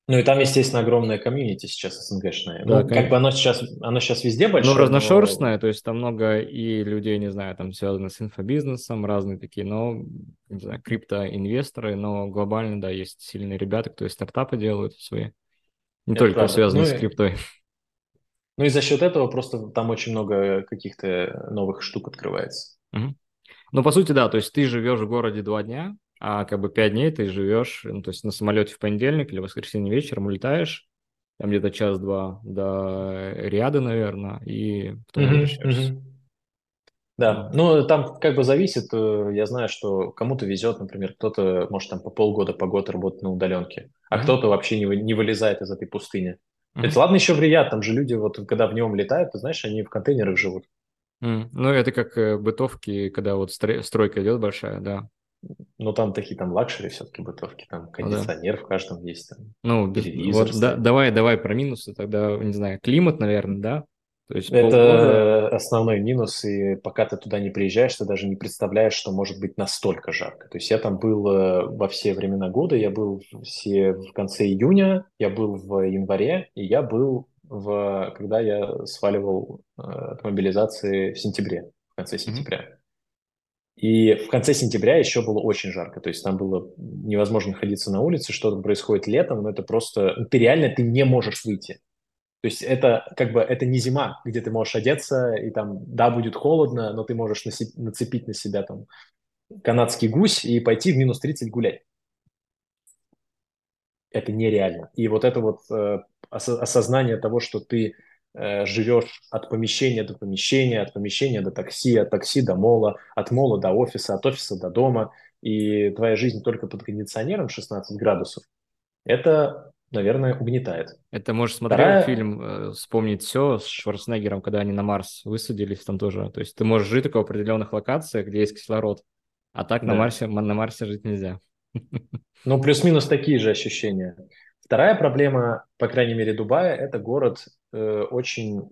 Ну и там, естественно, огромное комьюнити сейчас СНГшное. Да, Ну, как бы оно сейчас везде ну, большое, но разношерстное, то есть там много и людей, не знаю, там связаны с инфобизнесом, разные такие, но, не знаю, криптоинвесторы, но глобально, да, есть сильные ребята, кто и стартапы делают свои, не это только правда. связанные Ну с и, криптой. ну и за счет этого просто там очень много каких-то новых штук открывается. Мгм. Ну, по сути, да, то есть ты живешь в городе 2 дня, а как бы 5 дней ты живешь, ну, то есть на самолете в понедельник или воскресенье вечером улетаешь, там где-то час-два до Риады, наверное, и потом Мгм, возвращаешься. мгм. Да, ну там как бы зависит. Я знаю, что кому-то везет, например, кто-то может там по полгода, по год работать на удаленке, а Мгм. кто-то вообще не вылезает из этой пустыни. Это Мгм. ладно еще в Рияд, там же люди вот когда в нем летают, ты знаешь, они в контейнерах живут. Ну, это как бытовки, когда вот стройка идет большая, да. Но там такие там лакшери все-таки бытовки, там Ну да. кондиционер в каждом есть, там Ну, телевизор вот да, стоит. давай про минусы тогда, не знаю, климат, наверное, да? То есть полгода. Это основной минус, и пока ты туда не приезжаешь, ты даже не представляешь, что может быть настолько жарко. То есть я там был во все времена года, я был в конце июня, я был в январе, и я был когда я сваливал от мобилизации в сентябре, в конце Мгм. сентября. И в конце сентября еще было очень жарко, то есть там было невозможно находиться на улице, что там происходит летом, но это просто, ты реально, ты не можешь выйти. То есть это как бы это не зима, где ты можешь одеться и там, да, будет холодно, но ты можешь нацепить на себя там канадский гусь и пойти в -30 гулять. Это нереально. И вот это вот осознание того, что ты живешь от помещения до помещения, от помещения до такси, от такси до мола, от мола до офиса, от офиса до дома, и твоя жизнь только под кондиционером 16 градусов, это, наверное, угнетает. Это, может, смотрел Вторая, фильм «Вспомнить все» с Шварценеггером, когда они на Марс высадились там тоже. То есть ты можешь жить только в определенных локациях, где есть кислород, а так на да, Марсе жить нельзя. ну, плюс-минус такие же ощущения. Вторая проблема, по крайней мере, Дубая, это город очень...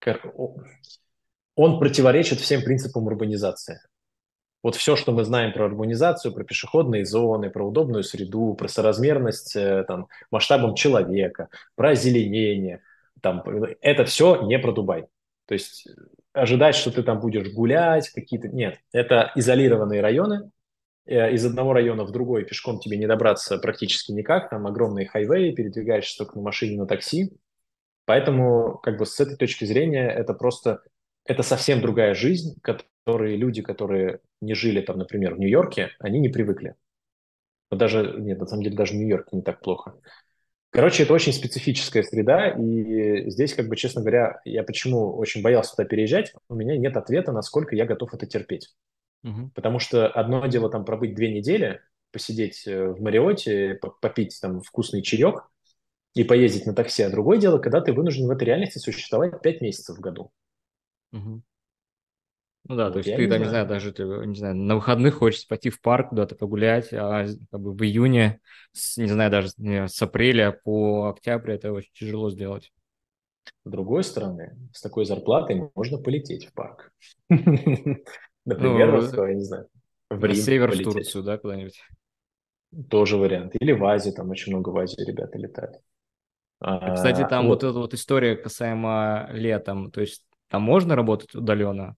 Он противоречит всем принципам урбанизации. Вот все, что мы знаем про урбанизацию, про пешеходные зоны, про удобную среду, про соразмерность там, масштабом человека, про озеленение, там, это все не про Дубай. То есть ожидать, что ты там будешь гулять, какие-то... Нет, это изолированные районы, из одного района в другой пешком тебе не добраться практически никак, там огромные хайвеи, передвигаешься только на машине, на такси, поэтому как бы с этой точки зрения это просто, это совсем другая жизнь, которые люди, которые не жили там, например, в Нью-Йорке, они не привыкли. Но даже, нет, на самом деле даже Нью-Йорк не так плохо. Короче, это очень специфическая среда, и здесь, как бы, честно говоря, я почему очень боялся туда переезжать, у меня нет ответа, насколько я готов это терпеть. Мгм. Потому что одно дело там пробыть 2 недели, посидеть в Мариоте, попить там вкусный чаек и поездить на такси, а другое дело, когда ты вынужден в этой реальности существовать 5 месяцев в году. Мгм. Ну да, то Вот есть я ты не там, не знаю, знаю. даже, не знаю, на выходных хочется пойти в парк куда-то погулять, а как бы в июне, не знаю, даже с апреля по октябрь это очень тяжело сделать. С другой стороны, с такой зарплатой можно полететь в парк. Например, Ну, я не знаю, в на Рим север, в полететь. Турцию, да, куда-нибудь. Тоже вариант. Или в Азию, там очень много в Азию ребята летают. Кстати, там вот Вот. эта вот история касаемо летом, то есть там можно работать удаленно?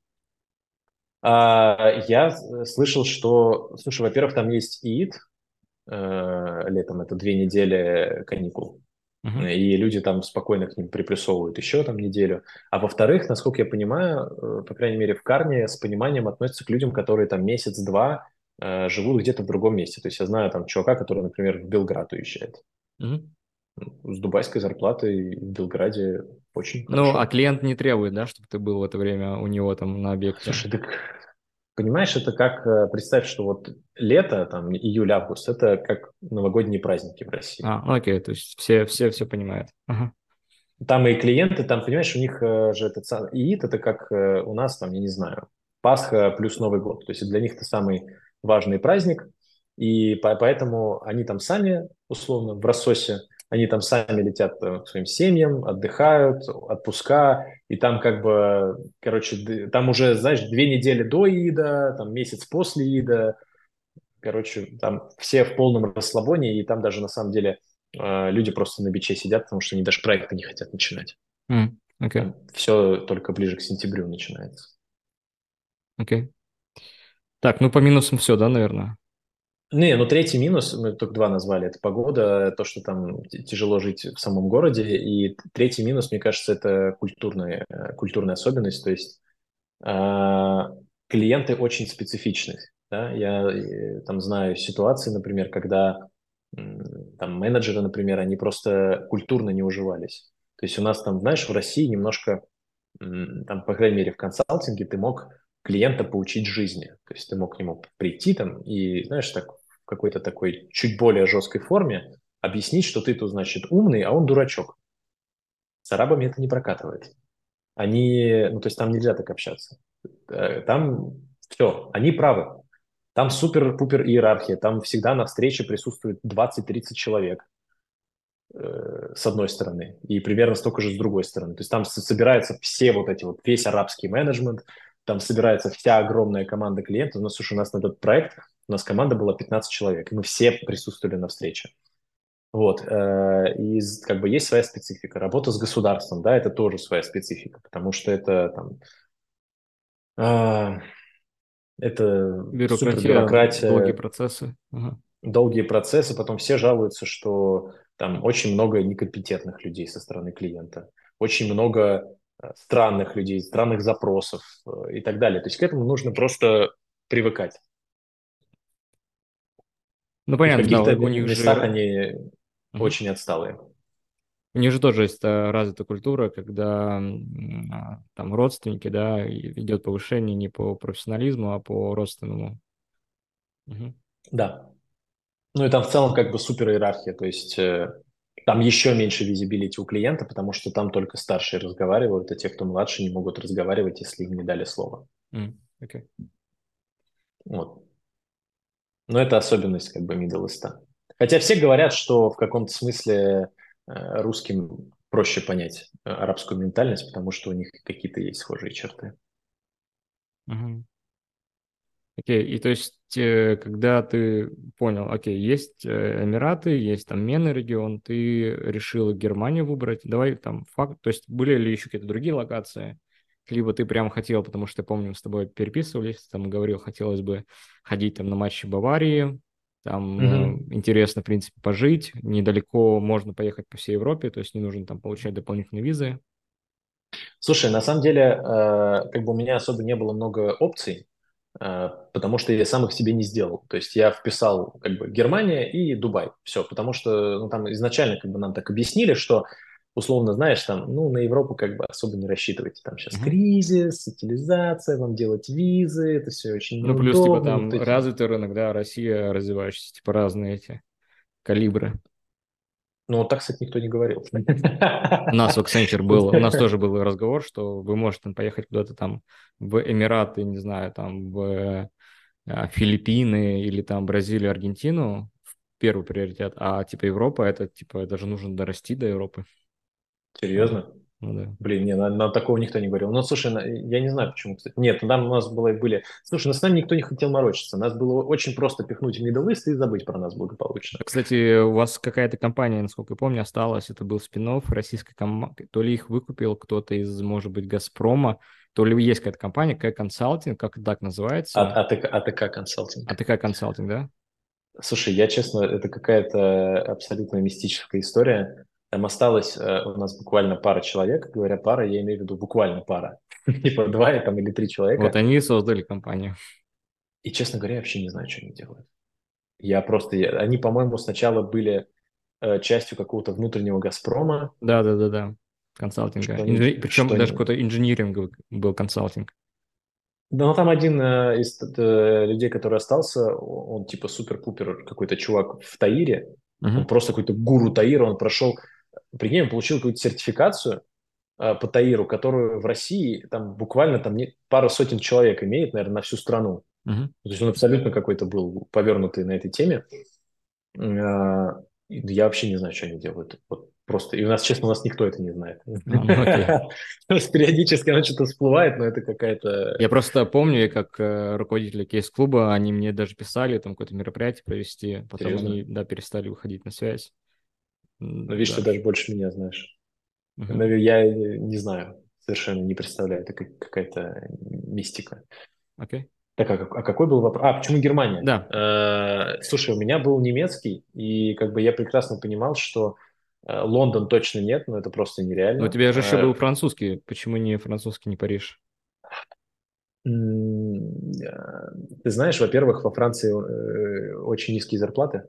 Я слышал, что, слушай, во-первых, там есть ИИТ, летом это 2 недели каникул, Мгм. и люди там спокойно к ним приплюсовывают еще там неделю. А во-вторых, насколько я понимаю, по крайней мере в Карне с пониманием относятся к людям, которые там месяц-два живут где-то в другом месте. То есть я знаю там чувака, который, например, в Белград уезжает. Мгм. С дубайской зарплатой в Белграде очень Ну, а хорошо. клиент не требует, да, чтобы ты был в это время у него там на объекте? Слушай, так понимаешь, это как, представь, что вот лето, там, июль-август, это как новогодние праздники в России. Ну окей, то есть все понимают. Ага. Там и клиенты, там, понимаешь, у них же этот ИИТ, это как у нас, там, я не знаю, Пасха плюс Новый год. То есть для них это самый важный праздник, и поэтому они там сами, условно, в рассосе, они там сами летят к своим семьям, отдыхают, отпуска, и там как бы, короче, там уже, знаешь, 2 недели до ИИДа, там месяц после ИИДа, короче, там все в полном расслабоне, и там даже на самом деле Люди просто на биче сидят, потому что они даже проекты не хотят начинать. Окей, Там все только ближе к сентябрю начинается. окей. Так, ну по минусам все, да, наверное? Не, ну третий минус, мы только два назвали, это погода, то, что там тяжело жить в самом городе. И третий минус, мне кажется, это культурная особенность. То есть а, клиенты очень специфичны. Да? Я там знаю ситуации, например, когда там менеджеры, например, они просто культурно не уживались. То есть у нас там, знаешь, в России немножко, там, по крайней мере, в консалтинге ты мог клиента поучить жизни. То есть ты мог к нему прийти там и, знаешь, так в какой-то такой чуть более жесткой форме объяснить, что ты тут, значит, умный, а он дурачок. С арабами это не прокатывает. Ну, то есть там нельзя так общаться. Там все, они правы. Там супер-пупер иерархия, там всегда на встрече присутствует 20-30 человек с одной стороны и примерно столько же с другой стороны. То есть там собираются все вот эти вот, весь арабский менеджмент, там собирается вся огромная команда клиентов. Ну, слушай, у нас на этот проект, у нас команда была 15 человек, и мы все присутствовали на встрече. Вот, и как бы есть своя специфика. Работа с государством, да, это тоже своя специфика, потому что это там, а, это супер Бюрократия, долгие бюрократия, процессы. Ага. долгие процессы, потом все жалуются, что там очень много некомпетентных людей со стороны клиента, очень много странных людей, странных запросов и так далее. То есть к этому нужно просто привыкать. Ну, И в понятно, да, каких-то у них местах же... они Мгм. очень отсталые. У них же тоже есть развита культура, когда там родственники, да, и идет повышение не по профессионализму, а по родственному. Мгм. Да. Ну и там в целом как бы супер иерархия, то есть там еще меньше визибилити у клиента, потому что там только старшие разговаривают, а те, кто младше, не могут разговаривать, если им не дали слово. Окей. Вот. Но это особенность как бы Middle East. Хотя все говорят, что в каком-то смысле русским проще понять арабскую ментальность, потому что у них какие-то есть схожие черты. Мгм. Окей, и то есть, когда ты понял, окей, есть Эмираты, есть там Мены регион, ты решил Германию выбрать, давай там факт, то есть были ли еще какие-то другие локации, либо ты прям хотел, потому что, я помню, мы с тобой переписывались, там говорил, хотелось бы ходить там на матчи Баварии, там Мгм. интересно, в принципе, пожить, недалеко можно поехать по всей Европе, то есть не нужно там получать дополнительные визы. Слушай, на самом деле, как бы у меня особо не было много опций, потому что я сам их себе не сделал. То есть я вписал как бы Германия и Дубай. Все, потому что ну, там изначально как бы нам так объяснили, что условно, знаешь, там, ну, на Европу как бы особо не рассчитывайте. Там сейчас Мгм. кризис, утилизация, вам делать визы, это все очень Ну, плюс, типа, неудобно. Вот там эти. развитый рынок, да, Россия развивающаяся, типа, разные эти калибры. Ну, вот так, кстати, никто не говорил. У нас в Accenture Вот. был, у нас тоже был разговор, что вы можете там поехать куда-то там в Эмираты, не знаю, там в Филиппины или там Бразилию, Аргентину, в первый приоритет, а типа Европа, это типа, это же нужно дорасти до Европы. Вот. Серьезно? Ну да. Блин, не, нам такого никто не говорил. Ну, слушай, я не знаю, почему, кстати. Нет, там у нас были... Слушай, с нами никто не хотел морочиться. Нас было очень просто пихнуть в Middle East и забыть про нас благополучно. Кстати, у вас какая-то компания, насколько я помню, осталась, это был спин-офф российской компании, то ли их выкупил кто-то из, может быть, Газпрома, то ли есть какая-то компания, Консалтинг, как это так называется, АТК консалтинг. АТК Консалтинг, да? Слушай, я честно, это какая-то абсолютно мистическая история. Там осталось у нас буквально пара человек. Говоря пара, я имею в виду буквально пара. Типа два там, или три Вот человека. они создали компанию. И, честно говоря, я вообще не знаю, что они делают. Они, по-моему, сначала были частью какого-то внутреннего «Газпрома». Да. Консалтинга. Что Причем даже они... какой-то инжиниринг был консалтинг. Да, но там один из людей, который остался, он типа супер-пупер какой-то чувак в Таире. Он Мгм, просто какой-то гуру Таира. Он прошел... Прикинь, он получил какую-то сертификацию по Таиру, которую в России там буквально там пара сотен человек имеет, наверное, на всю страну. мгм. То есть он абсолютно какой-то был повернутый на этой теме. Я вообще не знаю, что они делают. Вот просто. И у нас, честно, у нас никто это не знает. Ну окей. То есть периодически оно что-то всплывает, но это какая-то... Я просто помню, как руководители кейс-клуба, они мне даже писали там какое-то мероприятие провести, потом Серьезно? они, да, перестали выходить на связь. Но видишь, ты Да. даже больше меня знаешь. Мгм. Но я не знаю, совершенно не представляю, это какая-то мистика. Окей. Так, а какой был вопрос? А, почему Германия? Да, Слушай, у меня был немецкий, и как бы я прекрасно понимал, что Лондон точно нет, но это просто но у нереально. тебя же еще был французский. Почему не французский, не Париж? Ты знаешь, во-первых, во Франции очень низкие зарплаты.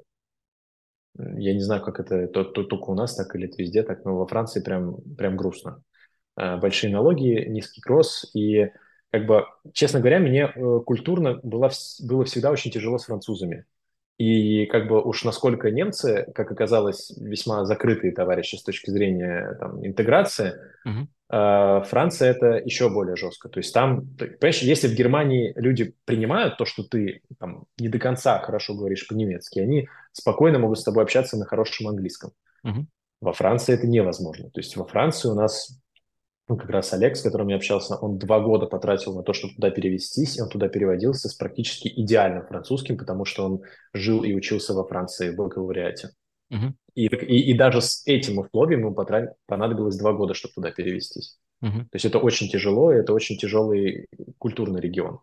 Я не знаю, как это только у нас так или это везде так, но во Франции прям грустно. Большие налоги, низкий кросс, и как бы, честно говоря, мне культурно было всегда очень тяжело с французами. И как бы уж насколько немцы, как оказалось, весьма закрытые товарищи с точки зрения там, интеграции, Мгм. Франция это еще более жестко. То есть там, понимаешь, если в Германии люди принимают то, что ты там, не до конца хорошо говоришь по-немецки, они спокойно могут с тобой общаться на хорошем английском. Мгм. Во Франции это невозможно. То есть во Франции у нас ну, как раз Олег, с которым я общался, он 2 года потратил на то, чтобы туда перевестись, и он туда переводился с практически идеальным французским, потому что он жил и учился во Франции в бакалавриате. Мгм. И даже с этим условием ему понадобилось 2 года, чтобы туда перевестись. Мгм. То есть это очень тяжело, и это очень тяжелый культурный регион.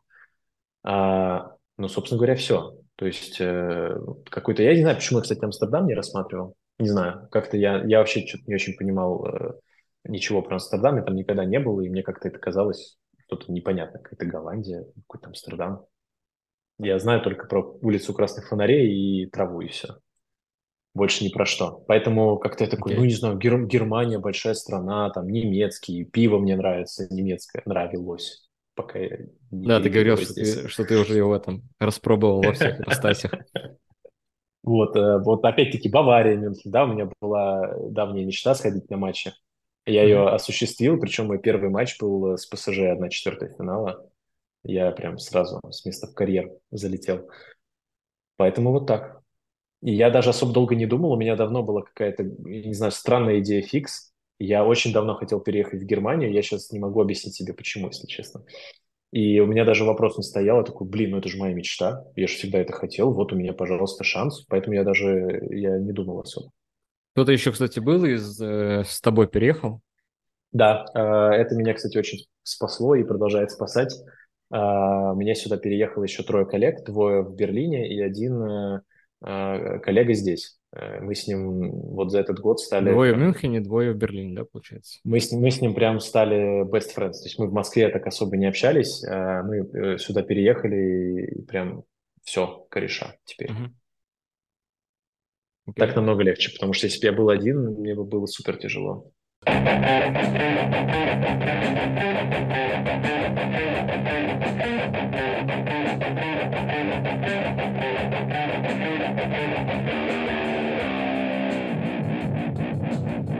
Ну, собственно говоря, все. То есть какой-то... Я не знаю, почему я, кстати, Амстердам не рассматривал. Не знаю, как-то я вообще что-то не очень понимал ничего про Амстердам, я там никогда не был, и мне как-то это казалось что-то непонятное. Какая-то Голландия, какой-то Амстердам. Я знаю только про улицу Красных Фонарей и траву, и все. Больше ни про что. Поэтому как-то я такой, ну, Окей. не знаю, Германия большая страна, там, немецкий, пиво мне нравится, немецкое, нравилось, пока я не Да, ты перепил говорил, его здесь. что ты уже его там распробовал во всех ипостасях. Вот опять-таки Бавария, Мюнхен, да, у меня была давняя мечта сходить на матчи. Я Мгм. ее осуществил, причем мой первый матч был с ПСЖ 1/4 финала. Я прям сразу с места в карьер залетел. Поэтому вот так. И я даже особо долго не думал, у меня давно была какая-то, я не знаю, странная идея фикс. Я очень давно хотел переехать в Германию, я сейчас не могу объяснить себе, почему, если честно. И у меня даже вопрос не стоял, я такой, блин, ну это же моя мечта, я же всегда это хотел, вот у меня, пожалуйста, шанс. Поэтому я не думал особо. Кто-то еще, кстати, был с тобой переехал? Да, это меня, кстати, очень спасло и продолжает спасать. Меня сюда переехало еще 3 коллег, 2 в Берлине и один коллега здесь. Мы с ним вот за этот год стали Двое в прям, Мюнхене, двое в Берлине, да, получается? мы с ним прям стали best friends. То есть мы в Москве так особо не общались, мы сюда переехали и прям все, кореша теперь. Мгм. Так Окей. намного легче, потому что если бы я был один, мне бы было супер тяжело.